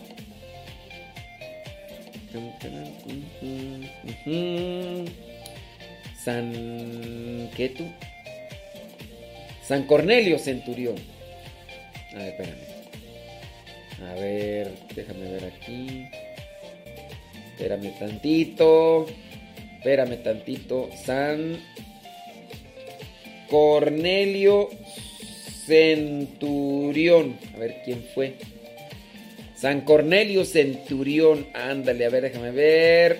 ¿Qué tú? San Cornelio centurión. A ver, espérame. A ver, déjame ver aquí. Espérame tantito. San Cornelio centurión. A ver quién fue. San Cornelio centurión. Ándale, a ver, déjame ver.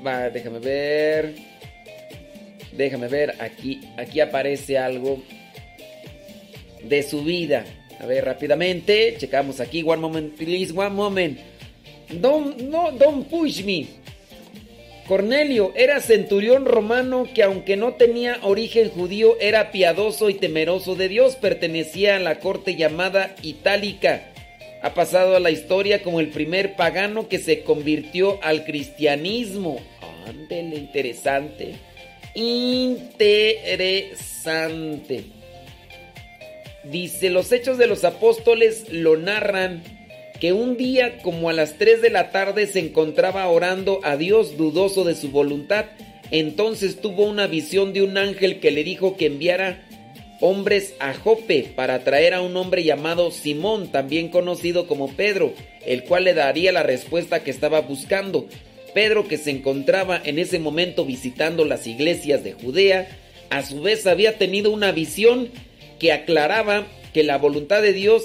Déjame ver. Aquí aparece algo de su vida. A ver, rápidamente. Checamos aquí. One moment, please. One moment. Don't push me. Cornelio era centurión romano que, aunque no tenía origen judío, era piadoso y temeroso de Dios. Pertenecía a la corte llamada Itálica. Ha pasado a la historia como el primer pagano que se convirtió al cristianismo. Ándele, interesante. Dice, los Hechos de los Apóstoles lo narran que un día, como a las 3 de la tarde, se encontraba orando a Dios, dudoso de su voluntad. Entonces tuvo una visión de un ángel que le dijo que enviara hombres a Jope para traer a un hombre llamado Simón, también conocido como Pedro, el cual le daría la respuesta que estaba buscando. Pedro, que se encontraba en ese momento visitando las iglesias de Judea, a su vez había tenido una visión que aclaraba que la voluntad de Dios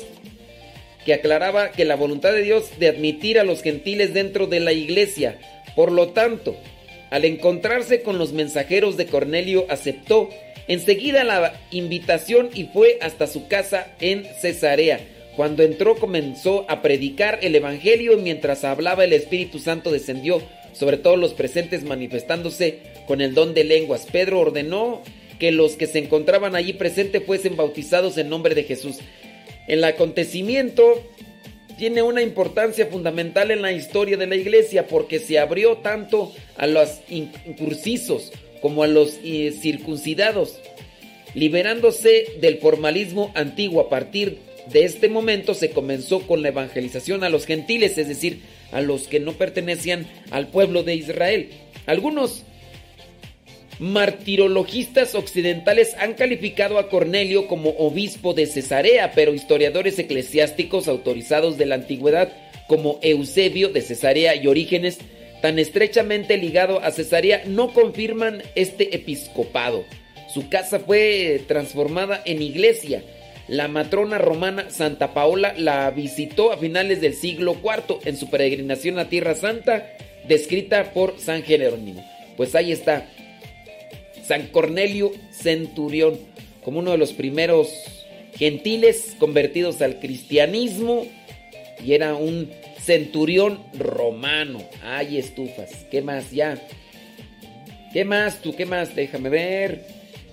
de admitir a los gentiles dentro de la iglesia. Por lo tanto, al encontrarse con los mensajeros de Cornelio, aceptó enseguida la invitación y fue hasta su casa en Cesarea. Cuando entró, comenzó a predicar el evangelio y mientras hablaba, el Espíritu Santo descendió sobre todos los presentes, manifestándose con el don de lenguas. Pedro ordenó que los que se encontraban allí presentes fuesen bautizados en nombre de Jesús. El acontecimiento tiene una importancia fundamental en la historia de la iglesia porque se abrió tanto a los incursisos como a los circuncidados, liberándose del formalismo antiguo. A partir de este momento se comenzó con la evangelización a los gentiles, es decir, a los que no pertenecían al pueblo de Israel. Algunos martirologistas occidentales han calificado a Cornelio como obispo de Cesarea, pero historiadores eclesiásticos autorizados de la antigüedad como Eusebio de Cesarea y Orígenes, tan estrechamente ligado a Cesarea, no confirman este episcopado. Su casa fue transformada en iglesia. La matrona romana Santa Paola la visitó a finales del siglo IV en su peregrinación a Tierra Santa, descrita por San Jerónimo. Pues ahí está, San Cornelio Centurión, como uno de los primeros gentiles convertidos al cristianismo, y era un centurión romano. Ay, estufas. ¿Qué más ya? ¿Qué más tú? ¿Qué más? Déjame ver.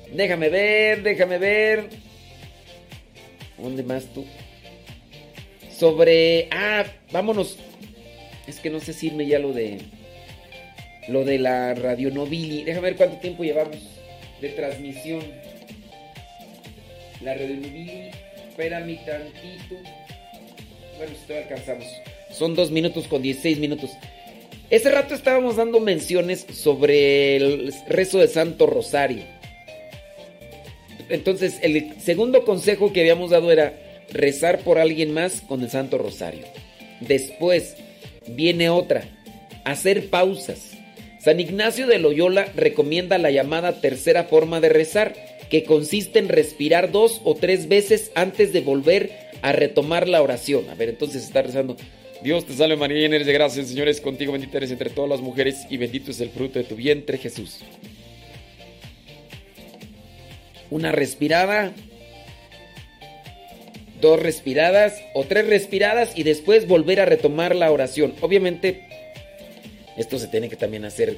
¿Dónde más tú? Vámonos. Es que no sé si irme ya lo de la radionovili. Déjame ver cuánto tiempo llevamos de transmisión. La radionovili. Espérame tantito. Bueno, si todavía alcanzamos. Son 2 minutos con 16 minutos. Ese rato estábamos dando menciones sobre el rezo de Santo Rosario. Entonces, el segundo consejo que habíamos dado era rezar por alguien más con el Santo Rosario. Después viene otra, hacer pausas. San Ignacio de Loyola recomienda la llamada tercera forma de rezar, que consiste en respirar 2 o 3 veces antes de volver a retomar la oración. A ver, entonces está rezando: Dios te salve María, llena eres de gracia, el Señor es contigo, bendita eres entre todas las mujeres y bendito es el fruto de tu vientre, Jesús. Una respirada, 2 respiradas o 3 respiradas y después volver a retomar la oración. Obviamente, esto se tiene que también hacer.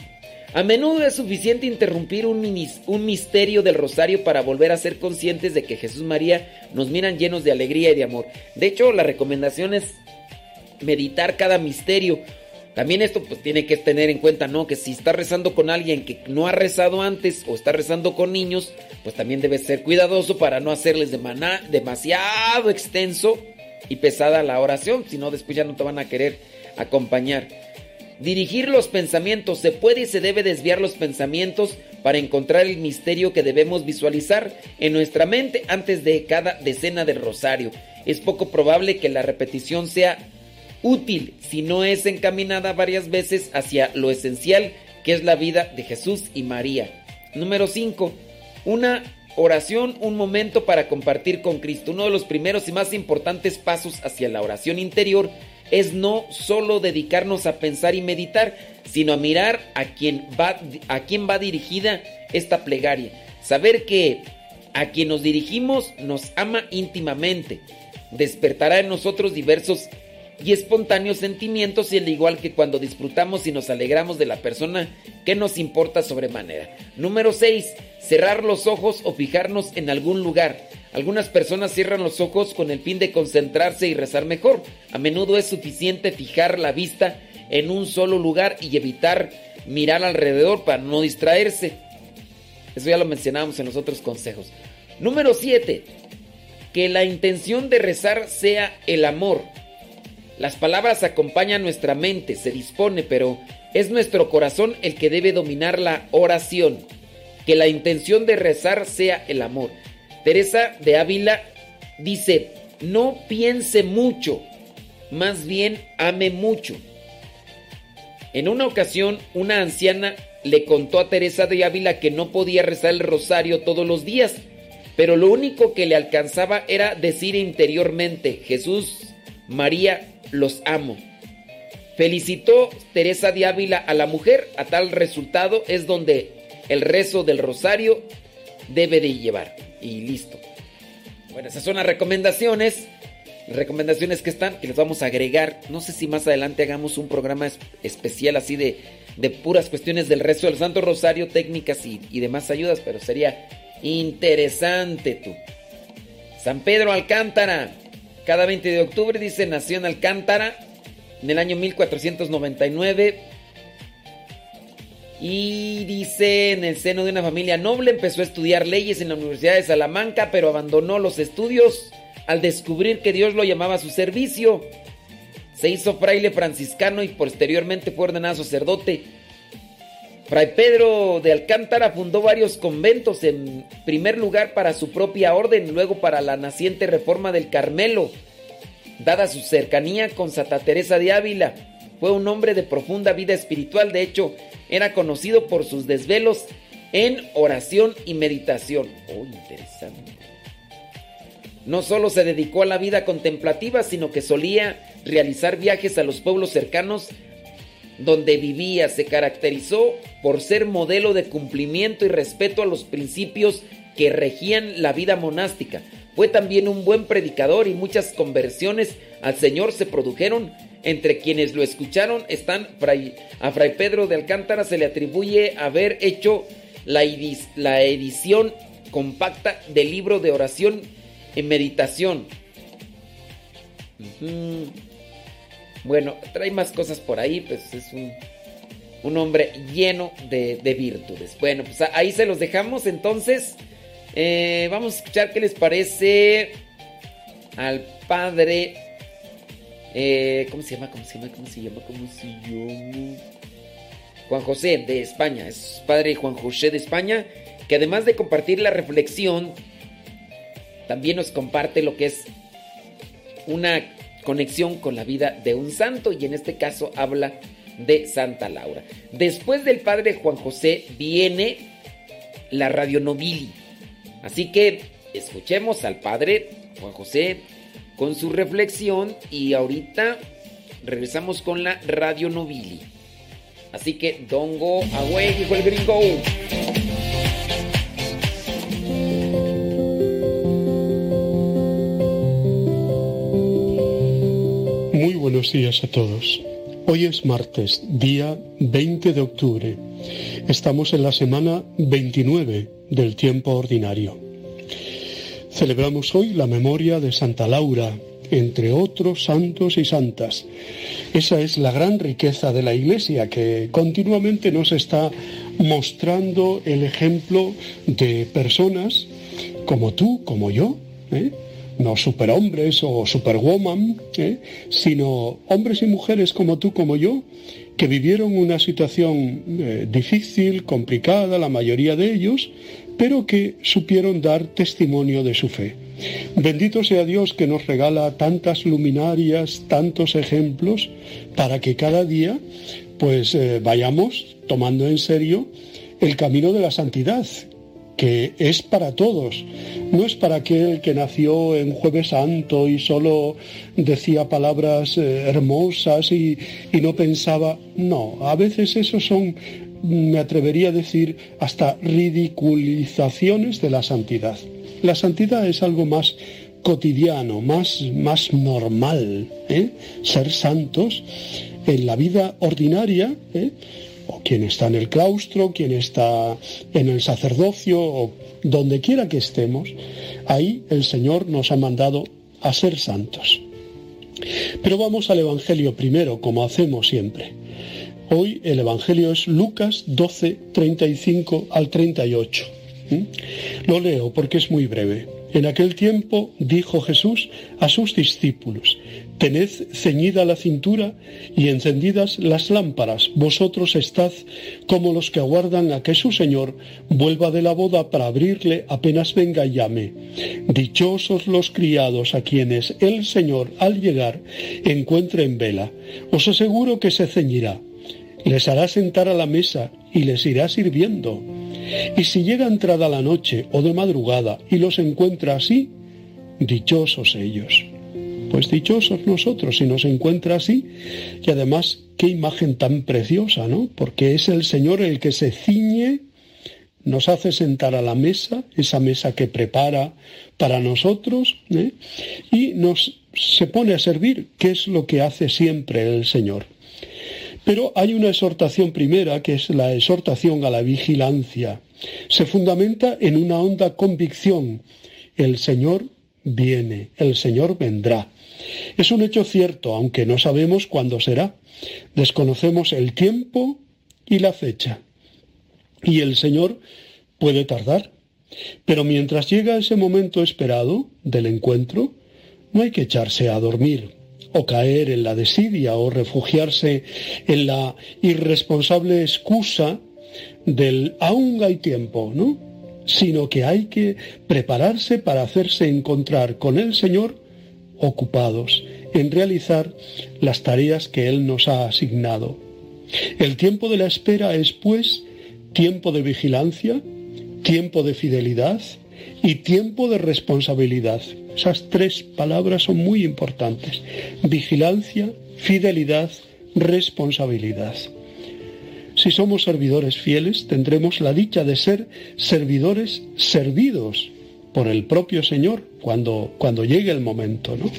A menudo es suficiente interrumpir un misterio del rosario para volver a ser conscientes de que Jesús y María nos miran llenos de alegría y de amor. De hecho, la recomendación es meditar cada misterio. También esto pues tiene que tener en cuenta, ¿no? Que si está rezando con alguien que no ha rezado antes o está rezando con niños, pues también debes ser cuidadoso para no hacerles demasiado extenso y pesada la oración, si no después ya no te van a querer acompañar. Dirigir los pensamientos. Se puede y se debe desviar los pensamientos para encontrar el misterio que debemos visualizar en nuestra mente antes de cada decena del rosario. Es poco probable que la repetición sea útil si no es encaminada varias veces hacia lo esencial que es la vida de Jesús y María. Número 5. Una oración, un momento para compartir con Cristo. Uno de los primeros y más importantes pasos hacia la oración interior es no solo dedicarnos a pensar y meditar, sino a mirar a quién va dirigida esta plegaria. Saber que a quien nos dirigimos nos ama íntimamente. Despertará en nosotros diversos y espontáneos sentimientos, y al igual que cuando disfrutamos y nos alegramos de la persona que nos importa sobremanera. Número 6. Cerrar los ojos o fijarnos en algún lugar. Algunas personas cierran los ojos con el fin de concentrarse y rezar mejor. A menudo es suficiente fijar la vista en un solo lugar y evitar mirar alrededor para no distraerse. Eso ya lo mencionábamos en los otros consejos. Número 7. Que la intención de rezar sea el amor. Las palabras acompañan nuestra mente, se dispone, pero es nuestro corazón el que debe dominar la oración. Que la intención de rezar sea el amor. Teresa de Ávila dice: no piense mucho, más bien ame mucho. En una ocasión, una anciana le contó a Teresa de Ávila que no podía rezar el rosario todos los días, pero lo único que le alcanzaba era decir interiormente: Jesús, María, los amo. Felicitó Teresa de Ávila a la mujer. A tal resultado es donde el rezo del rosario debe de llevar. Y listo. Bueno, esas son las recomendaciones recomendaciones que están, que les vamos a agregar. No sé si más adelante hagamos un programa especial así de puras cuestiones del resto del Santo Rosario, técnicas y demás ayudas, pero sería interesante tú. San Pedro Alcántara, cada 20 de octubre, dice, nació en Alcántara en el año 1499 y dice, en el seno de una familia noble, empezó a estudiar leyes en la Universidad de Salamanca, pero abandonó los estudios al descubrir que Dios lo llamaba a su servicio. Se hizo fraile franciscano y posteriormente fue ordenado sacerdote. Fray Pedro de Alcántara fundó varios conventos, en primer lugar para su propia orden, luego para la naciente Reforma del Carmelo. Dada su cercanía con Santa Teresa de Ávila, fue un hombre de profunda vida espiritual. De hecho, era conocido por sus desvelos en oración y meditación. Oh, interesante. No solo se dedicó a la vida contemplativa, sino que solía realizar viajes a los pueblos cercanos donde vivía. Se caracterizó por ser modelo de cumplimiento y respeto a los principios que regían la vida monástica. Fue también un buen predicador y muchas conversiones al Señor se produjeron. Entre quienes lo escucharon están a Fray Pedro de Alcántara se le atribuye haber hecho la edición compacta del libro de oración en meditación. Bueno, trae más cosas por ahí, pues es un hombre lleno de virtudes. Bueno, pues ahí se los dejamos. Entonces, vamos a escuchar qué les parece al padre. ¿Cómo se llama? Juan José de España. Es padre Juan José de España, que además de compartir la reflexión, también nos comparte lo que es una conexión con la vida de un santo, y en este caso habla de Santa Laura. Después del padre Juan José viene la Radio Nobili. Así que escuchemos al padre Juan José con su reflexión y ahorita regresamos con la Radio Nobili. Así que don't go away, dijo el gringo. Muy buenos días a todos. Hoy es martes, día 20 de octubre. Estamos en la semana 29 del tiempo ordinario. Celebramos hoy la memoria de Santa Laura, entre otros santos y santas. Esa es la gran riqueza de la Iglesia, que continuamente nos está mostrando el ejemplo de personas como tú, como yo, no superhombres o superwoman, sino hombres y mujeres como tú, como yo, que vivieron una situación difícil, complicada, la mayoría de ellos, pero que supieron dar testimonio de su fe. Bendito sea Dios que nos regala tantas luminarias, tantos ejemplos, para que cada día pues vayamos tomando en serio el camino de la santidad, que es para todos. No es para aquel que nació en Jueves Santo y solo decía palabras hermosas y no pensaba. No, a veces esos son, me atrevería a decir, hasta ridiculizaciones de la santidad. La santidad es algo más cotidiano, más normal, ser santos en la vida ordinaria, o quien está en el claustro, quien está en el sacerdocio, o donde quiera que estemos, ahí el Señor nos ha mandado a ser santos. Pero vamos al Evangelio primero, como hacemos siempre. Hoy el Evangelio es Lucas 12, 35 al 38. Lo leo porque es muy breve. En aquel tiempo dijo Jesús a sus discípulos: tened ceñida la cintura y encendidas las lámparas. Vosotros estad como los que aguardan a que su Señor vuelva de la boda para abrirle apenas venga y llame. Dichosos los criados a quienes el Señor al llegar encuentre en vela. Os aseguro que se ceñirá, les hará sentar a la mesa y les irá sirviendo. Y si llega entrada la noche o de madrugada y los encuentra así, dichosos ellos. Pues dichosos nosotros si nos encuentra así. Y además, qué imagen tan preciosa, ¿no? Porque es el Señor el que se ciñe, nos hace sentar a la mesa, esa mesa que prepara para nosotros, y nos se pone a servir, que es lo que hace siempre el Señor. Pero hay una exhortación primera, que es la exhortación a la vigilancia. Se fundamenta en una honda convicción. El Señor viene, el Señor vendrá. Es un hecho cierto, aunque no sabemos cuándo será. Desconocemos el tiempo y la fecha. Y el Señor puede tardar. Pero mientras llega ese momento esperado del encuentro, no hay que echarse a dormir, o caer en la desidia, o refugiarse en la irresponsable excusa del aún hay tiempo, ¿no? Sino que hay que prepararse para hacerse encontrar con el Señor ocupados en realizar las tareas que Él nos ha asignado. El tiempo de la espera es, pues, tiempo de vigilancia, tiempo de fidelidad y tiempo de responsabilidad. Esas tres palabras son muy importantes. Vigilancia, fidelidad, responsabilidad. Si somos servidores fieles, tendremos la dicha de ser servidores servidos por el propio Señor cuando llegue el momento, ¿no?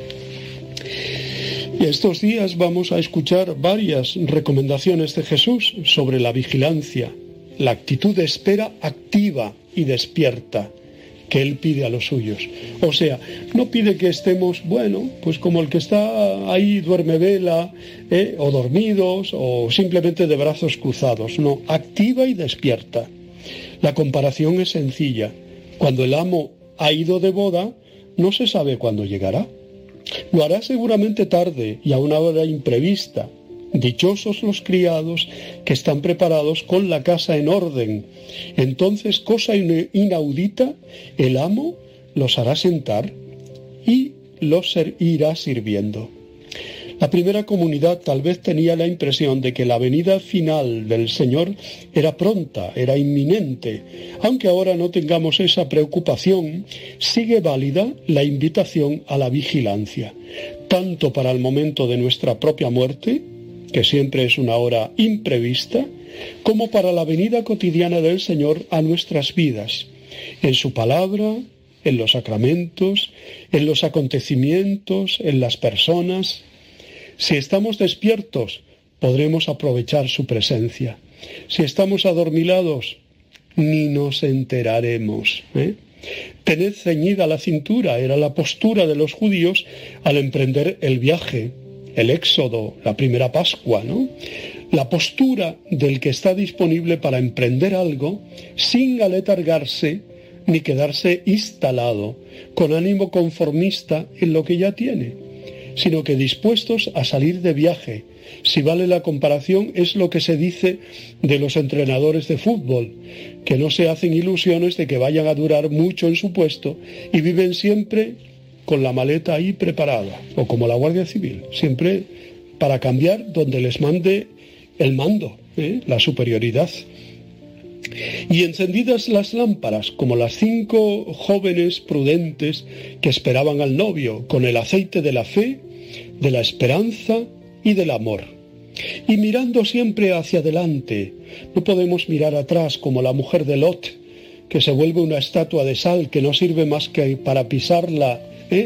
Y estos días vamos a escuchar varias recomendaciones de Jesús sobre la vigilancia, la actitud de espera activa y despierta que Él pide a los suyos. O sea, no pide que estemos, pues como el que está ahí duerme vela, o dormidos, o simplemente de brazos cruzados. No, activa y despierta. La comparación es sencilla. Cuando el amo ha ido de boda, no se sabe cuándo llegará. Lo hará seguramente tarde y a una hora imprevista. Dichosos los criados que están preparados con la casa en orden. Entonces, cosa inaudita, el amo los hará sentar y los irá sirviendo. La primera comunidad tal vez tenía la impresión de que la venida final del Señor era pronta, era inminente. Aunque ahora no tengamos esa preocupación, sigue válida la invitación a la vigilancia, tanto para el momento de nuestra propia muerte, que siempre es una hora imprevista, como para la venida cotidiana del Señor a nuestras vidas, en su palabra, en los sacramentos, en los acontecimientos, en las personas. Si estamos despiertos, podremos aprovechar su presencia. Si estamos adormilados, ni nos enteraremos. Tened ceñida la cintura, era la postura de los judíos al emprender el viaje, el éxodo, la primera Pascua, ¿no? La postura del que está disponible para emprender algo sin aletargarse ni quedarse instalado con ánimo conformista en lo que ya tiene, sino que dispuestos a salir de viaje. Si vale la comparación, es lo que se dice de los entrenadores de fútbol, que no se hacen ilusiones de que vayan a durar mucho en su puesto y viven siempre con la maleta ahí preparada, o como la Guardia Civil, siempre para cambiar donde les mande el mando, la superioridad. Y encendidas las lámparas, como las 5 jóvenes prudentes que esperaban al novio, con el aceite de la fe, de la esperanza y del amor. Y mirando siempre hacia adelante, no podemos mirar atrás como la mujer de Lot, que se vuelve una estatua de sal que no sirve más que para pisarla.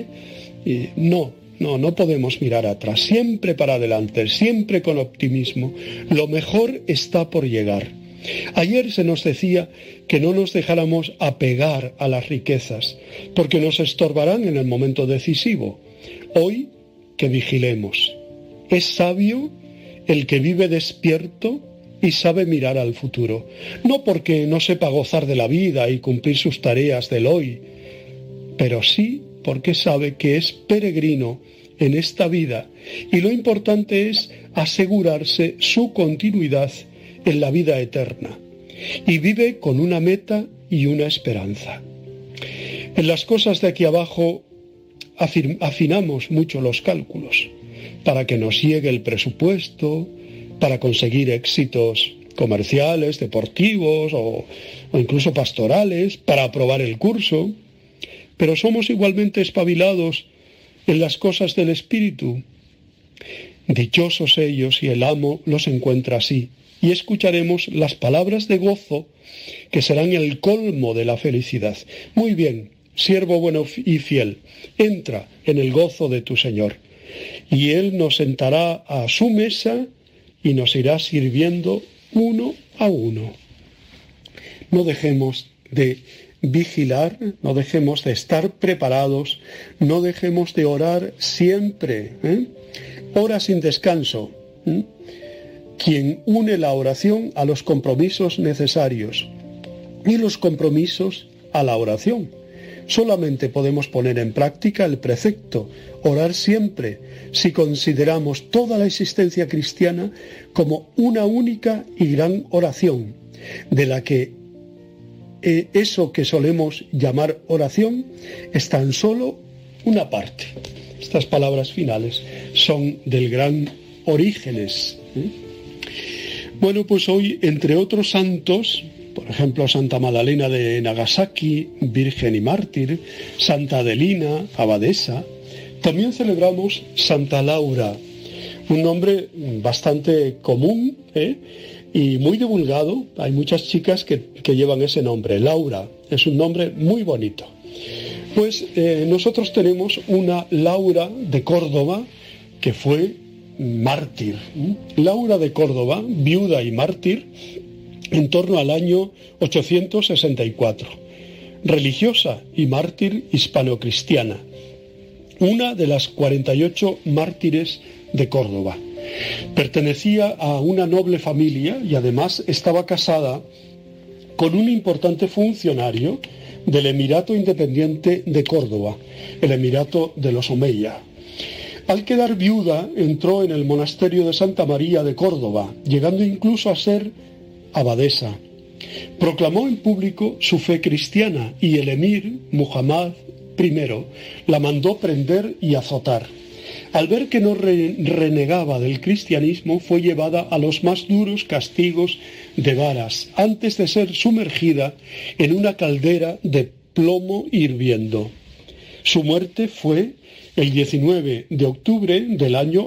No podemos mirar atrás, siempre para adelante, siempre con optimismo. Lo mejor está por llegar. Ayer se nos decía que no nos dejáramos apegar a las riquezas, porque nos estorbarán en el momento decisivo. Hoy, que vigilemos. Es sabio el que vive despierto y sabe mirar al futuro, no porque no sepa gozar de la vida y cumplir sus tareas del hoy, pero sí porque sabe que es peregrino en esta vida y lo importante es asegurarse su continuidad en la vida eterna y vive con una meta y una esperanza. En las cosas de aquí abajo afinamos mucho los cálculos para que nos llegue el presupuesto, para conseguir éxitos comerciales, deportivos o incluso pastorales, para aprobar el curso. Pero somos igualmente espabilados en las cosas del Espíritu. Dichosos ellos si el amo los encuentra así. Y escucharemos las palabras de gozo que serán el colmo de la felicidad. Muy bien, siervo bueno y fiel, entra en el gozo de tu Señor. Y Él nos sentará a su mesa y nos irá sirviendo uno a uno. No dejemos de vigilar, no dejemos de estar preparados, no dejemos de orar siempre. Ora sin descanso. Quien une la oración a los compromisos necesarios y los compromisos a la oración. Solamente podemos poner en práctica el precepto, orar siempre, si consideramos toda la existencia cristiana como una única y gran oración, de la que eso que solemos llamar oración es tan solo una parte. Estas palabras finales son del gran Orígenes. Bueno, pues hoy, entre otros santos, por ejemplo, Santa Magdalena de Nagasaki, virgen y mártir, Santa Adelina, abadesa, también celebramos Santa Laura, un nombre bastante común y muy divulgado. Hay muchas chicas que llevan ese nombre, Laura, es un nombre muy bonito. Pues nosotros tenemos una Laura de Córdoba que fue mártir. Laura de Córdoba, viuda y mártir, en torno al año 864. Religiosa y mártir hispano-cristiana. Una de las 48 mártires de Córdoba. Pertenecía a una noble familia y además estaba casada con un importante funcionario del Emirato Independiente de Córdoba, el Emirato de los Omeya. Al quedar viuda, entró en el monasterio de Santa María de Córdoba, llegando incluso a ser abadesa. Proclamó en público su fe cristiana y el emir Muhammad I la mandó prender y azotar. Al ver que no renegaba del cristianismo, fue llevada a los más duros castigos de varas, antes de ser sumergida en una caldera de plomo hirviendo. Su muerte fue el 19 de octubre del año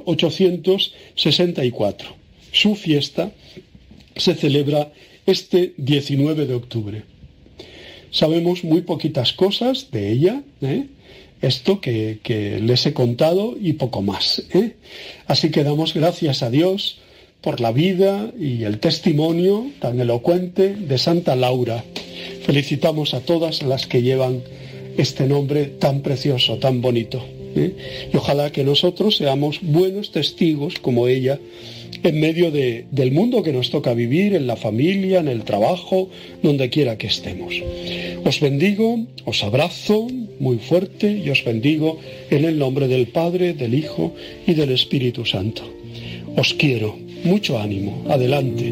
864. Su fiesta se celebra este 19 de octubre. Sabemos muy poquitas cosas de ella, esto que les he contado y poco más. Así que damos gracias a Dios por la vida y el testimonio tan elocuente de Santa Laura. Felicitamos a todas las que llevan este nombre tan precioso, tan bonito. Y ojalá que nosotros seamos buenos testigos como ella en medio del mundo que nos toca vivir, en la familia, en el trabajo, donde quiera que estemos. Os bendigo, os abrazo muy fuerte y os bendigo en el nombre del Padre, del Hijo y del Espíritu Santo. Os quiero, mucho ánimo, adelante.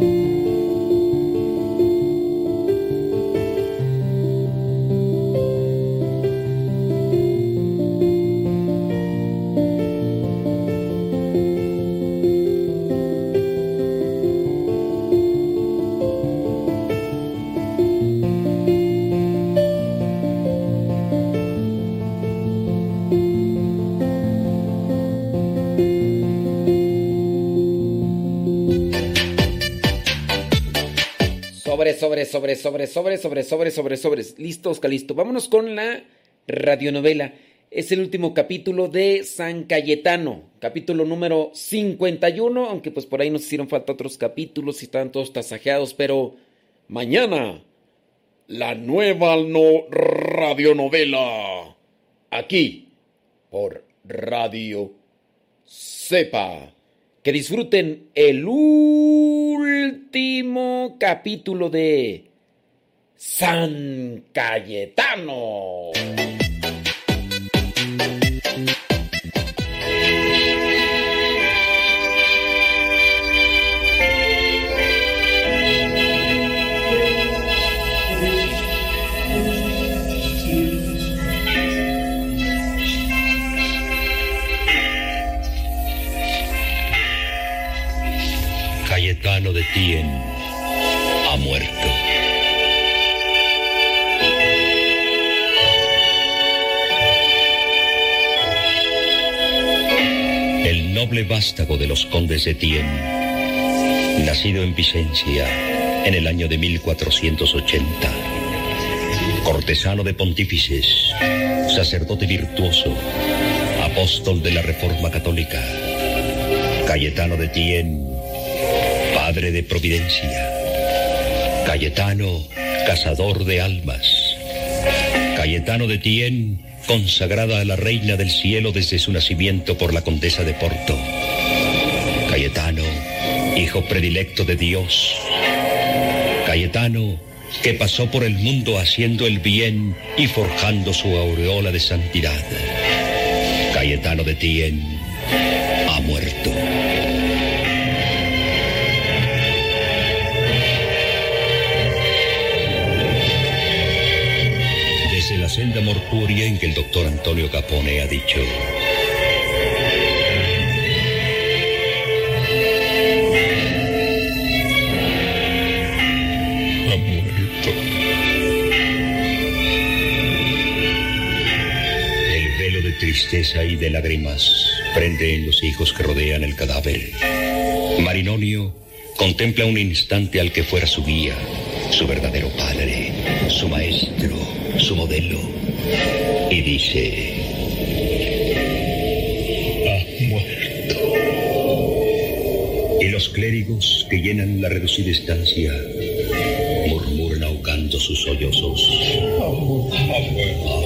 Sobres. Listo, Oscar, listo. Vámonos con la radionovela. Es el último capítulo de San Cayetano, capítulo número 51, aunque pues por ahí nos hicieron falta otros capítulos y estaban todos tasajeados, pero mañana la nueva radionovela, aquí por Radio Cepa. Que disfruten el último capítulo de San Cayetano. Cayetano de Tien ha muerto. El noble vástago de los condes de Tien, nacido en Vicencia en el año de 1480, cortesano de pontífices, sacerdote virtuoso, apóstol de la Reforma Católica, Cayetano de Tien, padre de providencia, Cayetano, cazador de almas, Cayetano de Tien, consagrada a la Reina del Cielo desde su nacimiento por la Condesa de Porto, Cayetano, hijo predilecto de Dios, Cayetano, que pasó por el mundo haciendo el bien y forjando su aureola de santidad. Cayetano de Tien ha muerto. Desde la celda mortuoria en que el doctor Antonio Capone ha dicho: ha muerto. El velo de tristeza y de lágrimas prende en los hijos que rodean el cadáver. Marinonio contempla un instante al que fuera su guía, su verdadero padre, su maestro, su modelo, y dice: ha muerto. Y los clérigos que llenan la reducida estancia murmuran ahogando sus sollozos: ha muerto.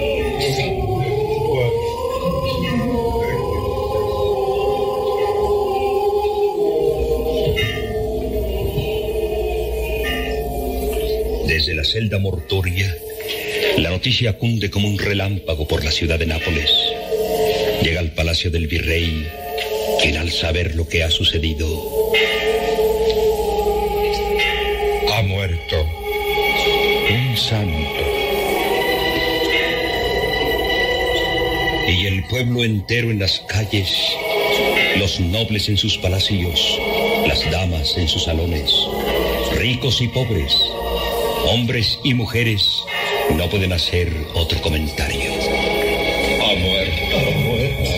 Desde la celda mortuoria, la noticia cunde como un relámpago por la ciudad de Nápoles. Llega al palacio del virrey, quien al saber lo que ha sucedido: ha muerto un santo. Y el pueblo entero en las calles, los nobles en sus palacios, las damas en sus salones, ricos y pobres, hombres y mujeres, no pueden hacer otro comentario. Ha muerto, ha muerto,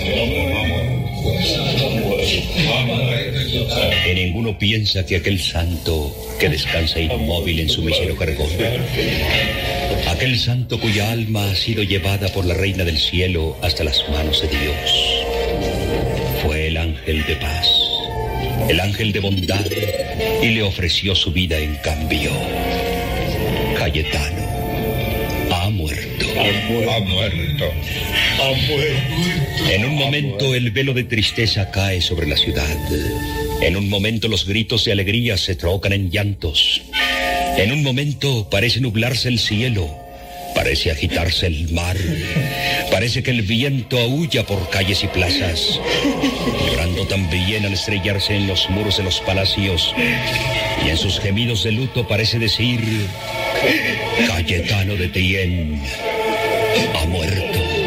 ha muerto. Que ninguno piensa que aquel santo que descansa inmóvil en su mísero cargón, aquel santo cuya alma ha sido llevada por la Reina del Cielo hasta las manos de Dios, fue el ángel de paz, el ángel de bondad, y le ofreció su vida en cambio. Cayetano ha muerto. Ha muerto. Ha muerto. En un momento el velo de tristeza cae sobre la ciudad. En un momento los gritos de alegría se trocan en llantos. En un momento parece nublarse el cielo. Parece agitarse el mar. Parece que el viento aúlla por calles y plazas, llorando también al estrellarse en los muros de los palacios. Y en sus gemidos de luto parece decir: Cayetano de Tien ha muerto.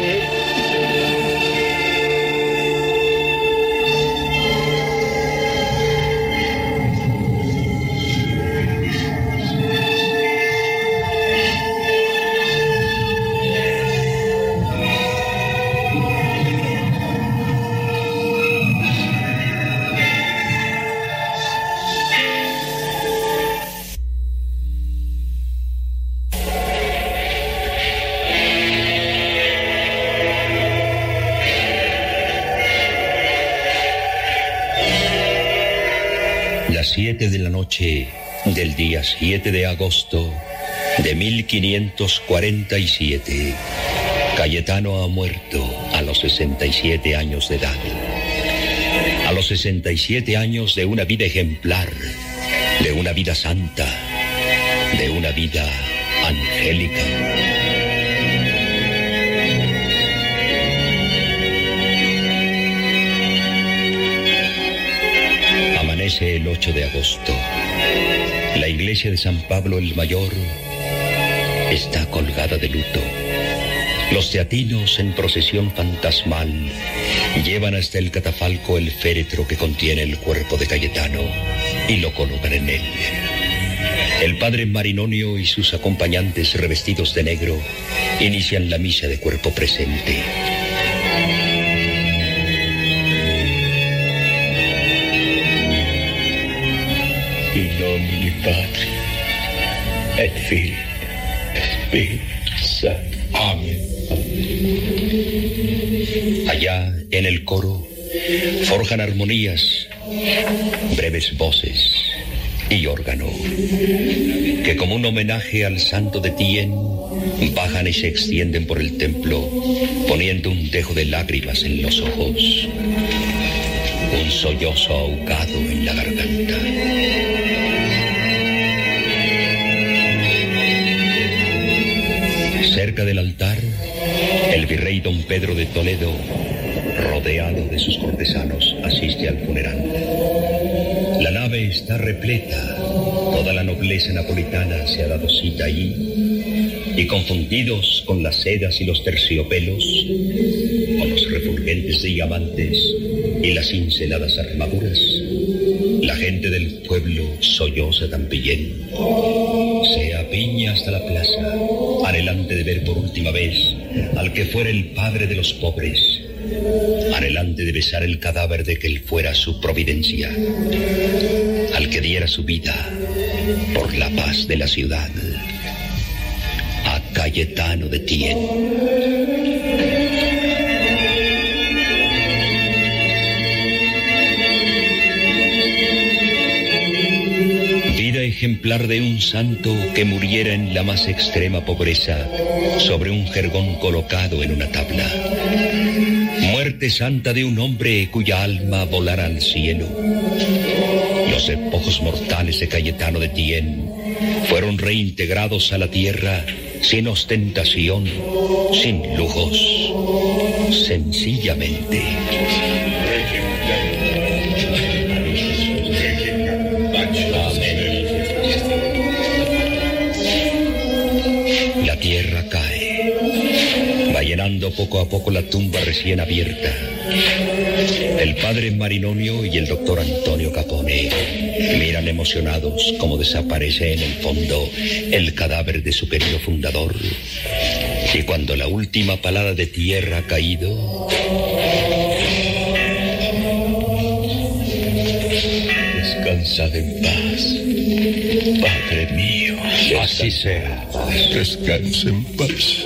Las 7 de la noche del día 7 de agosto de 1547, Cayetano ha muerto a los 67 años de edad. A los 67 años de una vida ejemplar, de una vida santa, de una vida angélica. Amanece el 8 de agosto. La iglesia de San Pablo el Mayor está colgada de luto. Los teatinos en procesión fantasmal llevan hasta el catafalco el féretro que contiene el cuerpo de Cayetano y lo colocan en él. El padre Marinonio y sus acompañantes revestidos de negro inician la misa de cuerpo presente. In nomine Patri et Filii Espíritu Santo. Amén. Allá en el coro forjan armonías, breves voces y órgano, que como un homenaje al santo de Tien, bajan y se extienden por el templo, poniendo un dejo de lágrimas en los ojos, un sollozo ahogado en la garganta. Cerca del altar, el virrey don Pedro de Toledo, rodeado de sus cortesanos, asiste al funeral. La nave está repleta, toda la nobleza napolitana se ha dado cita allí, y confundidos con las sedas y los terciopelos, con los refulgentes diamantes y las cinceladas armaduras, la gente del pueblo solloza también. Se apiña hasta la plaza, anhelante de ver por última vez al que fuera el padre de los pobres, anhelante de besar el cadáver de que él fuera su providencia, al que diera su vida por la paz de la ciudad, a Cayetano de Tien. Vida ejemplar de un santo que muriera en la más extrema pobreza sobre un jergón colocado en una tabla. Muerte santa de un hombre cuya alma volara al cielo. Los despojos mortales de Cayetano de Tien fueron reintegrados a la tierra sin ostentación, sin lujos, sencillamente. La tierra cae, va llenando poco a poco la tumba recién abierta. El padre Marinonio y el doctor Antonio Capone miran emocionados cómo desaparece en el fondo el cadáver de su querido fundador. Y cuando la última palada de tierra ha caído, descansad en paz, Padre mío. Así sea. Descansa en paz.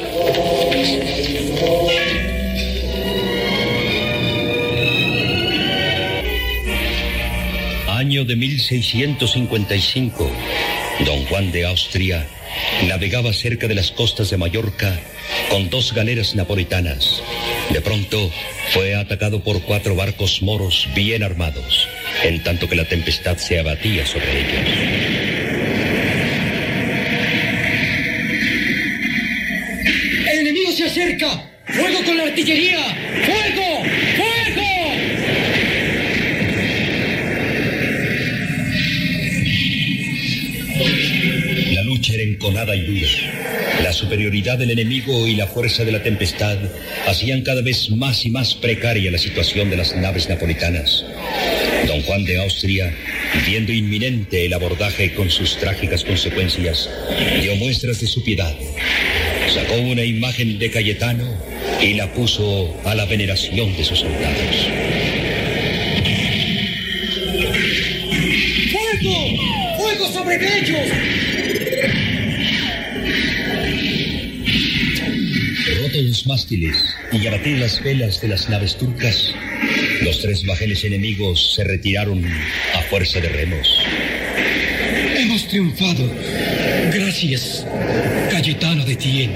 Año de 1655, don Juan de Austria navegaba cerca de las costas de Mallorca con 2 galeras napolitanas. De pronto fue atacado por 4 barcos moros bien armados, en tanto que la tempestad se abatía sobre ellos. ¡El enemigo se acerca! ¡Fuego con la artillería! ¡Fuego! ¡Fuego! La lucha era enconada y dura. La superioridad del enemigo y la fuerza de la tempestad hacían cada vez más y más precaria la situación de las naves napolitanas. Don Juan de Austria, viendo inminente el abordaje con sus trágicas consecuencias, dio muestras de su piedad. Sacó una imagen de Cayetano y la puso a la veneración de sus soldados. ¡Fuego! ¡Fuego sobre ellos! Rotos los mástiles y abatidas las velas de las naves turcas, los 3 bajeles enemigos se retiraron a fuerza de remos. Hemos triunfado. Gracias, Cayetano de Tien.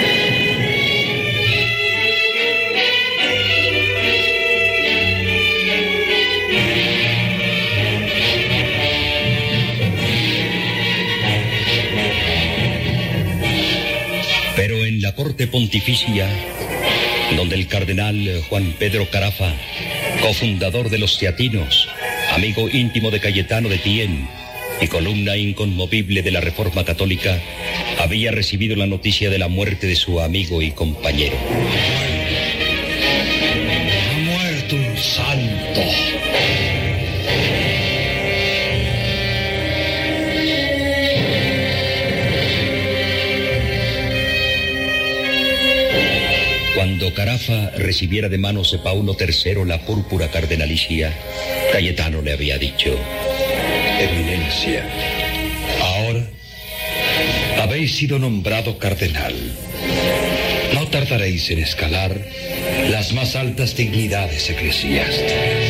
Pero en la corte pontificia, donde el cardenal Juan Pedro Carafa, cofundador de los teatinos, amigo íntimo de Cayetano de Tien y columna inconmovible de la Reforma Católica, había recibido la noticia de la muerte de su amigo y compañero. Ha muerto un santo. Cuando Carafa recibiera de manos de Paulo III la púrpura cardenalicia, Cayetano le había dicho: Eminencia, ahora habéis habéis sido nombrado cardenal. No tardaréis en escalar las más altas dignidades eclesiásticas.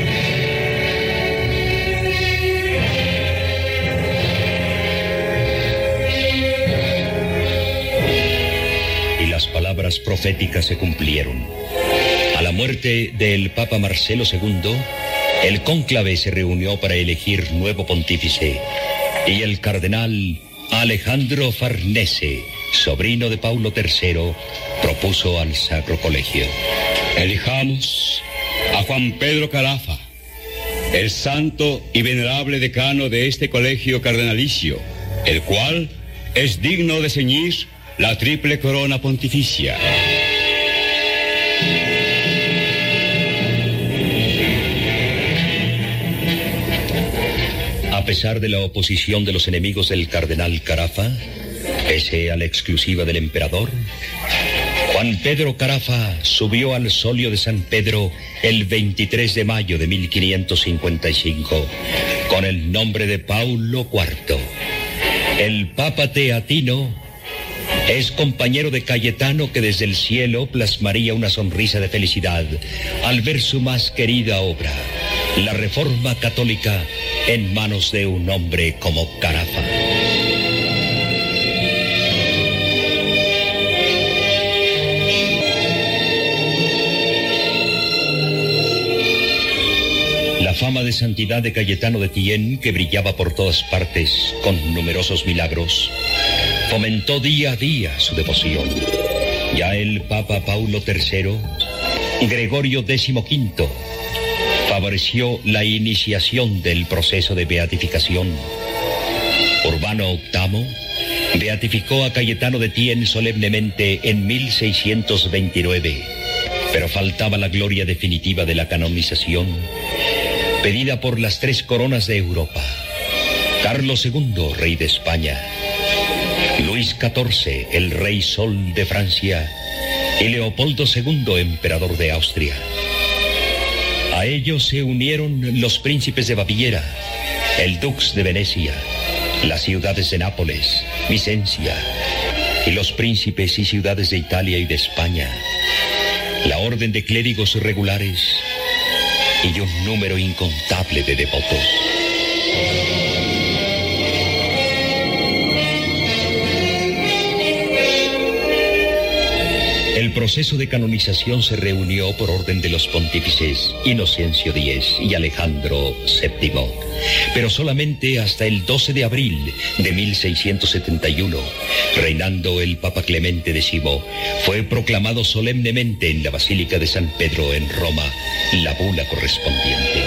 Las palabras proféticas se cumplieron. A la muerte del Papa Marcelo II, el cónclave se reunió para elegir nuevo pontífice y el cardenal Alejandro Farnese, sobrino de Paulo III, propuso al Sacro Colegio: elijamos a Juan Pedro Carafa, el santo y venerable decano de este colegio cardenalicio, el cual es digno de ceñir la triple corona pontificia. A pesar de la oposición de los enemigos del cardenal Carafa, pese a la exclusiva del emperador, Juan Pedro Carafa subió al solio de San Pedro el 23 de mayo de 1555 con el nombre de Paulo IV. El Papa Teatino es compañero de Cayetano, que desde el cielo plasmaría una sonrisa de felicidad al ver su más querida obra, la Reforma Católica, en manos de un hombre como Carafa. La fama de santidad de Cayetano de Thiene, que brillaba por todas partes con numerosos milagros, fomentó día a día su devoción. Ya el Papa Paulo III, Gregorio XV, favoreció la iniciación del proceso de beatificación. Urbano VIII beatificó a Cayetano de Thiene solemnemente en 1629, pero faltaba la gloria definitiva de la canonización, pedida por las tres coronas de Europa: Carlos II, rey de España; Luis XIV, el rey Sol de Francia; y Leopoldo II, emperador de Austria. A ellos se unieron los príncipes de Baviera, el dux de Venecia, las ciudades de Nápoles, Vicencia, y los príncipes y ciudades de Italia y de España, la orden de clérigos regulares y un número incontable de devotos. El proceso de canonización se reunió por orden de los pontífices Inocencio X y Alejandro VII, pero solamente hasta el 12 de abril de 1671, reinando el Papa Clemente X, fue proclamado solemnemente en la Basílica de San Pedro en Roma la bula correspondiente.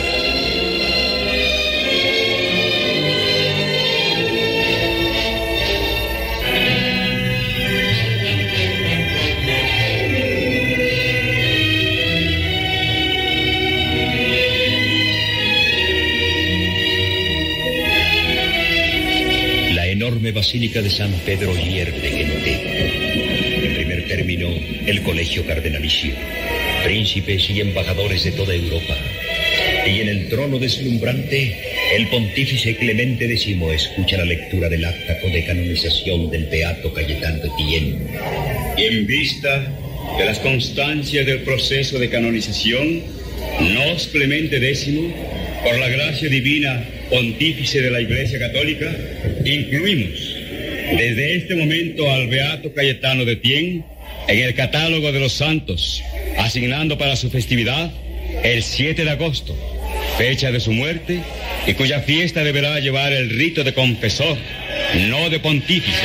Basílica de San Pedro hierve de gente. En primer término, el colegio cardenalicio, príncipes y embajadores de toda Europa. Y en el trono deslumbrante, el pontífice Clemente X escucha la lectura del acta de canonización del beato Cayetano de Thiene. En vista de las constancias del proceso de canonización, nos Clemente X, por la gracia divina, pontífice de la Iglesia Católica, incluimos desde este momento al beato Cayetano de Thiene en el catálogo de los santos, asignando para su festividad el 7 de agosto, fecha de su muerte, y cuya fiesta deberá llevar el rito de confesor, no de pontífice.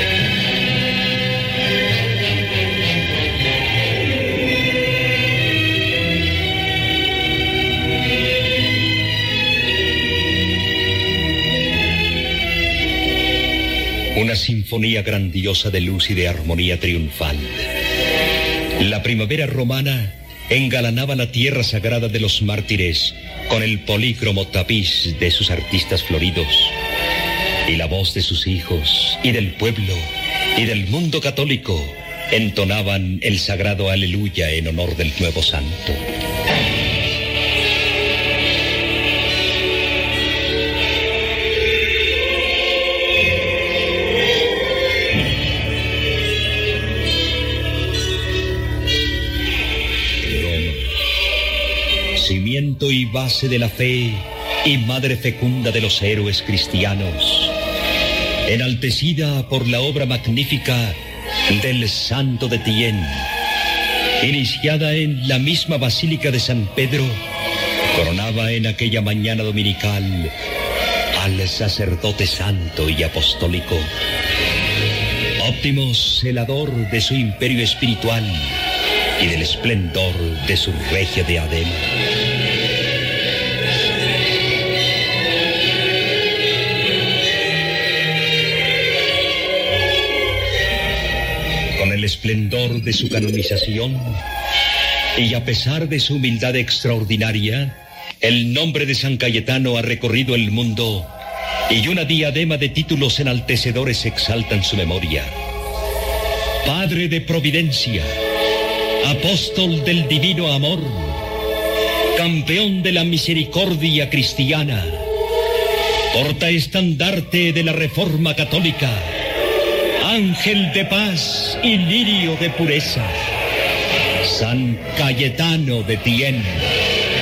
Una sinfonía grandiosa de luz y de armonía triunfal. La primavera romana engalanaba la tierra sagrada de los mártires con el polícromo tapiz de sus artistas floridos, y la voz de sus hijos y del pueblo y del mundo católico entonaban el sagrado aleluya en honor del nuevo santo. cimiento y base de la fe y madre fecunda de los héroes cristianos, enaltecida por la obra magnífica del Santo de Thiene, iniciada en la misma Basílica de San Pedro, coronaba en aquella mañana dominical al sacerdote santo y apostólico, óptimo celador de su imperio espiritual y del esplendor de su regia diadema. Con el esplendor de su canonización y a pesar de su humildad extraordinaria, el nombre de San Cayetano ha recorrido el mundo y una diadema de títulos enaltecedores exaltan su memoria. Padre de providencia, apóstol del divino amor, campeón de la misericordia cristiana, portaestandarte de la Reforma católica, ángel de paz y lirio de pureza, San Cayetano de Thiene.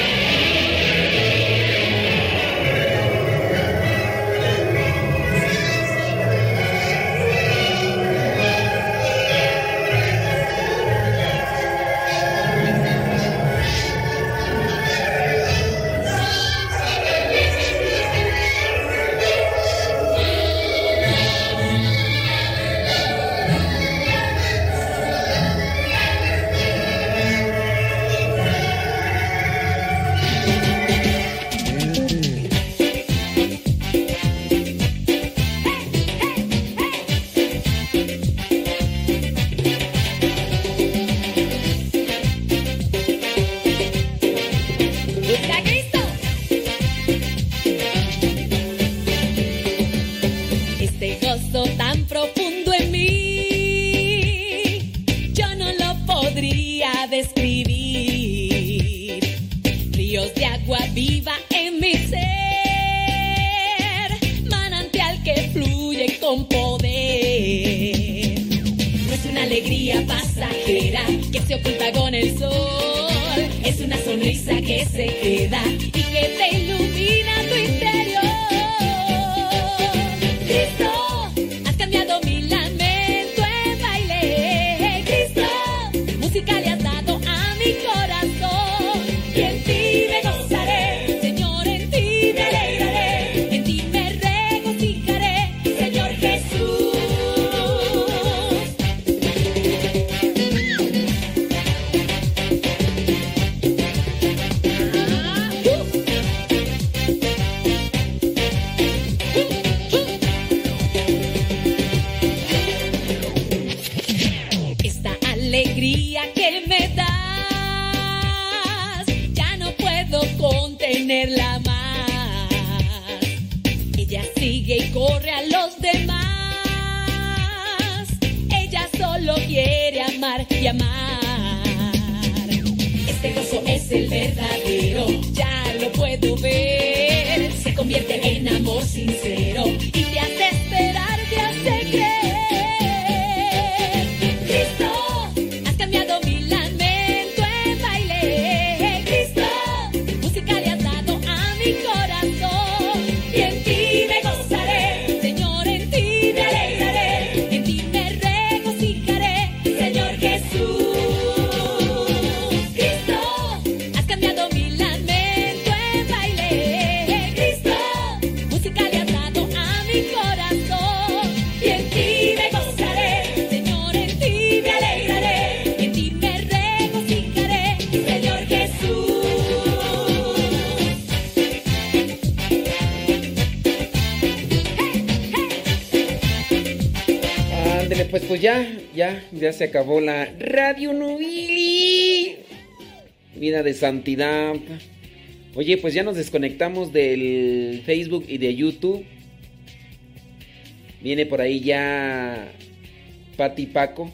Ya se acabó la Radio Nubili. Vida de santidad. Oye, pues ya nos desconectamos del Facebook y de YouTube. Viene por ahí ya Pati Paco.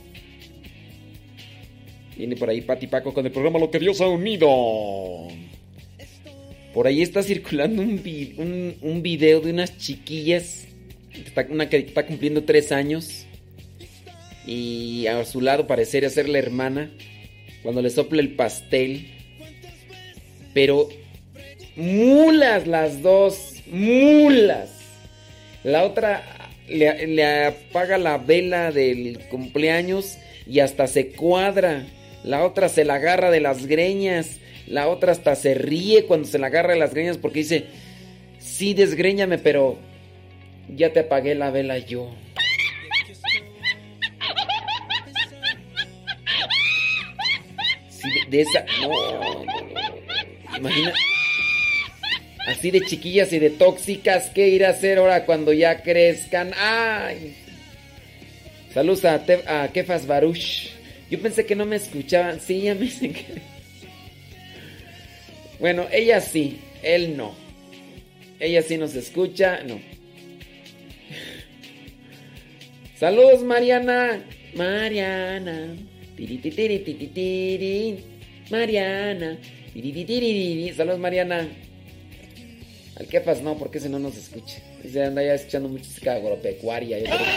Viene por ahí Pati Paco con el programa Lo que Dios ha unido. Por ahí está circulando un video de unas chiquillas. Una que está cumpliendo 3 años. Y a su lado parecería ser la hermana cuando le sopla el pastel. Pero mulas las dos, mulas. La otra le apaga la vela del cumpleaños y hasta se cuadra. La otra se la agarra de las greñas. La otra hasta se ríe cuando se la agarra de las greñas porque dice, sí, desgréñame, pero ya te apagué la vela yo. Sí, de esa... No. Imagina... Así de chiquillas y de tóxicas, ¿qué ir a hacer ahora cuando ya crezcan? ¡Ay! Saludos a Kefas Baruch. Yo pensé que no me escuchaban. Sí, ya me dicen que... Bueno, ella sí, él no. Ella sí nos escucha, no. Saludos, Mariana. Mariana. Mariana. Saludos, Mariana. Al Kefas no, porque ese no nos escucha. Ese anda ya escuchando música agropecuaria.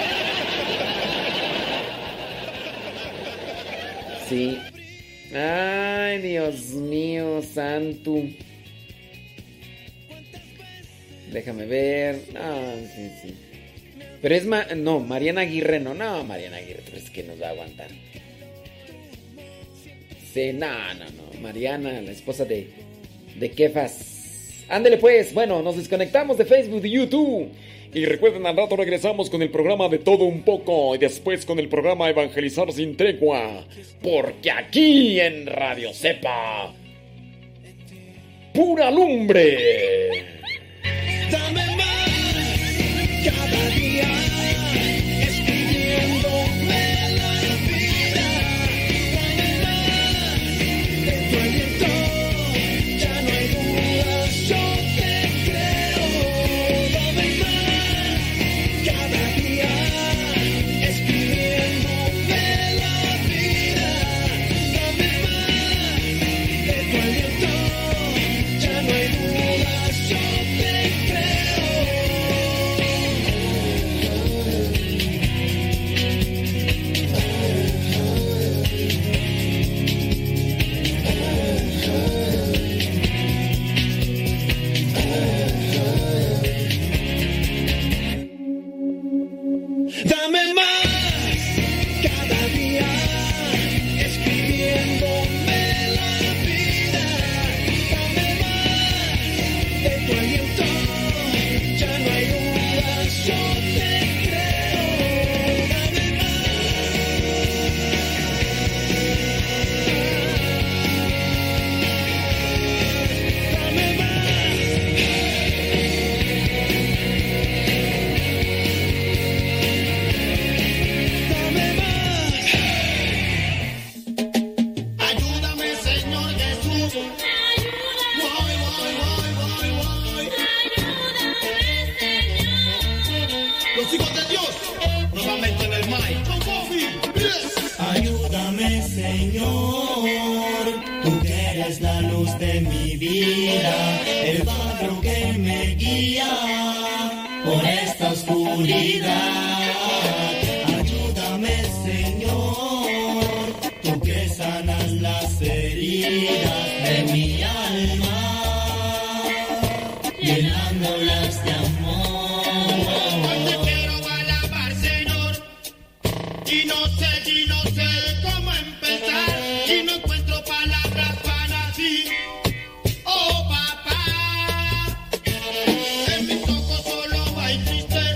Sí. Ay, Dios mío, santo. Déjame ver. Ah, sí. Pero es no, Mariana Aguirre no. No, Mariana Aguirre, es que nos va a aguantar. Sí, no. Mariana, la esposa de Kefas. Ándele pues, bueno, nos desconectamos de Facebook y YouTube. Y recuerden, al rato regresamos con el programa de Todo Un Poco y después con el programa Evangelizar Sin Tregua. Porque aquí en Radio Cepa, pura lumbre. Dame más cada día, escribiéndome la vida. Dame más de tu aliento, ya no hay dudas, yo te creo. Dame más cada día, escribiéndome la vida. Dame más de tu aliento, ya no hay dudas, yo te creo. Dame más cada día, escribiéndome la vida. Dame más de tu aliento, ya no hay dudas, yo te creo. Dame ayúdame, Señor Jesús. Voy. Ayúdame, Señor. Los hijos de Dios, nuevamente en el mic. Con Kofi. Yes. Ayúdame, Señor, tú que eres la luz de mi vida, el faro que me guía por esta oscuridad. Ayúdame, Señor, tú que sanas las heridas de mi